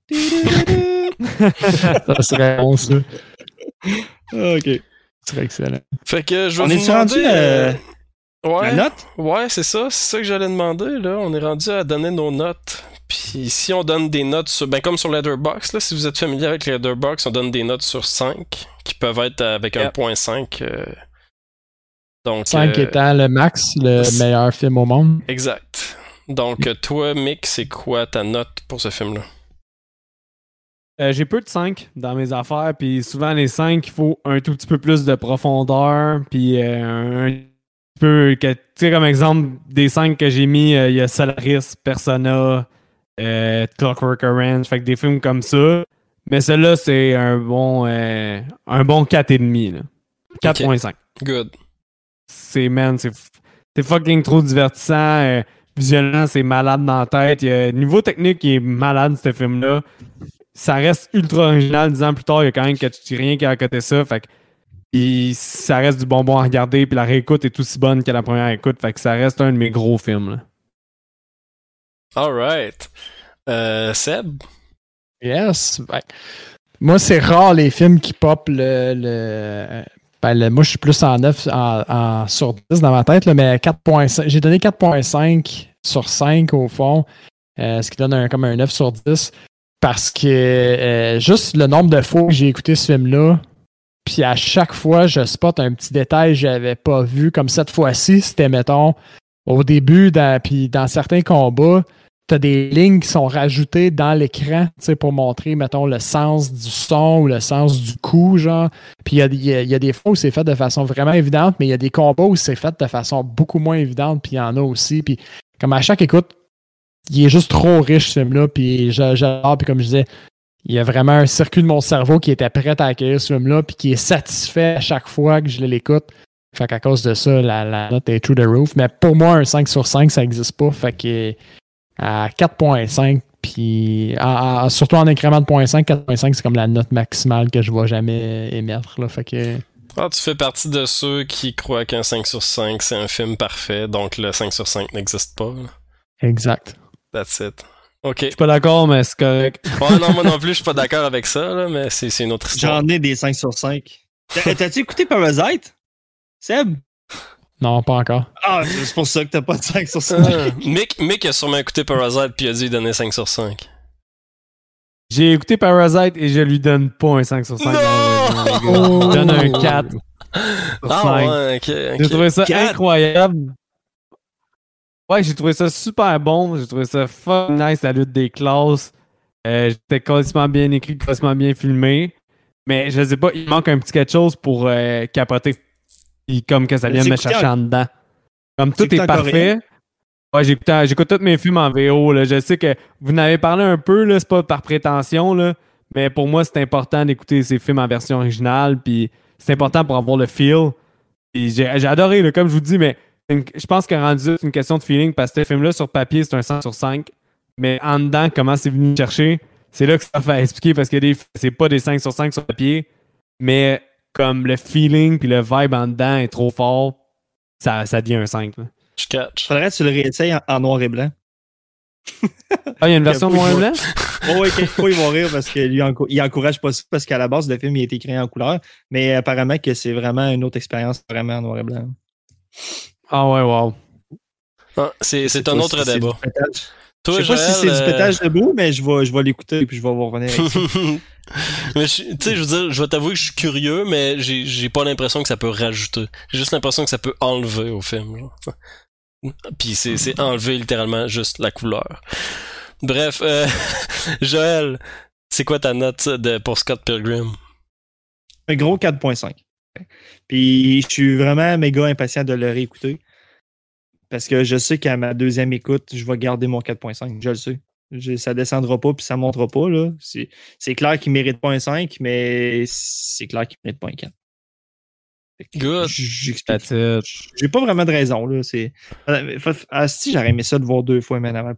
Ça serait bon, ça. OK. Ça serait excellent. Fait que je vais on vous est demander... rendu euh, ouais, la note? Ouais, c'est ça. C'est ça que j'allais demander, là. On est rendu à donner nos notes. Puis si on donne des notes sur... Ben, comme sur Letterboxd, là, si vous êtes familier avec Letterboxd, on donne des notes sur cinq, qui peuvent être avec yep. un point cinq. Euh... Donc, cinq euh... étant le max, le c'est... meilleur film au monde. Exact. Donc, toi, Mick, c'est quoi ta note pour ce film-là? Euh, j'ai peu de cinq dans mes affaires, puis souvent les cinq, il faut un tout petit peu plus de profondeur, puis euh, un peu, tu sais, comme exemple, des cinq que j'ai mis, il euh, y a Solaris, Persona, euh, Clockwork Orange, fait que des films comme ça. Mais celui-là, c'est un bon euh, un bon quatre virgule cinq. quatre virgule cinq. Okay. Good. C'est, man, c'est, c'est fucking trop divertissant. Euh, visuellement, c'est malade dans la tête. Y a, niveau technique, il est malade, ce film-là. Ça reste ultra original. Dix ans plus tard, il y a quand même rien qui a à côté ça. Fait que et ça reste du bonbon à regarder, puis la réécoute est aussi bonne que la première écoute. Fait que ça reste un de mes gros films. Là. Alright. Euh, Seb? Yes. Ben, moi, c'est rare les films qui pop le... le... Ben, le, moi, je suis plus en neuf en, en, sur dix dans ma tête, là, mais quatre virgule cinq. J'ai donné quatre virgule cinq sur cinq au fond, euh, ce qui donne un, comme un neuf sur dix. Parce que euh, juste le nombre de fois que j'ai écouté ce film-là, puis à chaque fois, je spot un petit détail que j'avais pas vu. Comme cette fois-ci, c'était, mettons, au début, dans, puis dans certains combats, t'as des lignes qui sont rajoutées dans l'écran, tu sais, pour montrer, mettons, le sens du son ou le sens du coup, genre. Puis il y a, y, a, y a des fois où c'est fait de façon vraiment évidente, mais il y a des combats où c'est fait de façon beaucoup moins évidente, puis il y en a aussi. Puis comme à chaque écoute, il est juste trop riche, ce film-là, puis j'adore, puis comme je disais, il y a vraiment un circuit de mon cerveau qui était prêt à accueillir ce film-là, puis qui est satisfait à chaque fois que je l'écoute. Fait qu'à cause de ça, la, la note est through the roof. Mais pour moi, un cinq sur cinq, ça n'existe pas. Fait que à quatre virgule cinq, puis à, à, surtout en incrément de zéro virgule cinq, quatre virgule cinq, c'est comme la note maximale que je vais jamais émettre. Là. Fait que... Ah, tu fais partie de ceux qui croient qu'un cinq sur cinq, c'est un film parfait, donc le cinq sur cinq n'existe pas. Là. Exact. That's it. OK. Je suis pas d'accord, mais c'est correct. Ouais, non, moi non plus, je suis pas d'accord avec ça, là, mais c'est, c'est une autre histoire. J'en ai des cinq sur cinq. T'as, t'as-tu écouté Parasite? Seb? Non, pas encore. Ah, c'est pour ça que t'as pas de cinq sur cinq. Ah, Mick, Mick a sûrement écouté Parasite puis il a dû lui donner cinq sur cinq. J'ai écouté Parasite et je lui donne pas un cinq sur cinq. Non! Je lui donne un quatre sur Ah cinq. ouais, ok, ok. J'ai trouvé ça quatre. incroyable. Ouais, j'ai trouvé ça super bon. J'ai trouvé ça fucking nice, la lutte des classes. Euh, J'étais quasiment bien écrit, quasiment bien filmé. Mais je sais pas, il manque un petit quelque chose pour euh, capoter. Puis comme que ça vient de me chercher en dedans. Comme tout est parfait. Ouais, j'écoute, j'écoute tous mes films en V O. Là. Je sais que vous en avez parlé un peu, là, c'est pas par prétention, là, mais pour moi, c'est important d'écouter ces films en version originale. Puis c'est important pour avoir le feel. Puis j'ai, j'ai adoré, là, comme je vous dis, mais une, je pense que rendu c'est une question de feeling parce que ce film-là, sur papier, c'est un cinq sur cinq. Mais en dedans, comment c'est venu me chercher, c'est là que ça fait expliquer parce que des, c'est pas des cinq sur cinq sur papier, mais comme le feeling puis le vibe en dedans est trop fort, ça, ça devient un cinq. Là. Je catch. Faudrait que tu le réessayes en, en noir et blanc. Ah, il y a une version noir et blanc? Oh, oui, quelquefois, ils vont rire parce qu'il encou- il encourage pas ça parce qu'à la base, le film il a été créé en couleur, mais apparemment que c'est vraiment une autre expérience, vraiment en noir et blanc. Ah ouais, wow. Ah, c'est, c'est un autre si débat. Toi, je sais pas Joël, si c'est euh... du pétage debout, mais je vais, je vais l'écouter et puis je vais vous revenir avec ça. Mais tu sais, je veux dire, je vais t'avouer que je suis curieux, mais j'ai, j'ai pas l'impression que ça peut rajouter. J'ai juste l'impression que ça peut enlever au film. Genre. Puis c'est, c'est enlever littéralement juste la couleur. Bref, euh, Joël, c'est quoi ta note de, pour Scott Pilgrim? Un gros quatre virgule cinq. Puis je suis vraiment méga impatient de le réécouter. Parce que je sais qu'à ma deuxième écoute, je vais garder mon quatre virgule cinq. Je le sais. Je, ça descendra pas puis ça montera pas. Là. C'est, c'est clair qu'il mérite pas un cinq, mais c'est clair qu'il mérite pas un quatre. Good. J'explique. J'ai pas vraiment de raison. Là. C'est... Ah, si j'aurais aimé ça de voir deux fois, man, avant le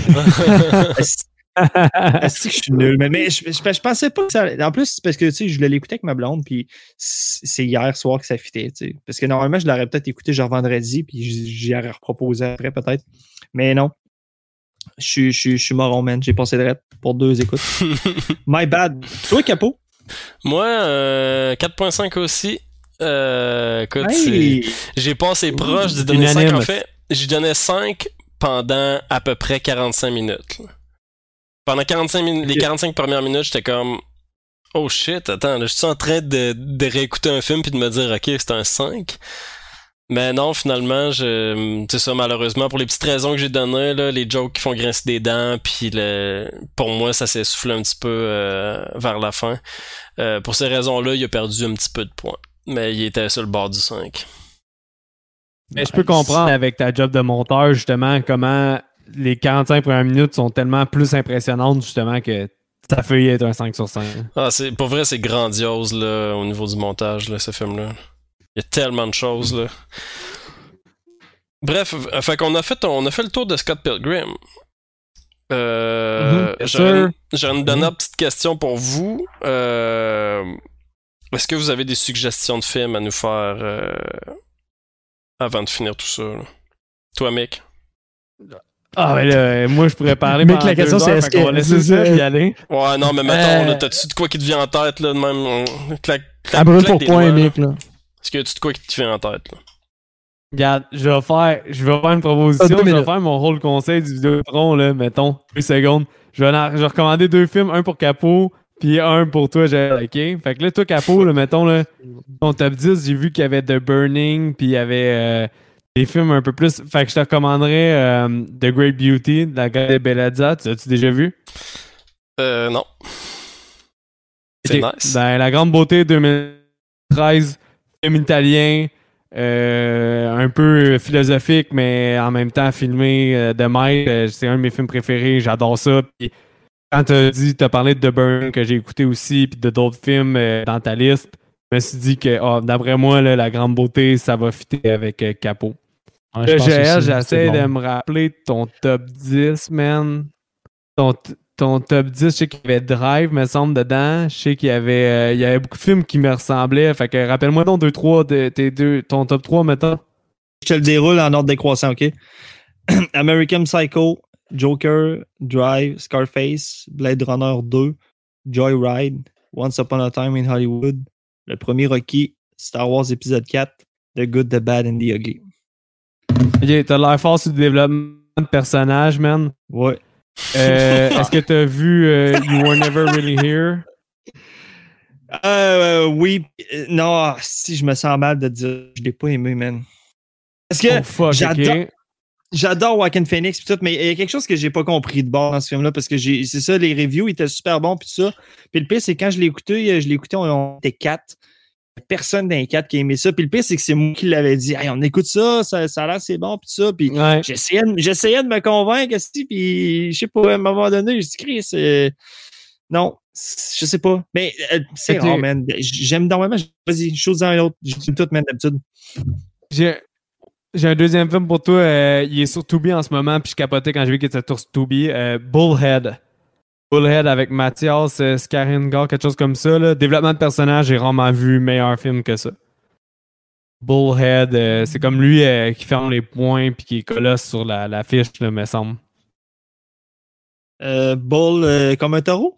podcast. Ah, si que je suis nul. Mais, mais je, je, je pensais pas que ça. En plus, c'est parce que tu sais, je l'ai écouté avec ma blonde, puis c'est hier soir que ça fitait. Tu sais. Parce que normalement, je l'aurais peut-être écouté genre vendredi, puis j'y aurais reproposé après, peut-être. Mais non. Je suis, je, je suis moron, man. J'ai passé de rette pour deux écoutes. My bad. Toi, Capo? Moi, euh, quatre virgule cinq aussi. Euh, écoute, hey. J'ai passé proche de donner cinq. En fait, j'ai donné cinq pendant à peu près quarante-cinq minutes. Là. Pendant quarante-cinq minutes, les quarante-cinq premières minutes, j'étais comme oh shit, attends, là, je suis en train de, de réécouter un film puis de me dire ok, c'est un cinq. Mais non, finalement, je c'est ça, malheureusement, pour les petites raisons que j'ai données, là, les jokes qui font grincer des dents, puis le pour moi, ça s'est soufflé un petit peu euh, vers la fin. Euh, pour ces raisons-là, il a perdu un petit peu de points. Mais il était sur le bord du cinq. Mais nice. Je peux comprendre avec ta job de monteur, justement, comment les quarante-cinq premières minutes sont tellement plus impressionnantes, justement, que ça fait être un cinq sur cinq. Ah, c'est, pour vrai, c'est grandiose, là, au niveau du montage, là, ce film-là. Il y a tellement de choses, là. Bref, fait qu'on a fait, on a fait le tour de Scott Pilgrim. Euh, mm-hmm. J'ai, une, j'ai une dernière mm-hmm. petite question pour vous. Euh, est-ce que vous avez des suggestions de films à nous faire euh, avant de finir tout ça? Là? Toi, Mick? Ah, mais là, moi, je pourrais parler mais la question, c'est est-ce qu'on va laisser ça et y aller? Ouais, non, mais mettons, là, t'as-tu de quoi qui te vient en tête, là, de même? On... Clac, clac, à brûle pour point, Mick, là. Est-ce que tu de quoi qui te vient en tête, là? Regarde, je vais faire, je vais faire une proposition, ah, je vais faire mon rôle conseil du Vidéotron, là, mettons, deux secondes. Je vais, en, je vais recommander deux films, un pour Capo, puis un pour toi, j'ai ok? Fait que là, toi, Capo, là, mettons, là, ton top dix, j'ai vu qu'il y avait The Burning, puis il y avait euh, des films un peu plus. Fait que je te recommanderais euh, The Great Beauty de la Gaia Bellezza. Tu as-tu déjà vu? Euh, non. C'est okay. nice. Ben, La Grande Beauté deux mille treize, film italien, euh, un peu philosophique, mais en même temps filmé euh, de maître. C'est un de mes films préférés. J'adore ça. Puis, quand tu as dit, tu as parlé de The Burn que j'ai écouté aussi, puis de d'autres films euh, dans ta liste, je me suis dit que, oh, d'après moi, là, La Grande Beauté, ça va fitter avec euh, Capot. Ouais, Là, Joël, j'essaie bon. de me rappeler ton top dix, man. Ton, ton top dix, je sais qu'il y avait Drive, me semble, dedans. Je sais qu'il y avait, euh, il y avait beaucoup de films qui me ressemblaient. Fait que rappelle-moi donc deux, trois de tes deux, ton top trois, mettons. Je te le déroule en ordre décroissant, OK? American Psycho, Joker, Drive, Scarface, Blade Runner deux, Joyride, Once Upon a Time in Hollywood, le premier Rocky, Star Wars épisode quatre, The Good, The Bad and The Ugly. Ok, t'as l'air fort sur le développement de personnage, man. Ouais. Euh, est-ce que t'as vu euh, You Were Never Really Here? Euh, oui. Non, si je me sens mal de dire, je l'ai pas aimé, man. Parce que oh, fuck, j'adore, okay. j'adore Joaquin Phoenix pis tout, mais il y a quelque chose que j'ai pas compris de bord dans ce film-là, parce que j'ai, c'est ça, les reviews étaient super bons pis tout ça. Puis le pire, c'est quand je l'ai écouté, je l'ai écouté, on, on était quatre. Personne d'un quatre qui a aimé ça. Puis le pire, c'est que c'est moi qui l'avais dit. Hey, on écoute ça, ça, ça a l'air c'est bon, puis ça. Puis ouais. j'essayais, de, j'essayais de me convaincre, puis je sais pas, à un moment donné, je dis, Chris, euh, non, je sais pas. Mais euh, c'est rare, man. J'aime énormément. Vas-y, chose dans l'autre. J'aime tout, man, d'habitude. J'ai, j'ai un deuxième film pour toi. Euh, il est sur Tubi en ce moment, puis je capotais quand j'ai vu qu'il était sur Tubi. Euh, Bullhead. Bullhead avec Mathias euh, Skarsgård, quelque chose comme ça. Là. Développement de personnage, j'ai rarement vu meilleur film que ça. Bullhead, euh, c'est comme lui euh, qui ferme les points puis qui colosse sur la, la fiche, là, me semble. Euh, Bull euh, comme un taureau?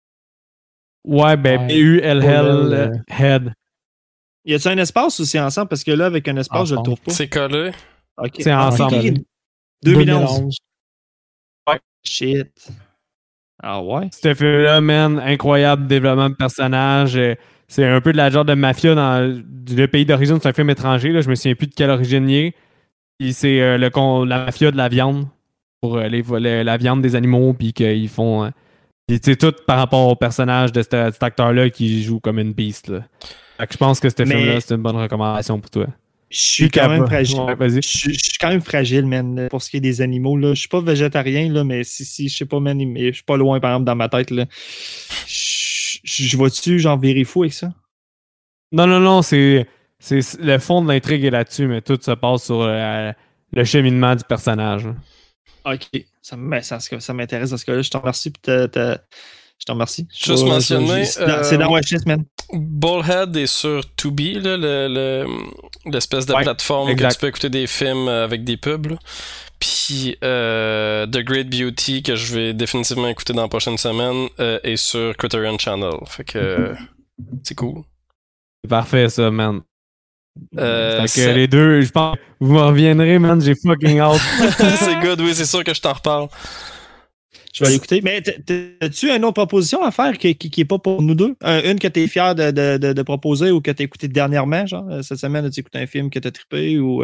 Ouais, ben B U L L Head. Y a-t-il un espace ou c'est ensemble? Parce que là, avec un espace, ensemble. Je le trouve pas. C'est collé. Okay. C'est ensemble. Okay. deux mille onze. Ouais. Shit. Ah ouais? Ce film-là, man, incroyable développement de personnage. C'est un peu de la genre de mafia dans le pays d'origine. C'est un film étranger. Là. Je me souviens plus de quelle origine il est. Et c'est euh, le, la mafia de la viande. Pour euh, les, les, la viande des animaux. Puis qu'ils font... Euh, c'est tout par rapport au personnage de cet, cet acteur-là qui joue comme une beast. Là. Fait que je pense que ce Mais... film-là, c'est une bonne recommandation pour toi. Je suis quand même fragile. Ouais, vas-y. Je suis quand même fragile, man, pour ce qui est des animaux. Là. Je suis pas végétarien, là, mais si, si, je sais pas, man, mais je suis pas loin, par exemple, dans ma tête. Là. Je, je vois-tu, genre, vérifou avec ça? Non, non, non, c'est, c'est le fond de l'intrigue est là-dessus, mais tout se passe sur euh, le cheminement du personnage. Là. Ok, ça, ça, ça m'intéresse dans ce cas-là. Je te remercie. Pis t'as, t'as... Je te remercie. Juste oh, mentionner. C'est dans, euh, dans Watchlist, man. Bullhead est sur Tubi, là, le, le, l'espèce de ouais, plateforme exact. Que tu peux écouter des films avec des pubs. Là. Puis euh, The Great Beauty, que je vais définitivement écouter dans la prochaine semaine, euh, est sur Criterion Channel. Fait que euh, c'est cool. C'est parfait, ça, man. Euh, fait que c'est... les deux, je pense, vous me reviendrez, man. J'ai fucking out. C'est good, oui, c'est sûr que je t'en reparle. Je vais l'écouter. Mais as-tu une autre proposition à faire qui, qui, qui est pas pour nous deux? Une que tu es fier de, de, de, de proposer ou que tu as écouté dernièrement, genre, cette semaine, as-tu écouté un film que tu as trippé ou...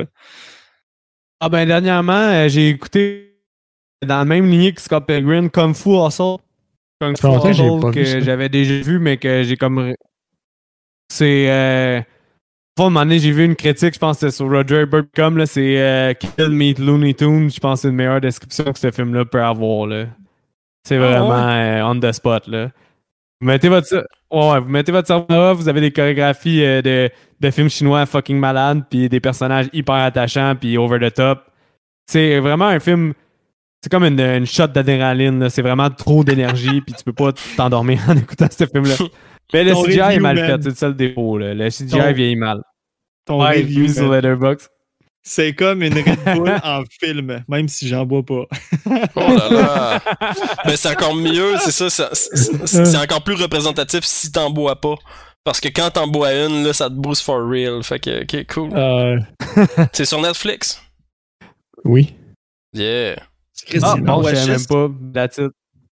Ah ben, dernièrement, euh, j'ai écouté dans la même lignée que Scott Pilgrim, Kung Fu Hustle. Kung Fu Hustle que j'avais déjà vu, mais que j'ai comme... C'est... Euh... À un moment donné, j'ai vu une critique, je pense que c'était sur Roger Ebert point com, là, c'est euh, Kill Meet Looney Tunes. Je pense que c'est une meilleure description que ce film-là peut avoir, là. C'est vraiment oh, ouais. euh, on the spot, là. Vous mettez votre, ouais, vous mettez votre cerveau là, vous avez des chorégraphies euh, de, de films chinois fucking malades, puis des personnages hyper attachants, puis over the top. C'est vraiment un film... C'est comme une, une shot d'adrénaline, là. C'est vraiment trop d'énergie, puis tu peux pas t'endormir en écoutant ce film-là. Mais le C G I review, est mal man. fait, c'est ça le défaut, là. Le C G I ton, vieillit mal. Ton ouais, review sur Letterboxd. C'est comme une Red Bull en film, même si j'en bois pas. Oh là là! Mais c'est encore mieux, c'est ça, c'est, c'est, c'est encore plus représentatif si t'en bois pas. Parce que quand t'en bois une, là, ça te booste for real. Fait que, ok, cool. Euh... C'est sur Netflix? Oui. Yeah. C'est ah, bon, je savais même pas. That's it.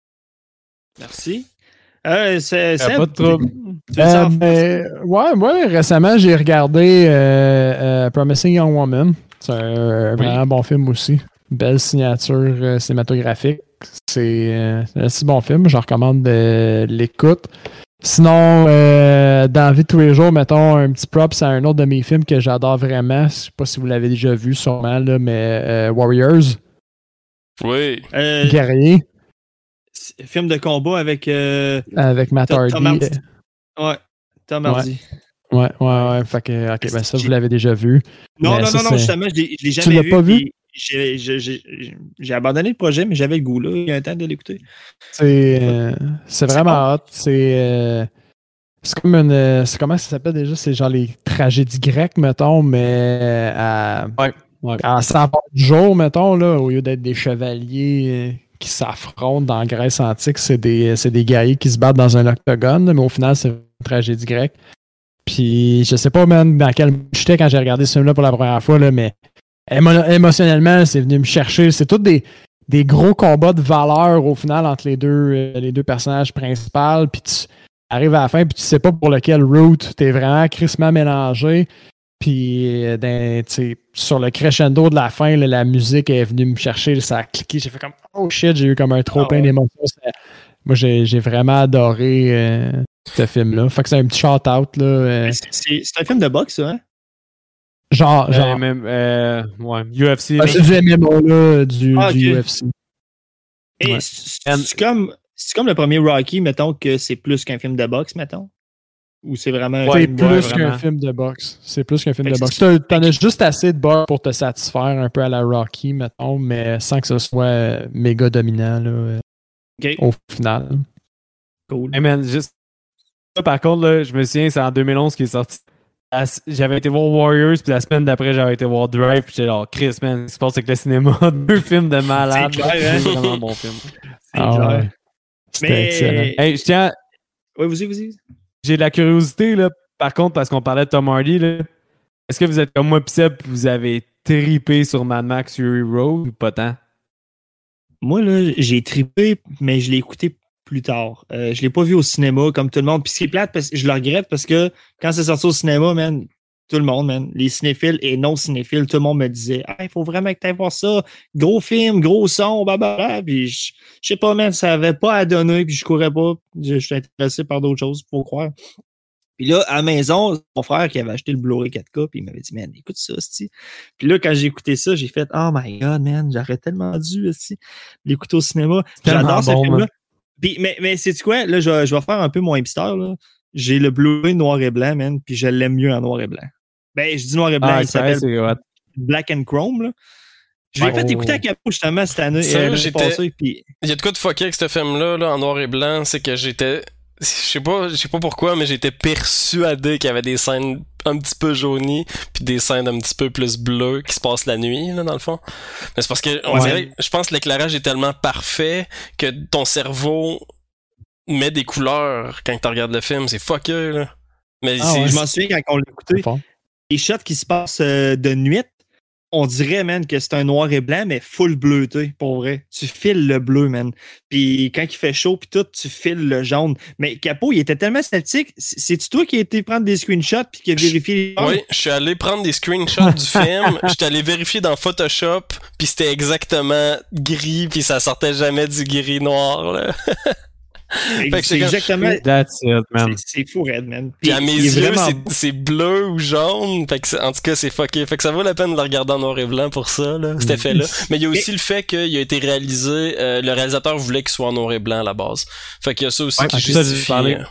Merci. Euh, c'est, c'est pas de trouble. Euh, ben, ouais, moi, récemment, j'ai regardé euh, euh, Promising Young Woman C'est un vraiment oui. bon film aussi. Belle signature euh, cinématographique. C'est, euh, c'est un si bon film. Je recommande de l'écoute. Sinon, euh, dans la vie de tous les jours, mettons un petit props à un autre de mes films que j'adore vraiment. Je sais pas si vous l'avez déjà vu, sûrement, là, mais euh, Warriors. Oui. Euh, Guerrier. Film de combat avec... Euh, avec Matt Hardy. Tom Hardy. Ouais, Tom Hardy. Ouais, ouais, ouais. ouais. Fait que, ok, ben ça, vous l'avez déjà vu. Non, non, ça, non, non, justement, je l'ai, je l'ai jamais tu l'as vu. Pas vu? J'ai, j'ai, j'ai, j'ai abandonné le projet, mais j'avais le goût, là. Il y a un temps de l'écouter. C'est, euh, c'est vraiment hot. C'est, euh, c'est comme une. Euh, c'est comment ça s'appelle déjà? C'est genre les tragédies grecques, mettons, mais à, ouais, ouais. à cent du jour, mettons, là, au lieu d'être des chevaliers euh, qui s'affrontent dans la Grèce antique, c'est des, c'est des guerriers qui se battent dans un octogone, mais au final, c'est une tragédie grecque. Puis, je sais pas même dans quel j'étais quand j'ai regardé ce film-là pour la première fois, là, mais émo- émotionnellement, c'est venu me chercher. C'est tous des, des gros combats de valeur au final entre les deux, euh, les deux personnages principaux. Puis, tu arrives à la fin, puis tu sais pas pour lequel route. T'es vraiment crissement mélangé. Puis, euh, dans, sur le crescendo de la fin, là, la musique est venue me chercher. Ça a cliqué. J'ai fait comme oh shit, j'ai eu comme un trop ah, plein ouais. d'émotions. Ça, moi, j'ai, j'ai vraiment adoré. Euh, ce film-là. Fait que c'est un petit shout-out. Là, euh... c'est, c'est, c'est un film de boxe, ça, hein? Genre, genre. Euh, même, euh, ouais, U F C. Ah, c'est du M M A, là, du, ah, okay. du U F C. Et ouais. c'est, c'est, comme, c'est comme le premier Rocky, mettons, que c'est plus qu'un film de boxe, mettons? Ou c'est vraiment... Ouais, c'est un plus ouais, qu'un vraiment. film de boxe. C'est plus qu'un film fait de boxe. T'en, t'en as juste assez de boxe pour te satisfaire un peu à la Rocky, mettons, mais sans que ce soit méga dominant, là, okay. au final. Cool. Hey man, juste par contre, là, je me souviens, c'est en deux mille onze qu'il est sorti. J'avais été voir Warriors, puis la semaine d'après, j'avais été voir Drive, puis j'étais genre, Chris, man, ce qui se passe avec le cinéma, deux films de malade. C'est clair, hein? C'est vraiment un bon film. C'est ah, clair. Ouais. C'était Mais... excellent. Hey, je tiens. Oui, vas-y, vas-y. J'ai de la curiosité, là, par contre, parce qu'on parlait de Tom Hardy, là. Est-ce que vous êtes comme moi, pis Seb, vous avez trippé sur Mad Max Fury Road ou pas tant? Moi, là, j'ai trippé, mais je l'ai écouté plus tard. Euh, je l'ai pas vu au cinéma comme tout le monde. Puis ce qui est plate, parce que je le regrette parce que quand c'est sorti au cinéma, man, tout le monde, man, les cinéphiles et non cinéphiles, tout le monde me disait « il faut vraiment que tu ailles voir ça. Gros film, gros son, blablabla. » Puis je sais pas, man, ça avait pas à donner, puis je courais pas. Je suis intéressé par d'autres choses, faut croire. Puis là, à la maison, mon frère qui avait acheté le Blu-ray quatre K, puis il m'avait dit « Man, écoute ça, c'ti. » Puis là, quand j'ai écouté ça, j'ai fait « Oh my God, man, j'aurais tellement dû c'ti, l'écouter au cinéma. » J'adore ce bon, film-là. Man. Puis, mais, mais sais-tu quoi? Là, je, je vais faire un peu mon hipster. Là. J'ai le Blu-ray noir et blanc, man, puis je l'aime mieux en noir et blanc. Ben, je dis noir et blanc, ah, il s'appelle Black and Chrome. Là. Je l'ai oh. fait écouter à Capo justement cette année. Ça, euh, j'étais... passé, puis... Il y a de quoi de fucké avec ce film-là, là, en noir et blanc, c'est que j'étais... Je sais pas, je sais pas pourquoi, mais j'étais persuadé qu'il y avait des scènes un petit peu jaunies, puis des scènes un petit peu plus bleues qui se passent la nuit, là, dans le fond. Mais c'est parce que, on ouais. dirait, je pense que l'éclairage est tellement parfait que ton cerveau met des couleurs quand tu regardes le film. C'est fucké, là. Mais ah, c'est... Ouais, je m'en souviens quand on l'a écouté. Les shots qui se passent euh, de nuit, on dirait, man, que c'est un noir et blanc, mais full bleuté, pour vrai. Tu files le bleu, man. Puis quand il fait chaud, puis tout, tu files le jaune. Mais Capo, il était tellement statique. C'est-tu toi qui as été prendre des screenshots puis qui a vérifié les... Oui, je suis allé prendre des screenshots du film. J'étais allé vérifier dans Photoshop, puis c'était exactement gris, puis ça sortait jamais du gris-noir, là. C'est, c'est exactement. That's it, man. C'est, c'est fou, Red, man. Puis à mes yeux, vraiment... c'est, c'est bleu ou jaune. Fait que en tout cas, c'est fucké. Fait que ça vaut la peine de le regarder en noir et blanc pour ça, là, cet effet-là. Mais il y a aussi le fait qu'il a été réalisé. Euh, le réalisateur voulait qu'il soit en noir et blanc à la base. Fait qu'il y a ça aussi ouais, qui justifie. Ça,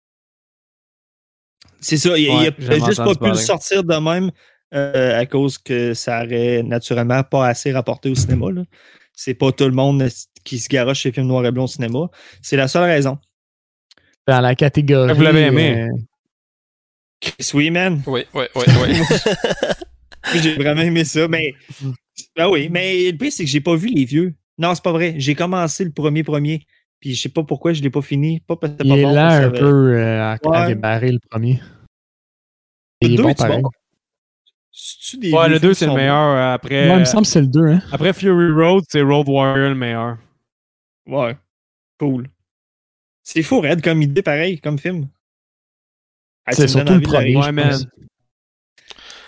c'est ça. Il, ouais, il a juste pas pu parler. le sortir de même euh, à cause que ça aurait naturellement pas assez rapporté au cinéma, là. C'est pas tout le monde qui se garoche chez les films noir et blanc au cinéma. C'est la seule raison. Dans la catégorie... Vous l'avez aimé? Euh... Oui, man. Oui, oui, oui, oui. J'ai vraiment aimé ça, mais... Ben oui, mais le pire, c'est que j'ai pas vu les vieux. Non, c'est pas vrai. J'ai commencé le premier premier, puis je sais pas pourquoi je l'ai pas fini. Pas parce que il pas est bon, là un avait... peu euh, à, ouais. à débarrer le premier. Le il deux est bon, est pareil. Bon? C'est-tu des ouais, le deux, c'est le meilleur. Bons? Après, moi, il me semble que c'est le deux. Hein? Après Fury Road, c'est Road Warrior le meilleur. Ouais. Cool. C'est fou, Red, comme idée, pareil, comme film. Ah, c'est surtout le premier. Ouais, man.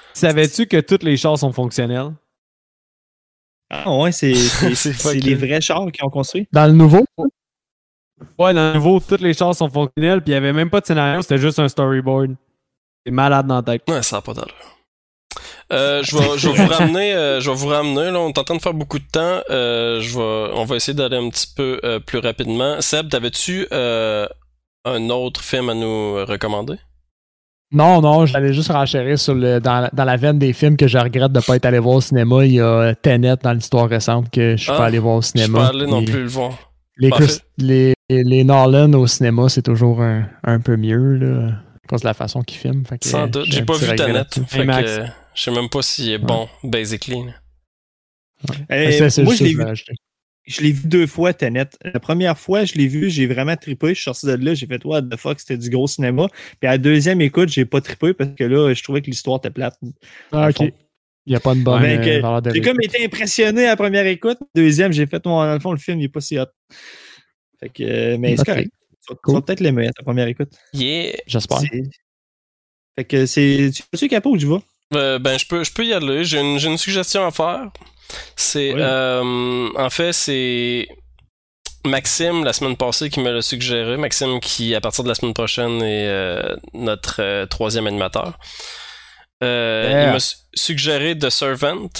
Savais-tu que tous les chars sont fonctionnels? Ah ouais, c'est, c'est, c'est, c'est les vrais chars qui ont construit. Dans le nouveau? Ouais, dans le nouveau, tous les chars sont fonctionnels, puis il n'y avait même pas de scénario, c'était juste un storyboard. C'est malade dans la tête. Ouais, ça n'a pas d'allure. Euh, je vais, je vais vous ramener, euh, je vais vous ramener, là, on est en train de faire beaucoup de temps, euh, je vais, on va essayer d'aller un petit peu euh, plus rapidement. Seb, t'avais-tu euh, un autre film à nous recommander? Non, non, j'allais juste renchérir sur le, dans, dans la veine des films que je regrette de ne pas être allé voir au cinéma. Il y a Tenet dans l'histoire récente que je suis ah, pas allé voir au cinéma. Je suis pas allé non plus le voir. Les, Chris, les, les Nolan au cinéma, c'est toujours un, un peu mieux, là, à cause de la façon qu'ils filment. Fait que, sans doute, j'ai, j'ai pas vu Tenet. Fait que, euh, je sais même pas s'il est ouais. bon, basically. Ouais. Euh, c'est, c'est moi, je l'ai, vu, je l'ai vu deux fois, Tenet. La première fois, je l'ai vu, j'ai vraiment trippé. Je suis sorti de là, j'ai fait, what the fuck, c'était du gros cinéma. Puis à la deuxième écoute, j'ai pas trippé parce que là, je trouvais que l'histoire était plate. Ah, ok. Il n'y a pas de bonne. Ouais, euh, j'ai comme été impressionné à la première écoute. Deuxième, j'ai fait, moi, dans le fond, le film, il est pas si hot. Fait que, euh, mais c'est okay. correct. Tu vas, cool. vas peut-être l'aimer à ta première écoute. Yeah. J'espère. C'est... Fait que c'est. Tu sais, Capo, où tu vas? Euh, ben, je peux, je peux y aller. J'ai une, j'ai une suggestion à faire. C'est, oui. euh, en fait, c'est Maxime, la semaine passée, qui me l'a suggéré. Maxime, qui, à partir de la semaine prochaine, est euh, notre euh, troisième animateur. Euh, yeah. Il m'a su- suggéré The Servant,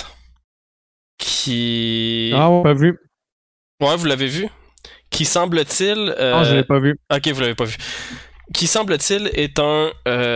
qui... Ah, on l'a pas vu. Ouais, vous l'avez vu? Qui semble-t-il... Euh... Non, je l'ai pas vu. Ok, vous l'avez pas vu. Qui semble-t-il est un...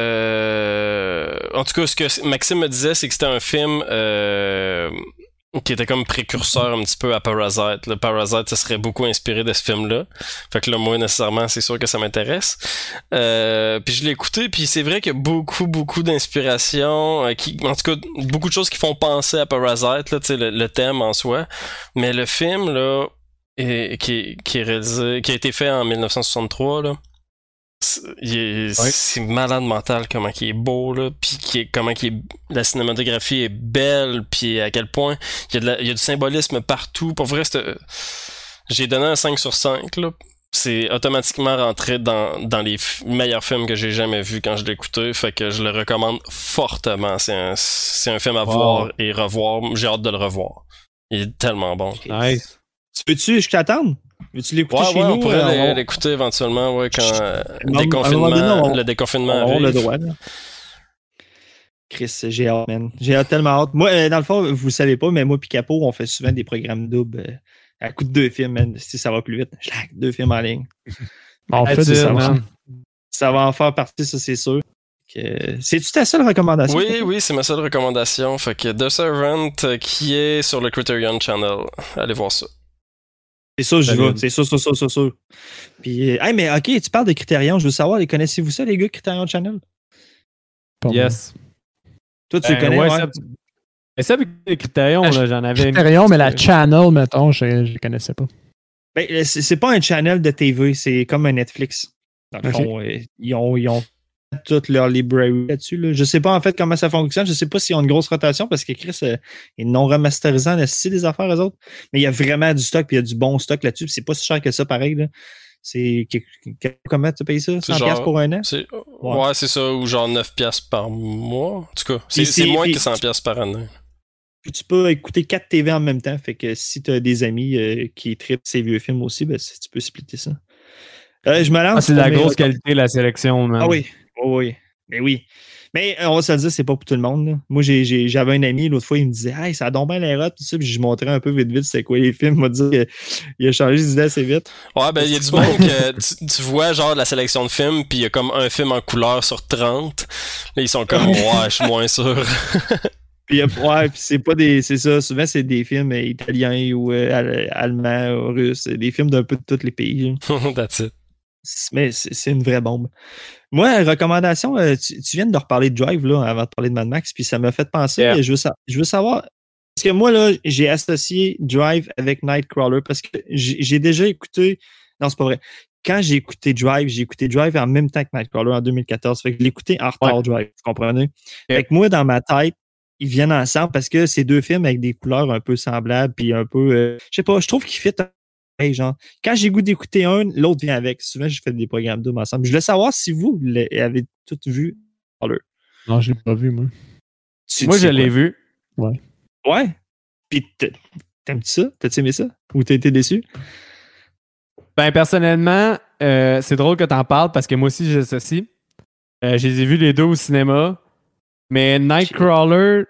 Euh... En tout cas, ce que Maxime me disait, c'est que c'était un film euh... qui était comme précurseur un petit peu à Parasite. Le Parasite, ça serait beaucoup inspiré de ce film-là. Fait que là, moi, nécessairement, c'est sûr que ça m'intéresse. Euh... Puis je l'ai écouté, puis c'est vrai qu'il y a beaucoup, beaucoup d'inspiration. Euh, qui... En tout cas, beaucoup de choses qui font penser à Parasite, là, tu sais, le, le thème en soi. Mais le film, là, est... Qui, est... qui est réalisé... qui a été fait en dix-neuf cent soixante-trois, là. Il est, ouais. C'est malade mental comment il est beau là, puis qui est, comment il est, la cinématographie est belle, puis à quel point il y a, de la, il y a du symbolisme partout. Pour vrai, c'est, j'ai donné un cinq sur cinq là. C'est automatiquement rentré dans, dans les f- meilleurs films que j'ai jamais vus quand je l'ai écouté, fait que je le recommande fortement. C'est un, c'est un film à wow. voir et revoir. J'ai hâte de le revoir. Il est tellement bon. Nice. Tu peux-tu, je t'attends? Veux-tu l'écouter ouais, chez ouais, nous? on pourrait euh, l'écouter on... éventuellement, ouais, quand euh, déconfinement, donné, on... le déconfinement on arrive. Le droit, là. Chris, j'ai hâte, man. J'ai hâte, tellement hâte. Moi, dans le fond, vous le savez pas, mais moi et Capo, on fait souvent des programmes doubles euh, à coup de deux films, man. Si ça va plus vite, je like deux films en ligne. On fait ça, ça, va, ça va en faire partie, ça, c'est sûr. Que... C'est-tu ta seule recommandation? Oui, oui, c'est ma seule recommandation. Fait que The Servant, qui est sur le Criterion Channel. Allez voir ça. C'est ça, je vais. C'est ça, ça, ça, ça, ça. Puis, hey, mais ok, tu parles de Criterion. Je veux savoir, les connaissez-vous ça, les gars, Criterion Channel? Yes. Toi, tu euh, le connais, ouais? ouais? Mais ça, avec les Criterion, là, j'en avais... Criterion, mais la Channel, mettons, je ne connaissais pas. Ben, c'est, c'est pas un channel de T V, c'est comme un Netflix. Dans le okay. fond, euh, ils ont... Ils ont toute leur library là-dessus. Là. Je sais pas en fait comment ça fonctionne. Je sais pas s'ils ont une grosse rotation parce que Chris euh, est non remasterisant aussi des affaires eux autres. Mais il y a vraiment du stock puis il y a du bon stock là-dessus. Puis c'est pas si cher que ça pareil. Là. C'est comment tu payes ça? cent dollars pour un an? C'est... Ouais. ouais, c'est ça. Ou genre neuf dollars par mois. En tout cas, c'est, c'est, c'est moins que cent dollars par année. Puis tu peux écouter quatre T V en même temps. Fait que si tu as des amis euh, qui trippent ces vieux films aussi, ben, tu peux splitter ça. Euh, je me lance. Ah, c'est de la grosse qualité, la sélection. Man. Ah oui. Oh oui, mais oui. Mais on va se le dire, c'est pas pour tout le monde. Là. Moi, j'ai, j'ai, j'avais un ami, l'autre fois, il me disait « Hey, ça a donc bien l'air hot, tout ça. » Puis je montrais un peu vite vite c'est quoi les films. Il m'a dit qu'il a changé d'idée assez vite. Ouais, ben il y a du monde que tu, tu vois genre la sélection de films, puis il y a comme un film en couleur sur trente. Là, ils sont comme « Ouais, je suis moins sûr. » Puis ouais, puis c'est pas des... C'est ça, souvent c'est des films italiens ou euh, allemands ou russes. Des films d'un peu de tous les pays. That's it. Mais c'est, c'est une vraie bombe. Moi, recommandation, euh, tu, tu viens de reparler de Drive là, avant de parler de Mad Max, puis ça m'a fait penser, yeah. je, veux sa- je veux savoir, parce que moi, là, j'ai associé Drive avec Nightcrawler, parce que j'ai, j'ai déjà écouté, non, c'est pas vrai, quand j'ai écouté Drive, j'ai écouté Drive en même temps que Nightcrawler en deux mille quatorze, fait que je l'ai écouté en retard, ouais. Drive, vous comprenez? Yeah. Fait que moi, dans ma tête, ils viennent ensemble parce que c'est deux films avec des couleurs un peu semblables, puis un peu, euh, je sais pas, je trouve qu'ils fit Hey, genre, quand j'ai goût d'écouter un, l'autre vient avec. Souvent, je fais des programmes doubles ensemble. Je voulais savoir si vous l'avez tout vu. Non, je l'ai pas vu, moi. Tu, Moi, tu je sais l'ai quoi? vu. Ouais. Ouais. Puis t'aimes-tu ça? T'as-tu aimé ça? Ou t'as été déçu? Ben, personnellement, euh, c'est drôle que t'en parles parce que moi aussi, j'ai ceci. Euh, je les ai vus les deux au cinéma. Mais Nightcrawler,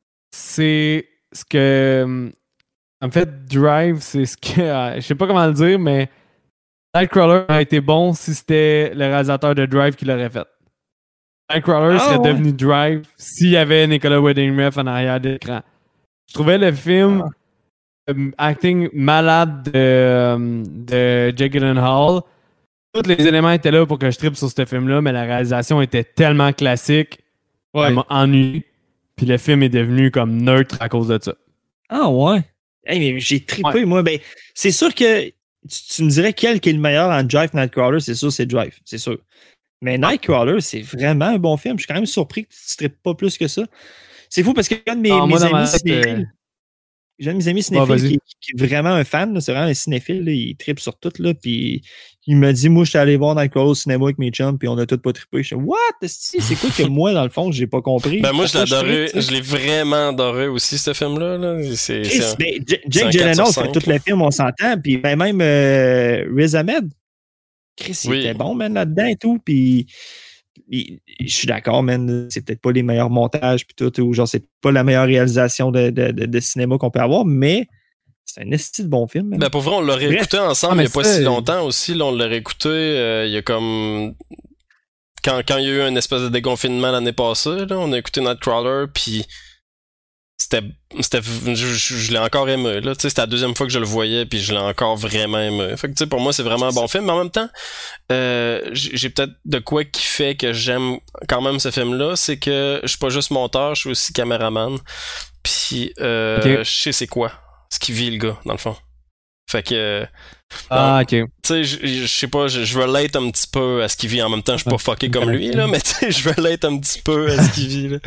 c'est ce que. En fait, Drive, c'est ce que. euh, je sais pas comment le dire, mais Nightcrawler aurait été bon si c'était le réalisateur de Drive qui l'aurait fait. Nightcrawler Ah, serait ouais. devenu Drive s'il y avait Nicolas Winding Refn en arrière d'écran. Je trouvais le film euh, acting malade de, euh, de Jake Gyllenhaal. Tous les éléments étaient là pour que je trippe sur ce film-là, mais la réalisation était tellement classique, Ouais. elle m'a ennuyé. Puis le film est devenu comme neutre à cause de ça. Ah ouais. Hey, mais j'ai trippé, Ouais. moi. Ben, c'est sûr que tu, tu me dirais quel qui est le meilleur en Drive Nightcrawler, c'est sûr, c'est Drive, c'est sûr. Mais Nightcrawler, c'est vraiment un bon film. Je suis quand même surpris que tu ne trippes pas plus que ça. C'est fou parce que un de mes, Ah, moi, mes dans ma amis tête, cinéphiles, euh, j'ai un de mes amis cinéphiles vas-y. qui, qui est vraiment un fan, là, c'est vraiment un cinéphile, là, il trippe sur tout, là, puis il m'a dit, moi, je suis allé voir Nightcrawler au cinéma avec mes chums, puis on a tous pas trippé. Je suis what? C'est c'est quoi que moi, dans le fond, j'ai pas compris? Ben moi, je l'ai Pourquoi adoré, trippe, je l'ai vraiment adoré aussi, ce film-là. Là. C'est, Chris, c'est un- ben, J- c'est un Jake quatre Gyllenhaal sur fait cinq, tout le film, on s'entend, puis ben, même euh, Riz Ahmed, Chris, il Oui. était bon, man, là-dedans et tout, puis il- je suis d'accord, man, c'est peut-être pas les meilleurs montages, puis tout, ou genre, c'est pas la meilleure réalisation de, de, de, de cinéma qu'on peut avoir, mais c'est un esti de bon film, man. Ben pour vrai, on l'a réécouté Bref. ensemble Ah, mais il n'y a pas ça, si euh, longtemps aussi. Là, on l'a réécouté, euh, il y a comme... Quand, quand il y a eu un espèce de déconfinement l'année passée, là, on a écouté Nightcrawler, puis c'était... c'était je, je, je l'ai encore aimé. Là. Tu sais, c'était la deuxième fois que je le voyais, puis je l'ai encore vraiment aimé. Fait que, tu sais, pour moi, c'est vraiment un bon film, mais en même temps, euh, j'ai, j'ai peut-être de quoi qui fait que j'aime quand même ce film-là, c'est que je suis pas juste monteur, je suis aussi caméraman. Puis, euh, Ok. je sais c'est quoi, ce qui vit le gars, dans le fond. Fait que, Ah, ok. tu sais, je je sais pas, je, je veux l'être un petit peu à ce qu'il vit. En même temps, je suis pas fucké comme lui, là, mais tu sais, je veux l'être un petit peu à ce qu'il vit, là.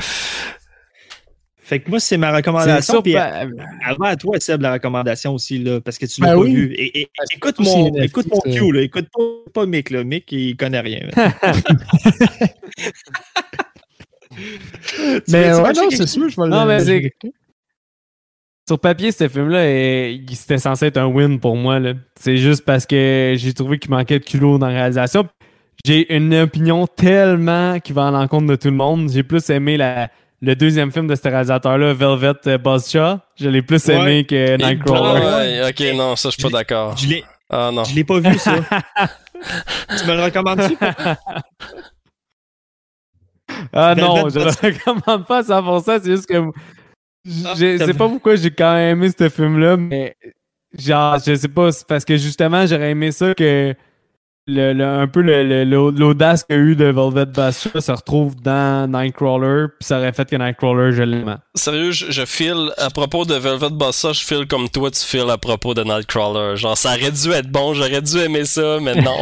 Fait que moi, c'est ma C'est recommandation, sûr, puis ben, avant à toi, Seb, la recommandation aussi, là, parce que tu Ben l'as pas oui. vu. Et, et- écoute, Aussi, mon, Netflix, écoute mon euh. Q, là. Écoute pas, pas Mick, là. Mick, il connaît rien. là. Tu Mais veux- tu ouais, veux non, checker- c'est sûr, je vais Non, le mais je vais c'est- l'écouter. sur papier, ce film-là, est- il- c'était censé être un win pour moi. Là. C'est juste parce que j'ai trouvé qu'il manquait de culot dans la réalisation. J'ai une opinion tellement qui va à l'encontre de tout le monde. J'ai plus aimé la, le deuxième film de ce réalisateur-là, Velvet euh, Buzzsaw. Je l'ai plus Ouais. aimé que Nightcrawler. Ah, ouais, ok, non, ça, je suis pas d'accord. Je l'ai, Ah, non. je l'ai pas vu, ça. Tu me le recommandes-tu? Ah Velvet non, je le Buzzsaw. recommande pas à cent pour cent. C'est juste que Ah, je t'as sais vu. pas pourquoi j'ai quand même aimé ce film-là, mais genre, je sais pas, c'est parce que justement, j'aurais aimé ça que le, le- un peu le- le- l'audace qu'il y a eu de Velvet Buzzsaw se retrouve dans Nightcrawler, puis ça aurait fait que Nightcrawler, je l'aime. Sérieux, je, je feel, à propos de Velvet Buzzsaw, je feel comme toi, tu feels à propos de Nightcrawler. Genre, ça aurait dû être bon, j'aurais dû aimer ça, mais non.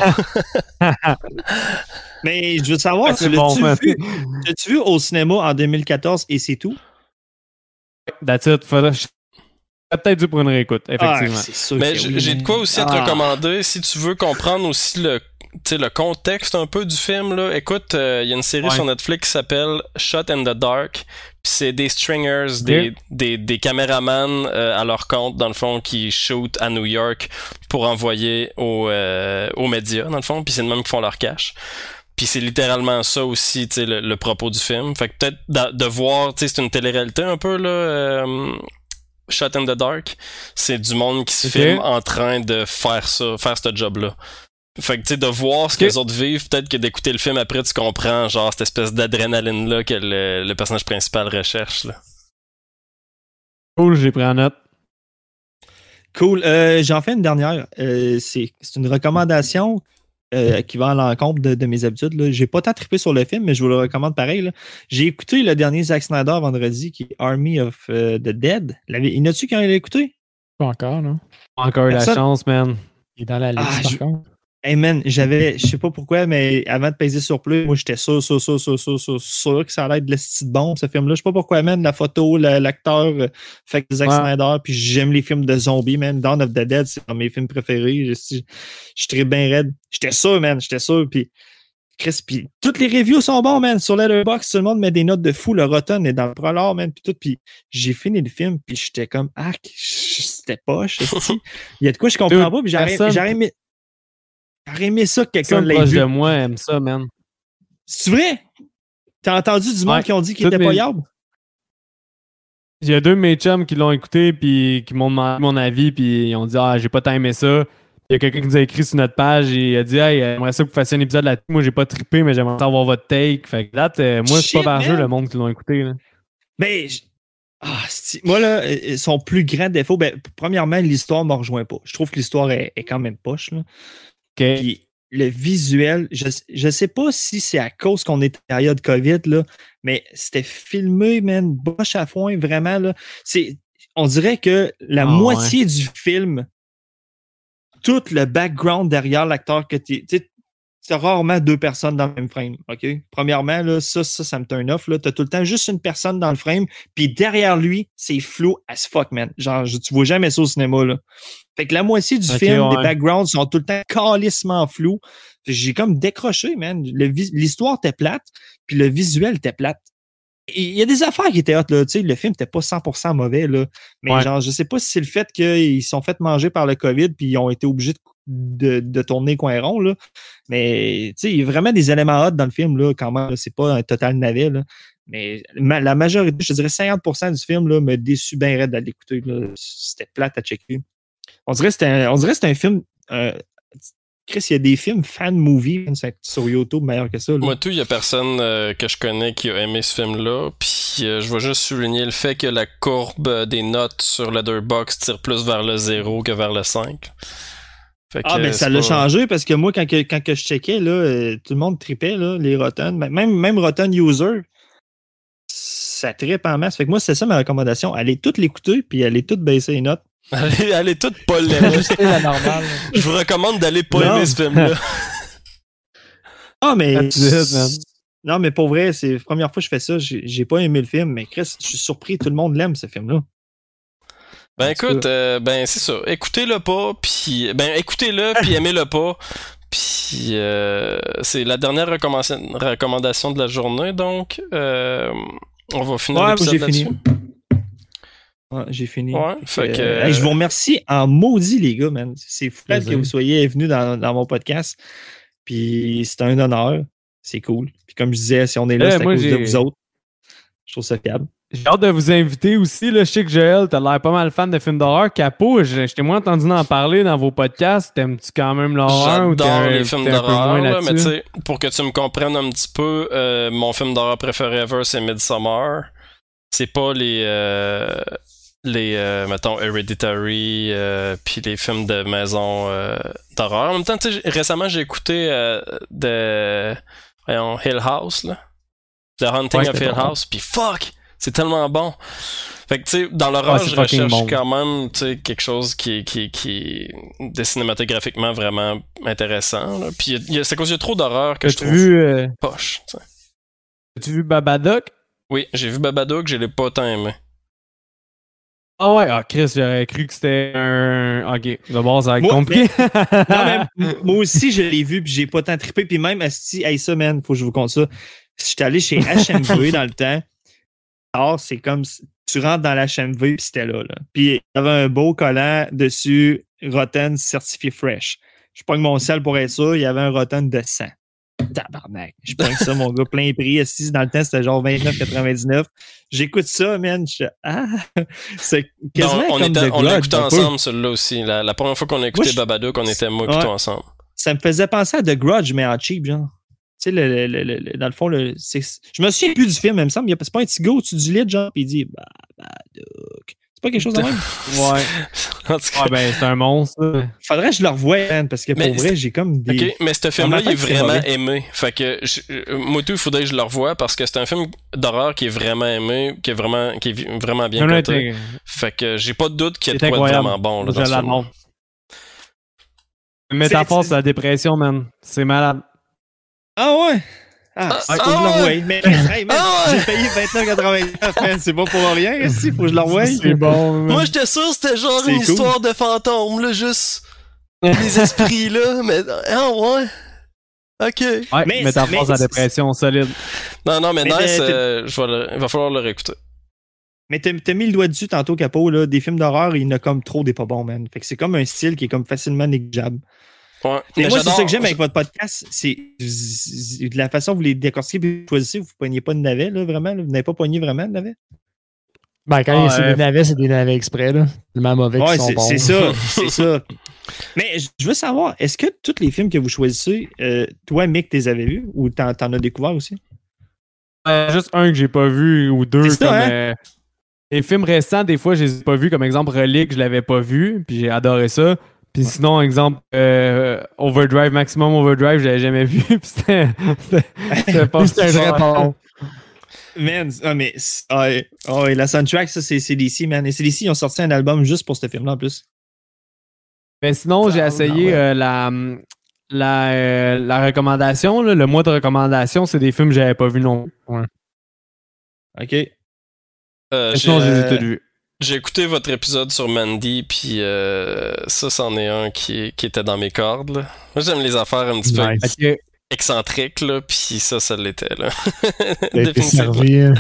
Mais je veux savoir, Ah, c'est tu bon, l'as-tu man. vu, l'as-tu vu au cinéma en deux mille quatorze et c'est tout? That's it. Faudrait, je serais peut-être dû pour une réécoute, effectivement. Ah, c'est sûr Mais que j- oui, j'ai de man. quoi aussi à te Ah. recommander si tu veux comprendre aussi le, tu sais, le contexte un peu du film. Là. Écoute, il euh, y a une série Ouais. sur Netflix qui s'appelle Shot in the Dark. Puis c'est des stringers, des, des, des caméramans euh, à leur compte, dans le fond, qui shootent à New York pour envoyer aux, euh, aux médias, dans le fond. Puis c'est le même qui font leur cash. Puis c'est littéralement ça aussi, tu sais, le, le propos du film. Fait que peut-être de, de voir, tu sais, c'est une télé-réalité un peu, là, euh, Shot in the Dark. C'est du monde qui se Ok. filme en train de faire ça, faire ce job-là. Fait que, tu sais, de voir ce Ok. que les autres vivent, peut-être que d'écouter le film après, tu comprends, genre, cette espèce d'adrénaline-là que le, le personnage principal recherche, là. Cool, j'ai pris en note. Cool. Euh, j'en fais une dernière. Euh, c'est, c'est une recommandation euh, qui va à l'encontre de, de mes habitudes. Là. J'ai pas tant trippé sur le film, mais je vous le recommande pareil. Là. J'ai écouté le dernier Zack Snyder vendredi, qui est Army of euh, the Dead. L'avez- Il y en a-tu quand il l'a écouté? Pas encore, non? Encore eu la Personne- chance, man. Il est dans la liste, Ah, par je- contre. Hey man, j'avais, je sais pas pourquoi, mais avant de peser sur plus, moi j'étais sûr, sûr, sûr, sûr, sûr, sûr, sûr que ça allait être de l'esti de bon, ce film-là. Je sais pas pourquoi, man, la photo, la- l'acteur, euh, fait que Zack Ouais. Snyder, puis j'aime les films de zombies, man. Dawn of the Dead, c'est dans mes films préférés. Je suis je suis très bien raide. J'étais sûr, man, j'étais sûr, puis Chris, puis toutes les reviews sont bons, man. Sur Letterboxd, tout le monde met des notes de fou. Le Rotten est dans le prologue, man, puis tout. Puis j'ai fini le film, puis j'étais comme, ah, c'était poche. Il y a de quoi je comprends pas, puis j'aurais, j'aurais aimé, j'aurais aimé ça que quelqu'un l'ait vu. De moi aime ça, man. C'est vrai? T'as entendu du monde ouais, qui ont dit qu'il était mes... pas yard? Il y a deux de mes chums qui l'ont écouté, puis qui m'ont demandé mon avis, puis ils ont dit, ah, j'ai pas tant aimé ça. Il y a quelqu'un qui nous a écrit sur notre page et il a dit hey, j'aimerais ça que vous fassiez un épisode là-dessus. Moi, j'ai pas trippé, mais j'aimerais avoir votre take. Fait que date, euh, moi, c'est pas par jeu le monde qui l'ont écouté. Là. Mais, ah, moi, là, son plus grand défaut, ben, premièrement, l'histoire me rejoint pas. Je trouve que l'histoire est, est quand même poche. Là. Okay. Puis, le visuel, je, je sais pas si c'est à cause qu'on est en période COVID, là, mais c'était filmé, man, boche à foin, vraiment. Là. C'est, on dirait que la oh, moitié ouais. du film. Tout le background derrière l'acteur que tu sais, c'est rarement deux personnes dans le même frame, OK? Premièrement, là, ça, ça, ça me turn off. Tu as tout le temps juste une personne dans le frame, puis derrière lui, c'est flou as fuck, man. Genre, je, tu vois jamais ça au cinéma, là. Fait que la moitié du okay, film, ouais. les backgrounds sont tout le temps calissement flous. J'ai comme décroché, man. Le, l'histoire était plate, puis le visuel était plate. Il y a des affaires qui étaient hot, là. Tu sais, le film n'était pas cent pour cent mauvais, là. Mais ouais. genre, je sais pas si c'est le fait qu'ils se sont fait manger par le COVID puis ils ont été obligés de, de, de tourner coin rond, là. Mais, tu sais, il y a vraiment des éléments hot dans le film, là, quand même. Là. C'est pas un total navet, là. Mais ma, la majorité, je dirais cinquante pour cent du film, là, m'a déçu bien raide d'aller l'écouter, là. C'était plate à checker. On dirait que c'était un, on dirait que c'était un film... Euh, Chris, il y a des films fan movie sur YouTube meilleurs que ça. Là. Moi, tout, il y a personne euh, que je connais qui a aimé ce film-là. Puis, euh, je vais juste souligner le fait que la courbe des notes sur Letterboxd tire plus vers le zéro que vers le cinq. Fait que, ah, ben ça l'a pas... changé parce que moi, quand, que, quand que je checkais, là, euh, tout le monde tripait, là, les Rotten. Même, même Rotten User, ça trippe en masse. Fait que moi, c'est ça ma recommandation. Allez toutes l'écouter puis allez toutes baisser les notes. Allez, allez toutes pas l'aimer. la normale. Je vous recommande d'aller pas non. aimer ce film-là. Ah, mais. It, non, mais pour vrai, c'est la première fois que je fais ça. J'ai, j'ai pas aimé le film, mais Chris, je suis surpris. Tout le monde l'aime, ce film-là. Ben, écoute, euh, ben, c'est ça. Écoutez-le pas, puis. Ben, écoutez-le, puis aimez-le pas. Puis, euh, c'est la dernière recommandation, recommandation de la journée, donc. Euh, on va finir ouais, l'épisode j'ai là-dessus. Fini. Ouais, j'ai fini. Ouais, fait que... euh, hey, je vous remercie en maudit, les gars, man. C'est fou que vous soyez venus dans, dans mon podcast. Puis c'est un honneur. C'est cool. Puis comme je disais, si on est là, hey, c'est à cause j'ai... de vous autres. Je trouve ça fiable. J'ai hâte de vous inviter aussi. Là. Je sais que Joël, t'as l'air pas mal fan de films d'horreur. Capo, je, je t'ai moins entendu en parler dans vos podcasts. T'aimes-tu quand même l'horreur? J'adore ou les films d'horreur, là, mais tu sais, pour que tu me comprennes un petit peu, euh, mon film d'horreur préféré ever, c'est Midsommar. C'est pas les... Euh... les, euh, mettons, Hereditary, euh, puis les films de maison euh, d'horreur. En même temps, tu sais, récemment, j'ai écouté euh, de, voyons, Hill House, là. The Haunting ouais, of Hill bon. House, puis fuck! C'est tellement bon! Fait que, tu sais, dans l'horreur, ouais, je recherche bon. quand même, tu sais, quelque chose qui est, qui, qui est cinématographiquement vraiment intéressant, là. Puis, y a, c'est à cause qu'il y a trop d'horreur que As-tu je trouve vu, euh... poche, tu sais. As-tu vu Babadook? Oui, j'ai vu Babadook, je l'ai pas tant aimé. Ah ouais, ah Chris, j'aurais cru que c'était un... Ok, d'abord, ça va être compliqué. Mais... non, mais moi aussi, je l'ai vu, puis j'ai pas tant trippé. Puis même, asti, hey, ça, man, faut que je vous conte ça. J'étais allé chez H M V dans le temps. Alors, c'est comme... Tu rentres dans l'H M V, puis c'était là, là. Puis il y avait un beau collant dessus, Rotten certifié fresh. Je pogne mon sel pour être sûr, il y avait un Rotten de cent. Tabarnak. Je pogne ça, mon gars, plein prix. Assis dans le temps, c'était genre vingt-neuf quatre-vingt-dix-neuf. J'écoute ça, man. Je... Ah! C'est quasiment non, on comme était, The on Grudge, l'a écouté ensemble, celui-là aussi. La, la première fois qu'on a écouté moi, je... Babadook, on était moi et ouais. toi ensemble. Ça me faisait penser à The Grudge, mais en cheap, genre. Tu sais, le, le, le, le, dans le fond, le, c'est... je me souviens plus du film, il me semble. C'est pas un petit gars au-dessus du lit, genre, puis il dit Babadook. C'est pas quelque chose de même? Ouais. Ah ben, c'est un monstre. Faudrait que je le revoie, man, parce que pour mais vrai, j'ai comme des... OK, mais ce film-là, il est vraiment aimé. Fait que, je, moi, tout, il faudrait que je le revoie parce que c'est un film d'horreur qui est vraiment aimé, qui est vraiment, qui est vraiment bien coté. Été... Fait que j'ai pas de doute qu'il y a de quoi être vraiment bon, là, dans ce film. Métaphore, c'est la dépression, man. C'est malade. Ah ouais? Ah, ah, faut que je le revoie. Mais, hey, man, ah ouais. J'ai payé vingt-neuf quatre-vingt-neuf, man. C'est pas pour rien, ici. Faut que je le revoie. C'est bon, man. Moi, j'étais sûr que c'était genre c'est une cool. histoire de fantômes, là, juste. Les esprits, là. Mais, ah ouais. Ok. Ouais, mais, métaphore en dépression solide. Non, non, mais, mais nice, euh, je vais le, il va falloir le réécouter. Mais t'as, t'as mis le doigt dessus tantôt, Capo, là, des films d'horreur, il y en a comme trop des pas bons, man. Fait que c'est comme un style qui est comme facilement négligeable. Ouais. Mais moi, c'est ça que j'aime avec votre podcast, c'est de la façon que vous les décortiquez et vous choisissez, vous ne poignez pas de navet, là, vraiment. Là. Vous n'avez pas poigné vraiment de navet? Ben, quand ah, c'est euh... des navets, c'est des navets exprès, là. Tellement mauvais ouais, qu'ils sont c'est, bons. c'est ça, c'est ça. Mais je veux savoir, est-ce que tous les films que vous choisissez, euh, toi, Mick, tu les avais vus ou t'en, t'en as découvert aussi? Euh, juste un que j'ai pas vu ou deux. C'est ça, comme, hein? euh, les films récents, des fois, je les ai pas vus. Comme exemple, Relic, je l'avais pas vu, puis j'ai adoré ça. Puis sinon, exemple, euh, Overdrive, Maximum Overdrive, je l'avais jamais vu. Puis c'était, c'était, c'était pas c'était un vrai bon. Man, ah, mais ah, oh, la soundtrack, ça, c'est C D C, man. Et C D C, ils ont sorti un album juste pour ce film-là, en plus. Mais sinon, j'ai essayé ah, ouais. euh, la, la, euh, la recommandation. Là, le mois de recommandation, c'est des films que j'avais pas vus non plus. Ouais. OK. Euh, sinon, j'ai euh... tout vu. J'ai écouté votre épisode sur Mandy, puis euh, ça, c'en est un qui, qui était dans mes cordes. Là. Moi, j'aime les affaires un petit nice. peu excentriques, là, puis ça, ça l'était. Là. Définitivement.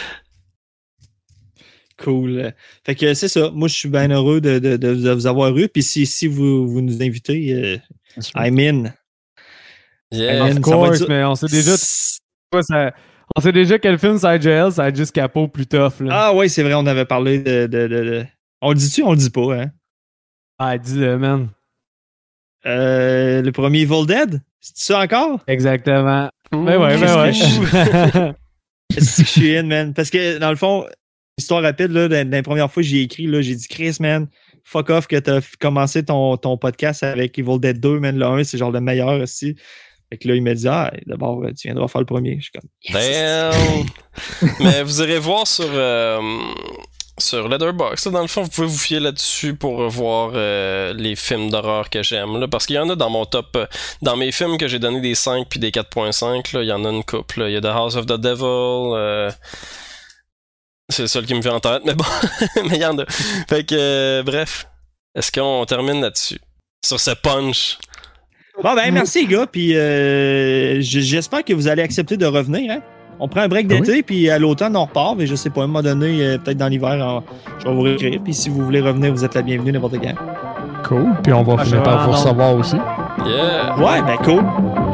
Cool. Fait que c'est ça. Moi, je suis bien heureux de, de, de, de vous avoir eu. Puis si, si vous, vous nous invitez, euh, I'm in. Yeah. Of course, ça... mais on sait déjà... ça... On sait déjà quel film ça va être Joël, ça va être juste Capo plus tough. Là. Ah oui, c'est vrai, on avait parlé de, de, de, de... On le dit-tu ou on le dit pas, hein? Ah, dis-le, man. Euh, le premier Evil Dead? C'est ça encore? Exactement. Ben ouais, ben ouais. C'est que je suis in, man. Parce que, dans le fond, histoire rapide, là, la, la première fois que j'ai écrit, là, j'ai dit, Chris, man, fuck off que t'as commencé ton, ton podcast avec Evil Dead deux, man. Le un, c'est genre le meilleur aussi. Fait que là, il m'a dit, ah, d'abord, tu viendras faire le premier. Je suis comme, yes. Mais vous irez voir sur, euh, sur Letterboxd. Dans le fond, vous pouvez vous fier là-dessus pour voir euh, les films d'horreur que j'aime. Là, parce qu'il y en a dans mon top. Euh, dans mes films que j'ai donné des cinq puis des quatre virgule cinq, là, il y en a une couple. Là. Il y a The House of the Devil. Euh, c'est le seul qui me vient en tête, mais bon. Mais il y en a. Fait que, euh, bref. Est-ce qu'on termine là-dessus? Sur ce punch. Bon, ben, merci, les gars. Puis, euh, j'espère que vous allez accepter de revenir. Hein? On prend un break d'été, oui. Puis à l'automne, on repart. Mais je sais pas, à un moment donné, euh, peut-être dans l'hiver, on, je vais vous réécrire. Puis, si vous voulez revenir, vous êtes la bienvenue n'importe quand. Cool. Puis, on va ah, finir par vous recevoir aussi. Yeah. Ouais, ben, cool.